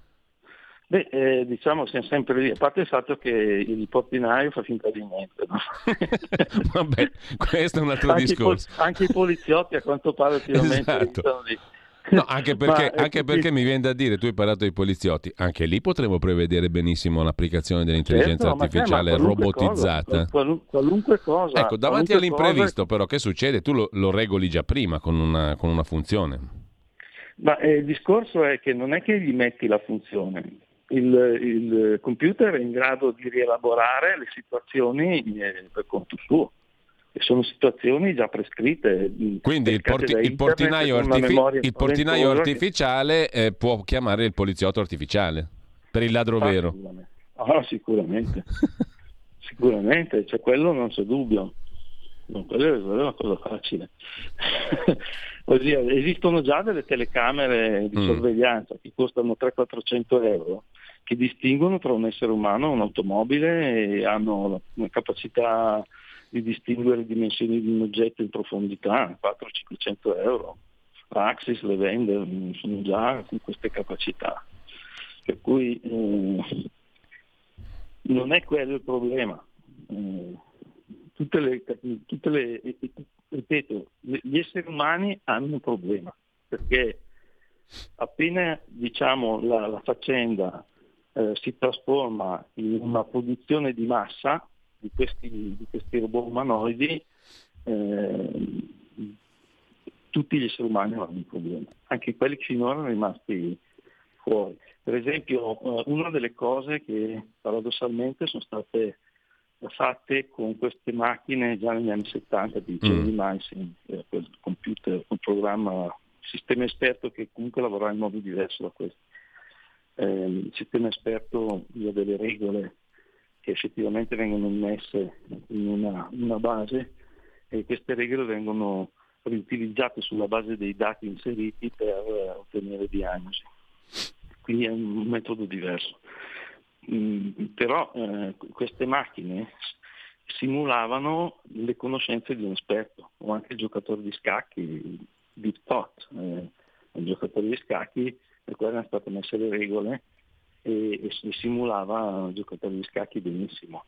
Diciamo siamo sempre lì, a parte il fatto che il portinaio fa finta di niente, no? Vabbè, questo è un altro discorso. Anche i poliziotti a quanto pare ultimamente sono lì. No, anche perché mi viene da dire, tu hai parlato dei poliziotti, anche lì potremmo prevedere benissimo l'applicazione dell'intelligenza artificiale robotizzata. Qualunque cosa. Ecco, davanti all'imprevisto però che succede? Tu lo regoli già prima con una funzione. Ma il discorso è che non è che gli metti la funzione. Il computer è in grado di rielaborare le situazioni per conto suo. E sono situazioni già prescritte. Quindi il portinaio artificiale può chiamare il poliziotto artificiale per il ladro vero. Sicuramente. Sicuramente, cioè quello non c'è dubbio. Quella è una cosa facile. Esistono già delle telecamere di sorveglianza che costano 300-400 euro, che distinguono tra un essere umano e un'automobile e hanno la capacità di distinguere le dimensioni di un oggetto in profondità, 400-500 euro. Axis le vende, sono già con queste capacità. Per cui non è quello il problema. Ripeto, gli esseri umani hanno un problema, perché appena la faccenda si trasforma in una produzione di massa di questi robot umanoidi, tutti gli esseri umani hanno un problema, anche quelli che finora sono rimasti fuori. Per esempio, una delle cose che paradossalmente sono state fatte con queste macchine già negli anni 70 di Jeremy Mason, quel computer, un programma, sistema esperto che comunque lavora in modo diverso da questo. Il sistema esperto ha delle regole che effettivamente vengono immesse in una base e queste regole vengono riutilizzate sulla base dei dati inseriti per ottenere diagnosi. Quindi è un metodo diverso. Però queste macchine simulavano le conoscenze di un esperto, o anche il giocatore di scacchi, Deep Thought, un giocatore di scacchi per cui erano state messe le regole e si simulava un giocatore di scacchi benissimo.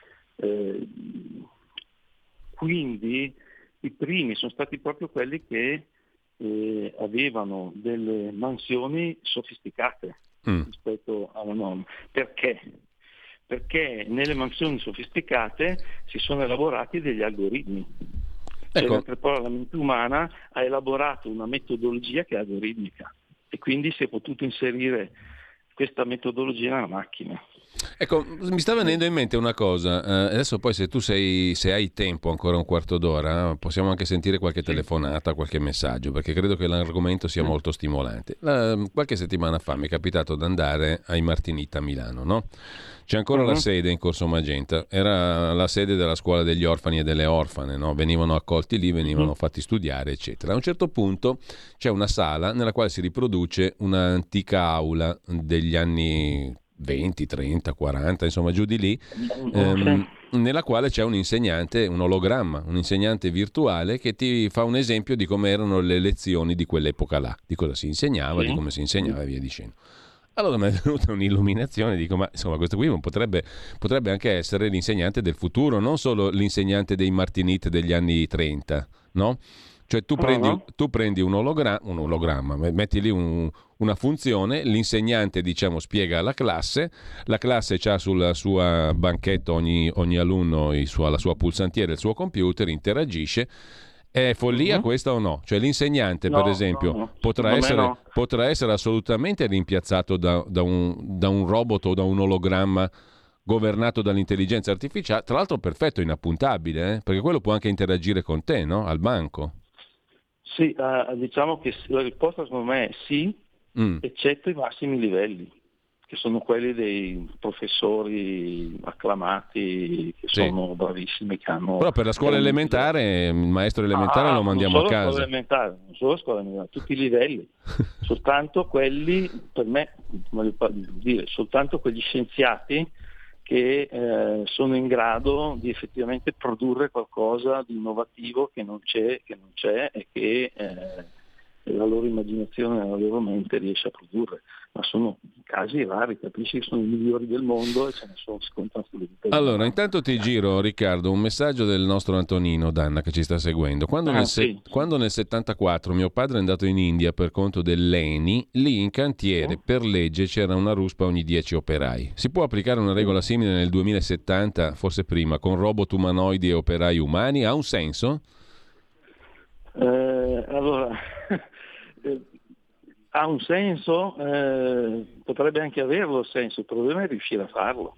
Quindi i primi sono stati proprio quelli che avevano delle mansioni sofisticate rispetto alla norma. Perché? perché nelle mansioni sofisticate si sono elaborati degli algoritmi. Ecco. Mentre poi la mente umana ha elaborato una metodologia che è algoritmica e quindi si è potuto inserire questa metodologia nella macchina. Ecco, mi sta venendo in mente una cosa, adesso poi se hai tempo, ancora un quarto d'ora, possiamo anche sentire qualche telefonata, qualche messaggio, perché credo che l'argomento sia molto stimolante. Qualche settimana fa mi è capitato di andare ai Martinita a Milano, no? C'è ancora la sede in Corso Magenta, era la sede della scuola degli orfani e delle orfane, no? Venivano accolti lì, venivano fatti studiare, eccetera. A un certo punto c'è una sala nella quale si riproduce un'antica aula degli anni 20, 30, 40, insomma giù di lì, nella quale c'è un insegnante, un ologramma, un insegnante virtuale che ti fa un esempio di come erano le lezioni di quell'epoca là, di cosa si insegnava, di come si insegnava e via dicendo. Allora mi è venuta un'illuminazione, dico ma insomma questo qui potrebbe anche essere l'insegnante del futuro, non solo l'insegnante dei Martinit degli anni 30, no? Cioè tu prendi un ologramma, metti lì una funzione, l'insegnante diciamo spiega alla classe, la classe ha sulla sua banchetta ogni alunno la sua pulsantiera, il suo computer, interagisce. È follia questa o no? Cioè l'insegnante per esempio potrà essere assolutamente rimpiazzato da un robot o da un ologramma governato dall'intelligenza artificiale, tra l'altro perfetto, inappuntabile, perché quello può anche interagire con te, no? Al banco. Sì, diciamo che la risposta secondo me è sì, eccetto i massimi livelli, che sono quelli dei professori acclamati, che sono bravissimi, che hanno... Però per la scuola elementare, il maestro elementare lo mandiamo a casa. Non solo scuola elementare, tutti i livelli, soltanto quelli, per me, soltanto quegli scienziati che sono in grado di effettivamente produrre qualcosa di innovativo che non c'è e che la loro immaginazione, la loro mente riesce a produrre, ma sono casi rari, capisci che sono i migliori del mondo e ce ne sono, si contano sulle dita. Allora, intanto ti giro, Riccardo, un messaggio del nostro Antonino Danna che ci sta seguendo. Quando nel 74 mio padre è andato in India per conto dell'ENI, lì in cantiere per legge c'era una ruspa ogni 10 operai. Si può applicare una regola simile nel 2070, forse prima, con robot umanoidi e operai umani? Ha un senso? Allora... ha un senso, potrebbe anche averlo il senso, il problema è riuscire a farlo.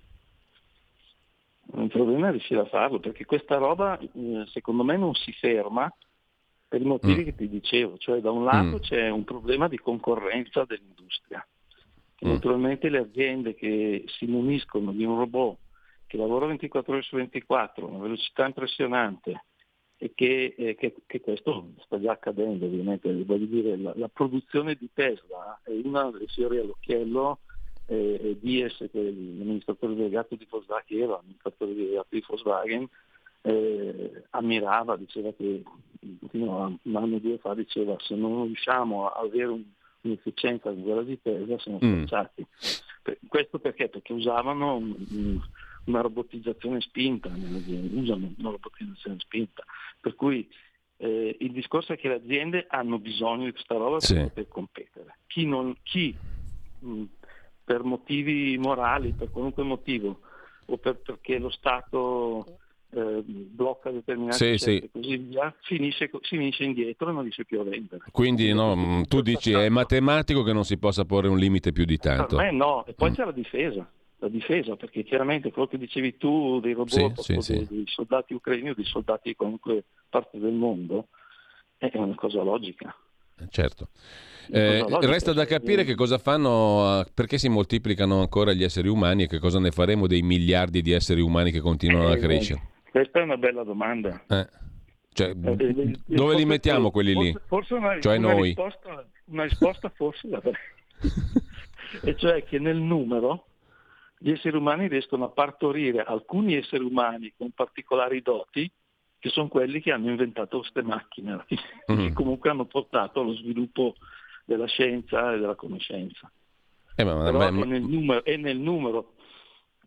Perché questa roba secondo me non si ferma per i motivi che ti dicevo, cioè da un lato c'è un problema di concorrenza dell'industria. Naturalmente le aziende che si muniscono di un robot che lavora 24 ore su 24, una velocità impressionante, e che questo sta già accadendo ovviamente, voglio dire, la produzione di Tesla è una delle fiori all'occhiello, Dies, che è l'amministratore delegato di Volkswagen, era l'amministratore delegato di Volkswagen, ammirava, diceva che fino a un anno o due fa diceva se non riusciamo a avere un'efficienza come quella di Tesla siamo schiacciati. Questo perché? Perché usavano una robotizzazione spinta, usano una robotizzazione spinta, per cui il discorso è che le aziende hanno bisogno di questa roba per poter competere. Chi per motivi morali, per qualunque motivo, o perché lo Stato blocca determinati e così via, si finisce indietro e non riesce più a vendere. Quindi tu dici è matematico che non si possa porre un limite più di tanto. Per me no, e poi c'è la difesa, perché chiaramente quello che dicevi tu dei robot, dei soldati ucraini o dei soldati di qualunque parte del mondo, è una cosa logica. Certo. Resta da capire che cosa fanno, perché si moltiplicano ancora gli esseri umani e che cosa ne faremo dei miliardi di esseri umani che continuano a crescere. Questa è una bella domanda. Cioè, dove li mettiamo quelli lì? Forse noi. Una risposta forse la darei. E cioè che nel numero gli esseri umani riescono a partorire alcuni esseri umani con particolari doti, che sono quelli che hanno inventato queste macchine, che comunque hanno portato allo sviluppo della scienza e della conoscenza. Però è nel numero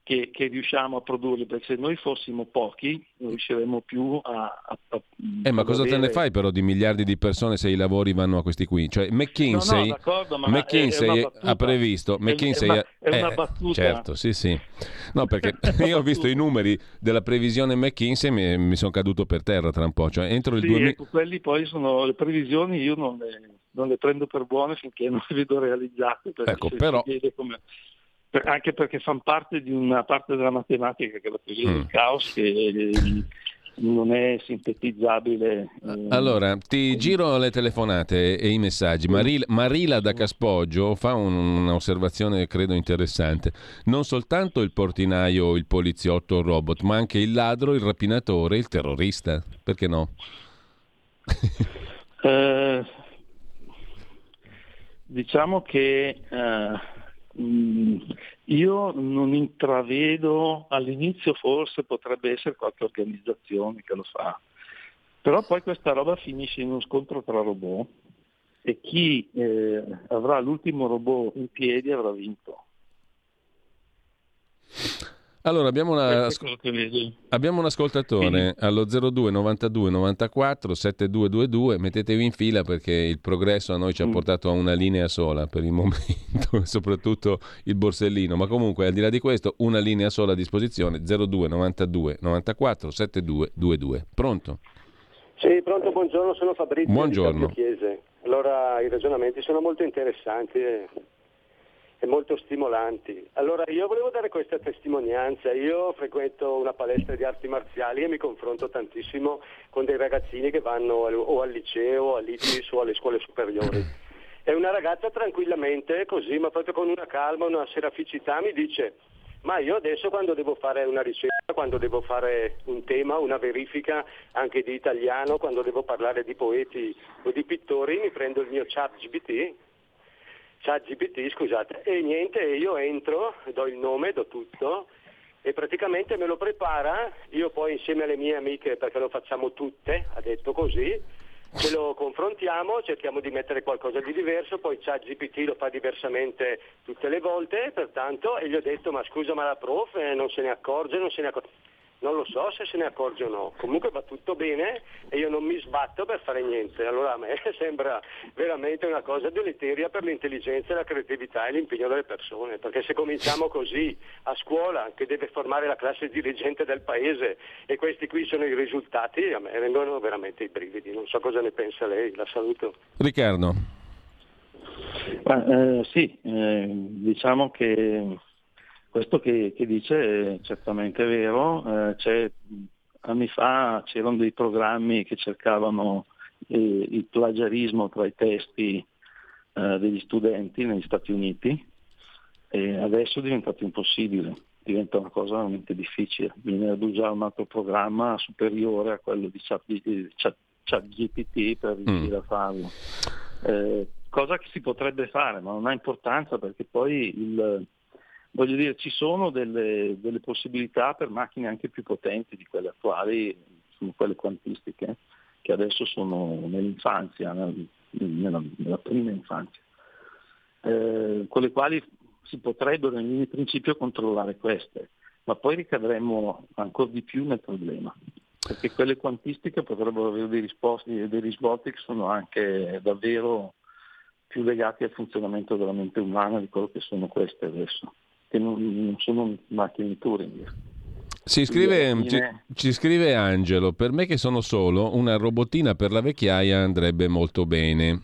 che riusciamo a produrli, perché se noi fossimo pochi non riusciremmo più ma cosa te ne fai però di miliardi di persone se i lavori vanno a questi qui? Cioè McKinsey, no, d'accordo, ma McKinsey è una ha previsto, McKinsey è una battuta. Certo, sì. No, perché io ho visto i numeri della previsione McKinsey e mi sono caduto per terra tra un po', cioè entro il 2000. Ecco, quelli poi sono le previsioni, io non le prendo per buone finché non le vedo realizzate, perché ecco, però si vede come... anche perché fanno parte di una parte della matematica che è la teoria del caos, che non è sintetizzabile. Allora, ti giro le telefonate e i messaggi. Marila da Caspoggio fa un'osservazione credo interessante. Non soltanto il portinaio, il poliziotto, il robot, ma anche il ladro, il rapinatore, il terrorista. Perché no? Diciamo che io non intravedo, all'inizio forse potrebbe essere qualche organizzazione che lo fa, però poi questa roba finisce in uno scontro tra robot e chi avrà l'ultimo robot in piedi avrà vinto. Allora abbiamo un ascoltatore allo 02 92 94 7222, mettetevi in fila perché il progresso a noi ci ha portato a una linea sola per il momento, soprattutto il borsellino, ma comunque al di là di questo una linea sola a disposizione, 02 92 94 7222. Pronto? Sì, pronto, buongiorno, sono Fabrizio. Buongiorno. Di Chiese. Allora i ragionamenti sono molto interessanti e molto stimolanti. Allora io volevo dare questa testimonianza. Io frequento una palestra di arti marziali e mi confronto tantissimo con dei ragazzini che vanno o al liceo, all'ITIS o alle scuole superiori. E una ragazza tranquillamente, così, ma proprio con una calma, una seraficità, mi dice: ma io adesso quando devo fare una ricerca, quando devo fare un tema, una verifica anche di italiano, quando devo parlare di poeti o di pittori, mi prendo il mio ChatGPT, scusate, e niente, io entro, do il nome, do tutto e praticamente me lo prepara. Io poi insieme alle mie amiche, perché lo facciamo tutte, ha detto così, ce lo confrontiamo, cerchiamo di mettere qualcosa di diverso, poi ChatGPT lo fa diversamente tutte le volte, pertanto, e gli ho detto: ma scusa, ma la prof non se ne accorge? Non lo so se se ne accorge o no, comunque va tutto bene e io non mi sbatto per fare niente. Allora a me sembra veramente una cosa deleteria per l'intelligenza, la creatività e l'impegno delle persone, perché se cominciamo così a scuola, che deve formare la classe dirigente del paese, e questi qui sono i risultati, a me vengono veramente i brividi. Non so cosa ne pensa lei, la saluto. Riccardo. Diciamo che questo che dice è certamente vero. Anni fa c'erano dei programmi che cercavano il plagiarismo tra i testi degli studenti negli Stati Uniti e adesso è diventato impossibile, diventa una cosa veramente difficile. Bisogna usare un altro programma superiore a quello di ChatGPT per riuscire a farlo. Cosa che si potrebbe fare, ma non ha importanza, perché poi voglio dire, ci sono delle possibilità per macchine anche più potenti di quelle attuali, sono quelle quantistiche, che adesso sono nell'infanzia, nella prima infanzia, con le quali si potrebbero in principio controllare queste, ma poi ricadremo ancora di più nel problema, perché quelle quantistiche potrebbero avere dei risvolti che sono anche davvero più legati al funzionamento della mente umana di quello che sono queste adesso, che non sono macchine di Turing. Ci scrive Angelo: per me che sono solo, una robotina per la vecchiaia andrebbe molto bene.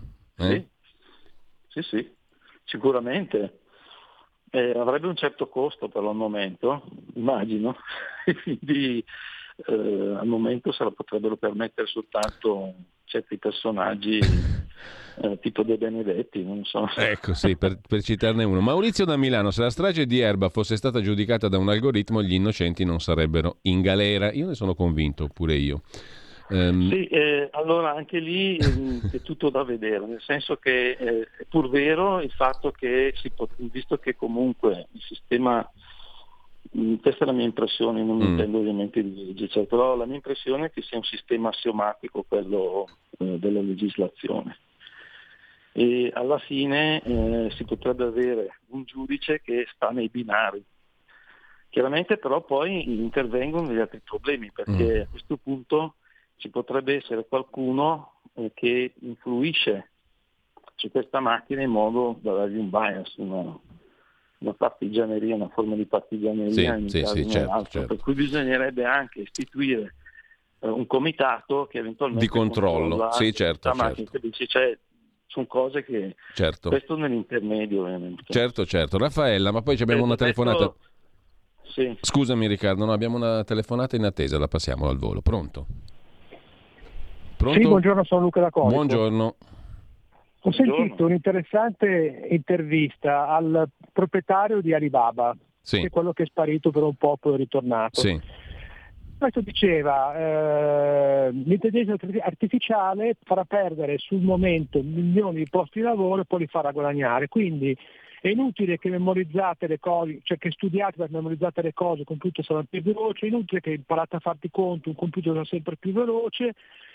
Sì, sicuramente. Avrebbe un certo costo però al momento, immagino, quindi al momento se la potrebbero permettere soltanto certi personaggi tipo De Benedetti, non so. Ecco, sì, per citarne uno. Maurizio da Milano: se la strage di Erba fosse stata giudicata da un algoritmo, gli innocenti non sarebbero in galera. Io ne sono convinto, pure io. Allora anche lì è tutto da vedere, nel senso che è pur vero il fatto che visto che comunque il sistema, questa è la mia impressione, non intendo ovviamente di legge, però la mia impressione è che sia un sistema assiomatico quello della legislazione, e alla fine si potrebbe avere un giudice che sta nei binari, Chiaramente però poi intervengono gli altri problemi, perché a questo punto ci potrebbe essere qualcuno che influisce su questa macchina in modo da dargli un bias, una partigianeria, una forma di partigianeria in caso nell'altro. Per cui bisognerebbe anche istituire un comitato che eventualmente di controllo, sì, certo. Cioè, sono cose che questo nell'intermedio ovviamente. Certo. Raffaella, ma poi abbiamo una telefonata. Sì. Scusami Riccardo, no, abbiamo una telefonata in attesa, la passiamo al volo. Pronto? Sì, buongiorno, sono Luca da Corico. Buongiorno. Ho sentito un'interessante intervista al proprietario di Alibaba, che è quello che è sparito per un po', poi è ritornato. Sì. Questo diceva, l'intelligenza artificiale farà perdere sul momento milioni di posti di lavoro e poi li farà guadagnare, quindi è inutile che memorizzate le cose, cioè che studiate per memorizzare le cose, il computer sarà più veloce, è inutile che imparate a farti conto, un computer sarà sempre più veloce.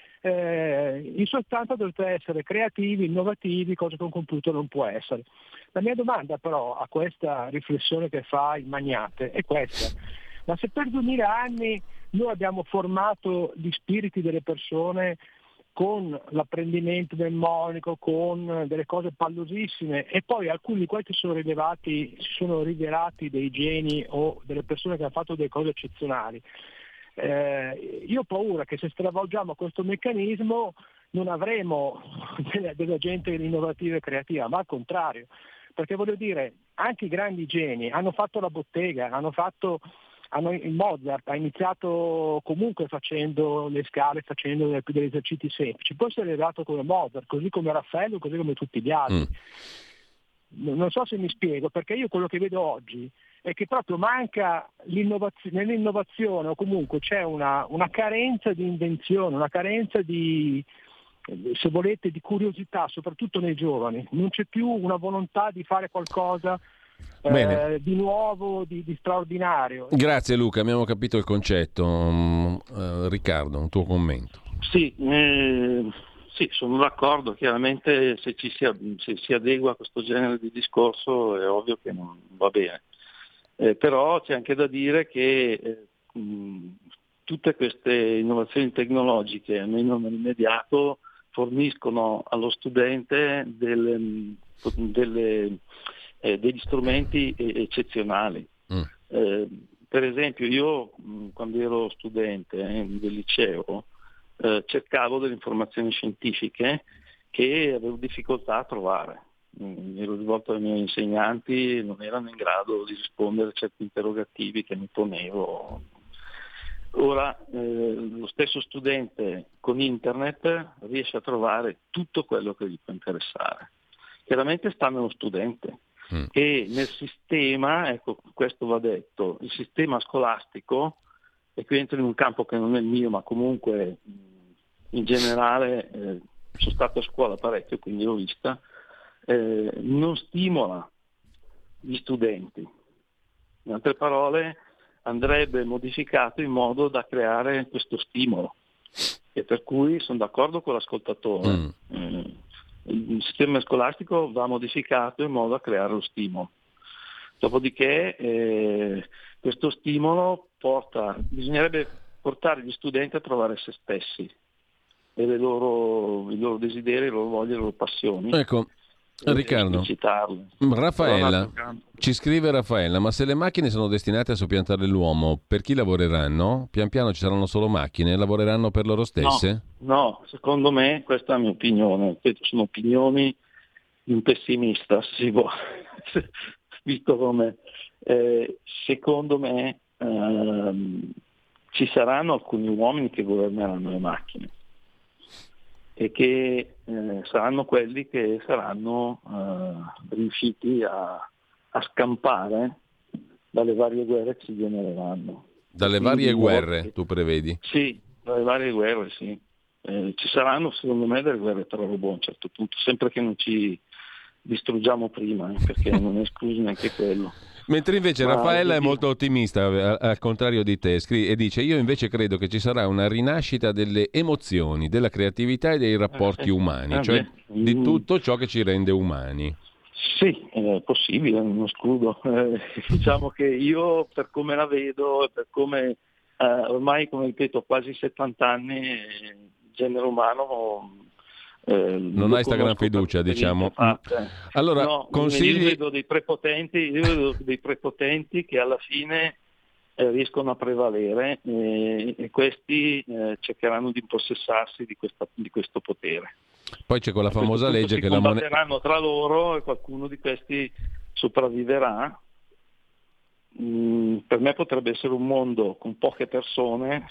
In sostanza dovete essere creativi, innovativi, cosa che un computer non può essere. La mia domanda però a questa riflessione che fa il Magnate è questa: ma se per 2000 anni noi abbiamo formato gli spiriti delle persone con l'apprendimento del mnemonico, con delle cose pallosissime, e poi alcuni di questi si sono rivelati dei geni o delle persone che hanno fatto delle cose eccezionali, io ho paura che se stravolgiamo questo meccanismo non avremo della gente innovativa e creativa, ma al contrario, perché voglio dire, anche i grandi geni hanno fatto la bottega, Mozart ha iniziato comunque facendo le scale, facendo degli esercizi semplici, poi si è arrivato come Mozart, così come Raffaello, così come tutti gli altri. Non so se mi spiego, perché io quello che vedo oggi è che proprio manca nell'innovazione, o comunque c'è una carenza di invenzione, una carenza di, se volete, di curiosità, soprattutto nei giovani. Non c'è più una volontà di fare qualcosa di nuovo, di straordinario. Grazie Luca, abbiamo capito il concetto. Riccardo, un tuo commento. Sì, sono d'accordo. Chiaramente se si adegua a questo genere di discorso è ovvio che non va bene. Però c'è anche da dire che tutte queste innovazioni tecnologiche, almeno nell'immediato, forniscono allo studente degli strumenti eccezionali. Per esempio io quando ero studente del liceo cercavo delle informazioni scientifiche che avevo difficoltà a trovare. Mi ero rivolto ai miei insegnanti e non erano in grado di rispondere a certi interrogativi che mi ponevo. Ora lo stesso studente con internet riesce a trovare tutto quello che gli può interessare. Chiaramente sta nello studente e nel sistema, ecco, questo va detto, il sistema scolastico, e qui entro in un campo che non è il mio, ma comunque in generale sono stato a scuola parecchio, quindi l'ho vista, non stimola gli studenti. In altre parole, andrebbe modificato in modo da creare questo stimolo, e per cui sono d'accordo con l'ascoltatore. Il sistema scolastico va modificato in modo da creare lo stimolo. Dopodiché questo stimolo bisognerebbe portare gli studenti a trovare se stessi e i loro desideri, le loro voglie, le loro passioni. Ecco, Riccardo, Raffaella, ci scrive Raffaella, ma se le macchine sono destinate a soppiantare l'uomo, per chi lavoreranno? Pian piano ci saranno solo macchine, lavoreranno per loro stesse? No, secondo me, questa è la mia opinione, sono opinioni di un pessimista, se si può, visto come secondo me ci saranno alcuni uomini che governeranno le macchine e che saranno quelli che saranno riusciti a scampare dalle varie guerre che si genereranno. Dalle varie guerre, tu prevedi? Sì, dalle varie guerre, sì. Ci saranno secondo me delle guerre tra robot a un certo punto, sempre che non ci distruggiamo prima, perché non è escluso neanche quello. Mentre invece Raffaella è molto ottimista, al contrario di te, e dice: io invece credo che ci sarà una rinascita delle emozioni, della creatività e dei rapporti umani, cioè di tutto ciò che ci rende umani. Sì, è possibile, non escludo. Diciamo che io, per come la vedo, per come ormai, come ripeto, ho quasi 70 anni, il genere umano non hai sta gran fiducia, diciamo. Allora, no, consigli... io vedo dei prepotenti che alla fine riescono a prevalere e questi cercheranno di impossessarsi di questo potere. Poi c'è quella famosa legge che la combatteranno tra loro e qualcuno di questi sopravviverà. Per me potrebbe essere un mondo con poche persone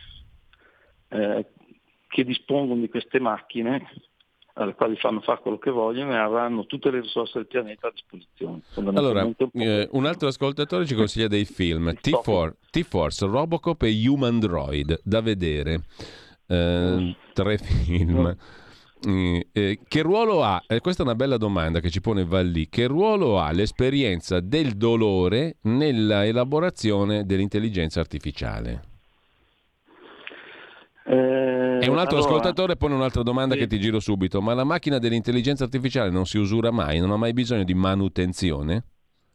che dispongono di queste macchine alle quali fanno fare quello che vogliono e avranno tutte le risorse del pianeta a disposizione. Allora, un altro ascoltatore ci consiglia dei film, T-Force, Robocop e Human Droid, da vedere. 3 film. Che ruolo ha, questa è una bella domanda che ci pone Vallì, che ruolo ha l'esperienza del dolore nella elaborazione dell'intelligenza artificiale? E un altro ascoltatore pone un'altra domanda che ti giro subito, ma la macchina dell'intelligenza artificiale non si usura mai, non ha mai bisogno di manutenzione?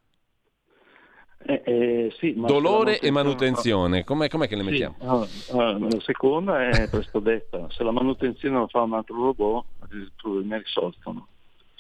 Sì, ma dolore e manutenzione, com'è che le mettiamo? La seconda è presto detta, se la manutenzione la fa un altro robot il problema è risolto, no?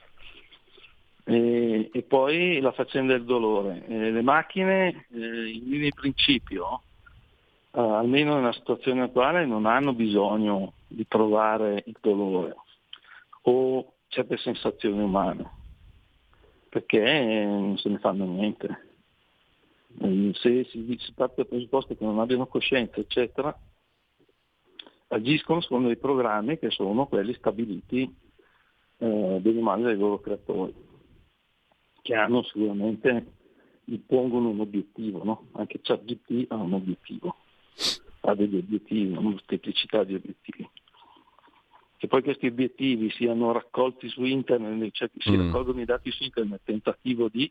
E poi la faccenda del dolore, le macchine in linea di principio almeno nella situazione attuale non hanno bisogno di provare il dolore o certe sensazioni umane perché non se ne fanno niente. Se si parte dal presupposto che non abbiano coscienza eccetera, agiscono secondo dei programmi che sono quelli stabiliti bene o male dai loro creatori, che hanno sicuramente, gli pongono un obiettivo, no? Anche ChatGPT ha un obiettivo, ha degli obiettivi, una molteplicità di obiettivi. Che poi questi obiettivi siano raccolti su internet, cioè che si raccolgono i dati su internet nel tentativo di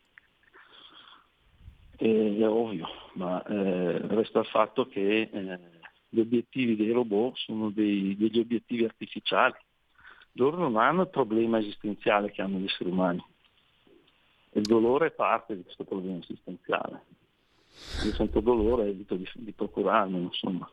è ovvio, ma resta il fatto che gli obiettivi dei robot sono degli obiettivi artificiali. Loro non hanno il problema esistenziale che hanno gli esseri umani. Il dolore è parte di questo problema esistenziale. Io sento dolore, evito di procurarmi, insomma.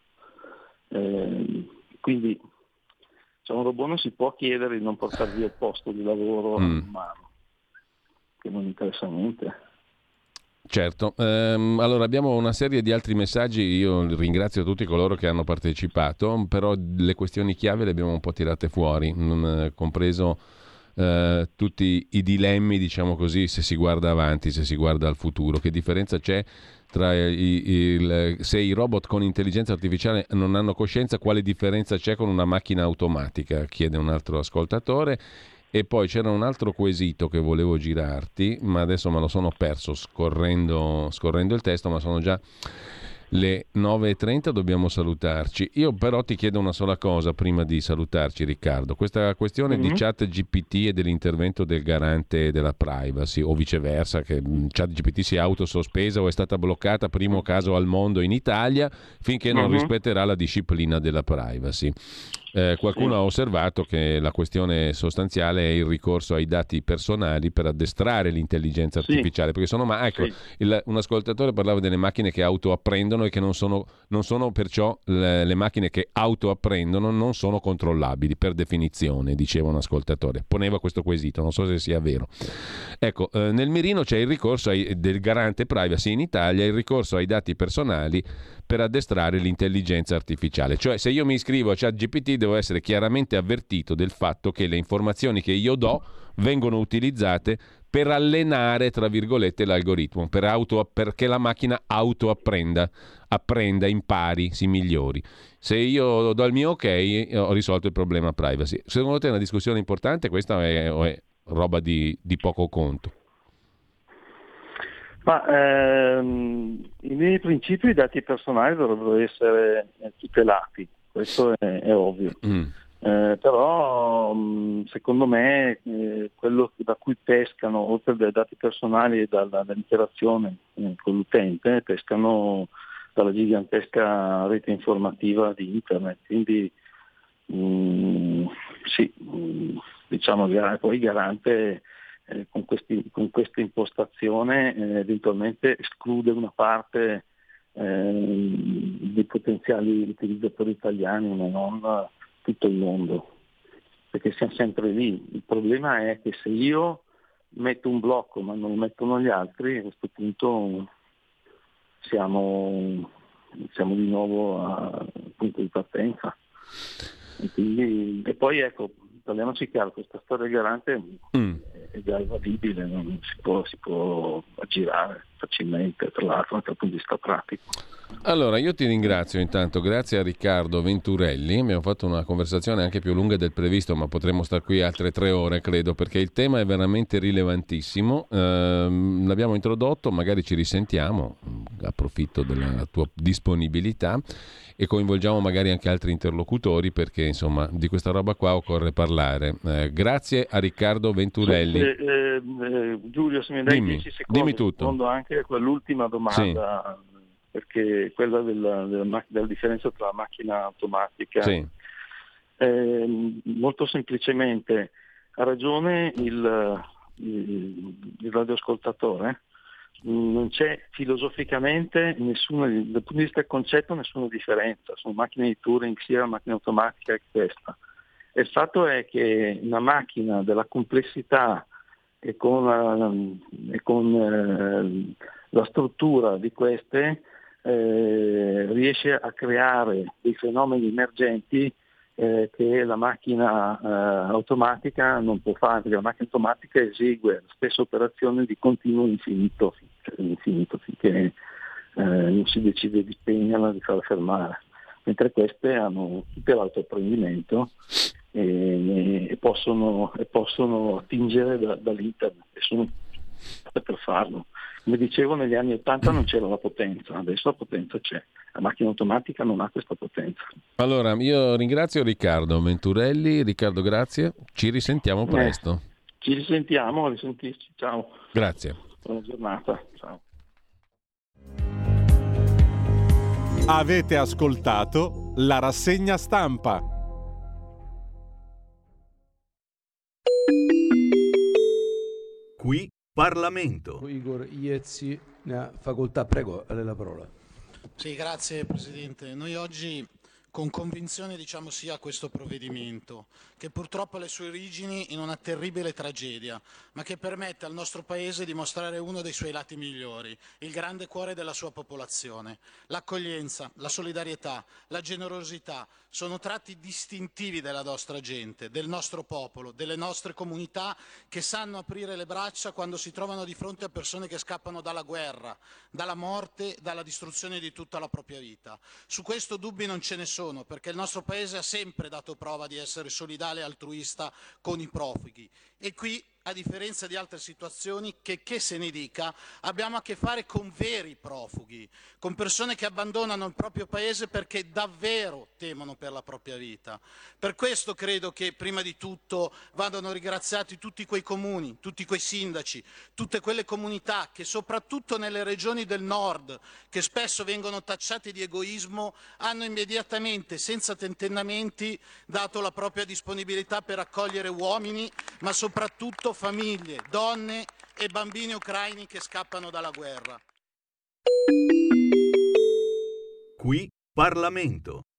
Quindi un robot non si può chiedere di non portare via il posto di lavoro umano, che non interessa niente. Certo, allora abbiamo una serie di altri messaggi, io ringrazio tutti coloro che hanno partecipato, però le questioni chiave le abbiamo un po' tirate fuori, compreso tutti i dilemmi, diciamo così, se si guarda avanti, se si guarda al futuro, che differenza c'è tra se i robot con intelligenza artificiale non hanno coscienza, quale differenza c'è con una macchina automatica, chiede un altro ascoltatore. E poi c'era un altro quesito che volevo girarti, ma adesso me lo sono perso scorrendo il testo, ma sono già le 9.30, dobbiamo salutarci. Io però ti chiedo una sola cosa prima di salutarci, Riccardo. Questa questione di ChatGPT e dell'intervento del garante della privacy, o viceversa, che ChatGPT sia autosospesa o è stata bloccata, primo caso al mondo in Italia, finché non rispetterà la disciplina della privacy. Qualcuno ha osservato che la questione sostanziale è il ricorso ai dati personali per addestrare l'intelligenza artificiale, perché sono un ascoltatore parlava delle macchine che autoapprendono e che non sono perciò le macchine che autoapprendono non sono controllabili per definizione, diceva un ascoltatore, poneva questo quesito, non so se sia vero. Ecco, nel mirino c'è il ricorso del garante privacy in Italia, il ricorso ai dati personali per addestrare l'intelligenza artificiale. Cioè, se io mi iscrivo a ChatGPT devo essere chiaramente avvertito del fatto che le informazioni che io do vengono utilizzate per allenare, tra virgolette, l'algoritmo, perché la macchina autoapprenda, impari, si migliori. Se io do il mio ok, ho risolto il problema privacy. Secondo te è una discussione importante questa o è roba di poco conto? Ma in linea di principio i dati personali dovrebbero essere tutelati, questo è ovvio. Però secondo me quello da cui pescano, oltre dai dati personali e dall'interazione con l'utente, pescano dalla gigantesca rete informativa di internet. Quindi diciamo poi il garante con questa impostazione eventualmente esclude una parte dei potenziali utilizzatori italiani, ma non tutto il mondo, perché siamo sempre lì. Il problema è che se io metto un blocco ma non lo mettono gli altri, a questo punto siamo di nuovo al punto di partenza. E poi ecco, parliamoci chiaro, questa storia garante è già evadibile, non si può aggirare facilmente, tra l'altro anche dal punto di vista pratico. Allora, io ti ringrazio intanto, grazie a Riccardo Venturelli, abbiamo fatto una conversazione anche più lunga del previsto, ma potremmo star qui altre 3 ore, credo, perché il tema è veramente rilevantissimo. L'abbiamo introdotto, magari ci risentiamo, approfitto della tua disponibilità e coinvolgiamo magari anche altri interlocutori, perché insomma di questa roba qua occorre parlare. Grazie a Riccardo Venturelli. Giulio, se mi dai 10 secondi, dimmi tutto. rispondo anche a quell'ultima domanda. Sì. Perché quella della differenza tra macchina automatica, sì. Molto semplicemente ha ragione il radioascoltatore, non c'è filosoficamente nessuna, dal punto di vista del concetto, nessuna differenza, sono macchine di Turing sia la macchina automatica che questa. E il fatto è che una macchina della complessità e con la struttura di queste riesce a creare dei fenomeni emergenti che la macchina automatica non può fare, perché la macchina automatica esegue la stessa operazione di continuo infinito finché non si decide di spegnerla, di farla fermare, mentre queste hanno tutto l'autoapprendimento e possono attingere dall'internet e sono per farlo. Come dicevo, negli anni 80 non c'era la potenza, adesso la potenza c'è. La macchina automatica non ha questa potenza. Allora, io ringrazio Riccardo Venturelli. Riccardo, grazie. Ci risentiamo presto. Ci risentiamo, a risentirci. Ciao. Grazie. Buona giornata. Ciao. Avete ascoltato la rassegna stampa. Qui Parlamento. Igor Iezzi ne ha facoltà, prego, a lei la parola. Sì, grazie Presidente. Noi oggi con convinzione diciamo sì a questo provvedimento, che purtroppo ha le sue origini in una terribile tragedia, ma che permette al nostro Paese di mostrare uno dei suoi lati migliori, il grande cuore della sua popolazione. L'accoglienza, la solidarietà, la generosità sono tratti distintivi della nostra gente, del nostro popolo, delle nostre comunità che sanno aprire le braccia quando si trovano di fronte a persone che scappano dalla guerra, dalla morte, dalla distruzione di tutta la propria vita. Su questo dubbi non ce ne sono, perché il nostro Paese ha sempre dato prova di essere solidale e altruista con i profughi. E qui, a differenza di altre situazioni, che se ne dica, abbiamo a che fare con veri profughi, con persone che abbandonano il proprio paese perché davvero temono per la propria vita. Per questo credo che prima di tutto vadano ringraziati tutti quei comuni, tutti quei sindaci, tutte quelle comunità che soprattutto nelle regioni del nord, che spesso vengono tacciate di egoismo, hanno immediatamente, senza tentennamenti, dato la propria disponibilità per accogliere uomini, ma soprattutto famiglie, donne e bambini ucraini che scappano dalla guerra. Qui Parlamento.